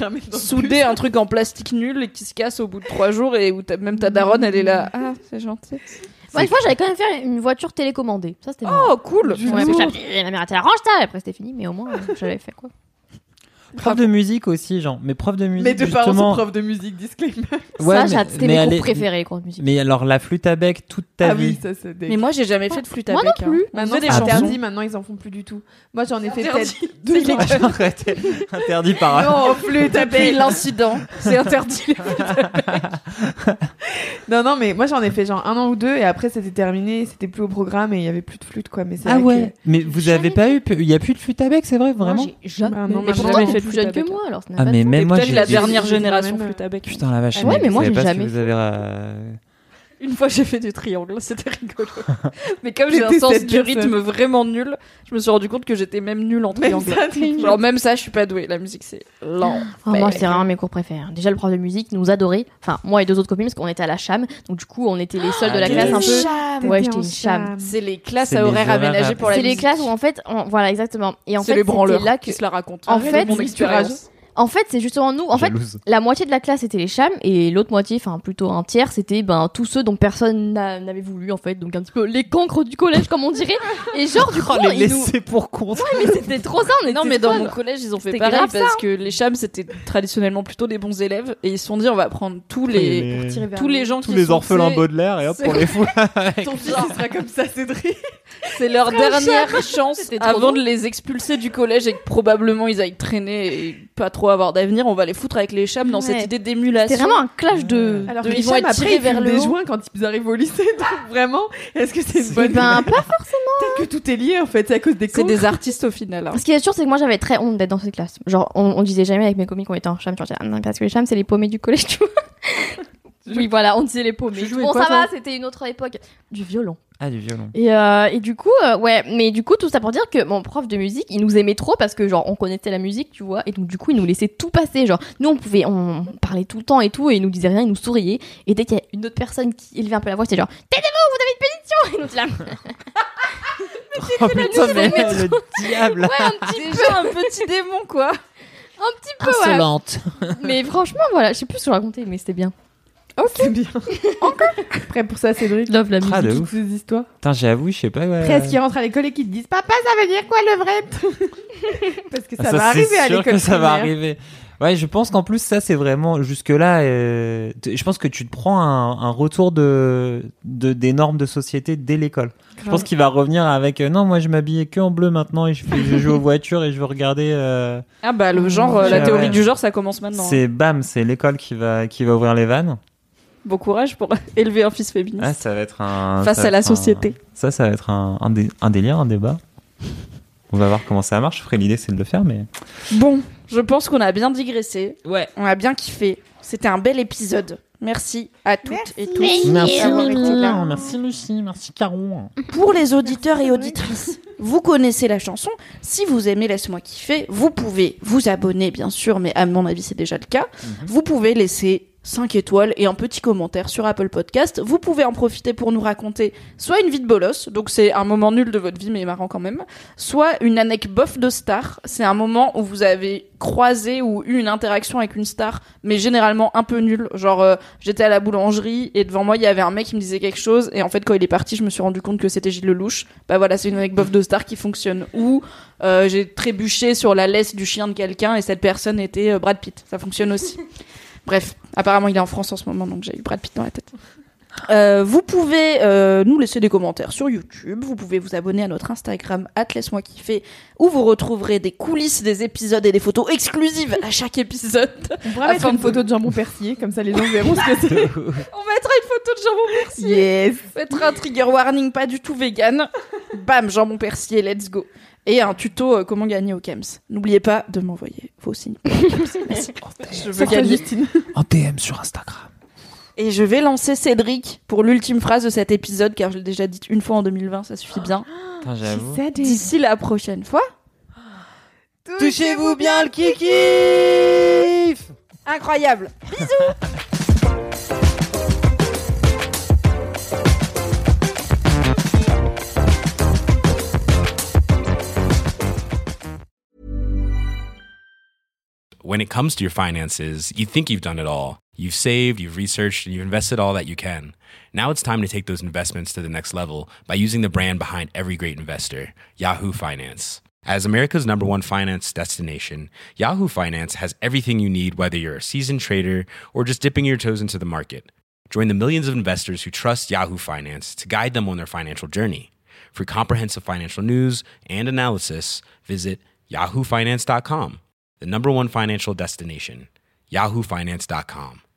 souder un truc en plastique nul et qui se casse au bout de trois jours et où t'as- même ta daronne, elle est là. Ah, c'est gentil. Ouais, une fois, j'avais quand même fait une voiture télécommandée. Ça, c'était marrant. Oh, cool! Ouais, mais j'avais- la mère était là, range ça, et après c'était fini, mais au moins, euh, j'avais fait quoi. Prof de musique aussi, genre. Mais prof de musique, Mes deux parents sont justement. profs de musique, disclaimer. Ouais, ça, mais- j'ai- c'était mais mes elle cours est- préférés, les cours de musique. Mais alors, la flûte à bec toute ta Ah vie. oui, ça c'est dégueu. Mais moi, j'ai jamais fait de flûte à Moi bec. non plus. hein. On Maintenant, faisait des c'est chansons. interdit, maintenant ils en font plus du tout. Moi j'en ai fait Interdit. peut-être deux ans. Arrêtez. Interdit par. Non, flûte à Depuis bec. l'incident, c'est interdit. Non, non, mais moi j'en ai fait genre un an ou deux et après c'était terminé, c'était plus au programme et il y avait plus de flûte quoi. Mais c'est Ah vrai ouais. Mais vous avez pas eu, il y a plus de flûte à bec, c'est vrai, vraiment. Moi, j'ai jamais. Bah non, mais mais pourtant, jamais t'es fait de plus flûte à jeune que bec. moi, alors. ça n'a Ah pas mais de même moi Peut-être j'ai la j'ai- dernière j'ai- génération j'ai- flûte à bec. Putain la vache. Ah ouais, mais moi, je savais j'ai pas si jamais vous avez euh, Une fois, j'ai fait du triangle, c'était rigolo. Mais comme j'ai un J'étais sens cette du personne. rythme vraiment nul, je me suis rendu compte que j'étais même nulle en Même triangle. ça, t'es Genre même ça, je suis pas douée. La musique, c'est lent. Oh, moi, c'est vraiment mes cours préférés. Déjà, le prof de musique nous adorait. Enfin, moi et deux autres copines, parce qu'on était à la cham. Donc, du coup, on était les seuls de la Ah, classe les un peu. T'étais Ouais, j'étais en une cham. C'est les classes C'est à les horaires horaires aménagés à- pour la C'est les musique. classes où, en fait, on- voilà, exactement. Et en C'est fait, les branleurs c'était là que. qui se la racontent. En Arrête fait, de mon tu expérience. En fait, c'est justement nous. En fait, jalouse. la moitié de la classe c'était les chams et l'autre moitié, enfin plutôt un tiers, c'était ben tous ceux dont personne n'a- n'avait voulu en fait, donc un petit peu les cancres du collège comme on dirait. Et genre du coup, Oh, les ils nous... laissés pour compte. mais c'était trop ça. On était Non, mais dans trois, mon genre. collège, ils ont fait C'était pareil grave ça, parce que les chams, c'était traditionnellement plutôt des bons élèves et ils se sont dit, on va prendre tous les, Les- Tirer vers tous le les haut. gens tous qui les sont, orphelins tu sais, Baudelaire et hop c'est- pour les fous. Ton fils il sera comme ça, Cédric. C'est leur dernière chance C'était trop avant drôle. de les expulser du collège et que probablement ils aillent traîner et pas trop avoir d'avenir. On va les foutre avec les chams dans Ouais. cette idée d'émulation. C'était vraiment un clash de. Alors De- que ils les vont chams être après tirés ils vers fument le des haut. joints quand ils arrivent au lycée. Donc vraiment, est-ce que c'est une Eh bonne ben idée? pas. Peut-être que tout est lié en fait, c'est à cause des C'est cancres. des artistes au final. hein. Ce qui est sûr, c'est que moi j'avais très honte d'être dans cette classe. Genre, on, on disait jamais avec mes comiques qu'on était en cham. Genre, ah, non, parce que les chams c'est les paumés du collège, tu vois. Oui, voilà, on disait les paumés. Tu jouais Bon, quoi, ça toi va, c'était une autre époque. Du violon. Ah du violon. Et, euh, et du coup, euh, ouais, mais du coup, tout ça pour dire que mon prof de musique, il nous aimait trop parce que, genre, on connaissait la musique, tu vois, et donc, du coup, il nous laissait tout passer. Genre, nous, on pouvait, on parlait tout le temps et tout, et il nous disait rien, il nous souriait. Et dès qu'il y a une autre personne qui élevait un peu la voix, c'était genre, taisez-vous, vous avez une pénition! Et nous, t'es là, Oh putain mais mais le diable. ouais, un petit, Déjà un petit démon quoi. un petit peu, ouais. Insolente. Mais franchement, voilà, je sais plus ce que je racontais, mais c'était bien. Ok. C'est bien. Prêt pour ça, Cédric? Love la musique. Ah, de Toutes ouf. ces histoires. Putain, j'avoue, je sais pas. Ouais. Presque qui rentrent à l'école et qui te disent papa, ça veut dire quoi le vrai? Parce que ça, Ah, va arriver c'est à sûr l'école que ça va primaire. arriver. Ouais, je pense qu'en plus ça c'est vraiment jusque là. Euh, t- je pense que tu te prends un, un retour de, de des normes de société dès l'école. Je pense qu'il va revenir avec euh, non, moi je m'habillais que en bleu maintenant et je, fais, je joue aux voitures et je veux regarder. Euh, Ah bah le genre, euh, Ouais, la théorie ouais. du genre, ça commence maintenant. hein. c'est bam, c'est l'école qui va qui va ouvrir les vannes. Bon courage pour élever un fils féministe. Ah, ça va être un Face ça va à la être un- société. Ça, ça va être un, un, dé- un délire, un débat. On va voir comment ça marche. Je ferai l'idée, c'est de le faire, mais. Bon, je pense qu'on a bien digressé. Ouais. On a bien kiffé. C'était un bel épisode. Merci à toutes Merci. et tous. Merci d'avoir été là. merci Lucie, merci Caron. Pour les auditeurs et auditrices, vous connaissez la chanson. Si vous aimez Laisse-moi kiffer, vous pouvez vous abonner, bien sûr, mais à mon avis, c'est déjà le cas. Vous pouvez laisser cinq étoiles et un petit commentaire sur Apple Podcast. Vous pouvez en profiter pour nous raconter soit une vie de bolos, donc c'est un moment nul de votre vie mais marrant quand même, soit une anecdote bof de star, c'est un moment où vous avez croisé ou eu une interaction avec une star, mais généralement un peu nul. Genre euh, j'étais à la boulangerie et devant moi il y avait un mec qui me disait quelque chose et en fait quand il est parti je me suis rendu compte que c'était Gilles Lelouch. Bah voilà, c'est une anecdote bof de star qui fonctionne. Ou euh, j'ai trébuché sur la laisse du chien de quelqu'un et cette personne était euh, Brad Pitt. Ça fonctionne aussi. Bref, apparemment il est en France en ce moment, donc j'ai eu Brad Pitt dans la tête. Euh, vous pouvez euh, nous laisser des commentaires sur YouTube, vous pouvez vous abonner à notre Instagram arobase laisse-moi kiffer, où vous retrouverez des coulisses des épisodes et des photos exclusives à chaque épisode. On pourra mettre Afin une de- photo de jambon persillé, comme ça les gens verront ce que c'est. On mettra une photo de jambon persillé. Yes. On mettra un trigger warning pas du tout vegan. Bam, jambon persillé, let's go. Et un tuto euh, comment gagner au Kems. N'oubliez pas de m'envoyer vos signes. Merci. Je veux Ça sera gagner. Justine. En D M sur Instagram. Et je vais lancer Cédric pour l'ultime phrase de cet épisode, car je l'ai déjà dit une fois en deux mille vingt, ça suffit bien. Putain, j'avoue. D'ici la prochaine fois, Touchez-vous bien le kiki. incroyable. When it comes to your finances, you think you've done it all. You've saved, you've researched, and you've invested all that you can. Now it's time to take those investments to the next level by using the brand behind every great investor, Yahoo Finance. As America's number one finance destination, Yahoo Finance has everything you need, whether you're a seasoned trader or just dipping your toes into the market. Join the millions of investors who trust Yahoo Finance to guide them on their financial journey. For comprehensive financial news and analysis, visit yahoo finance dot com. The number one financial destination, yahoo finance dot com.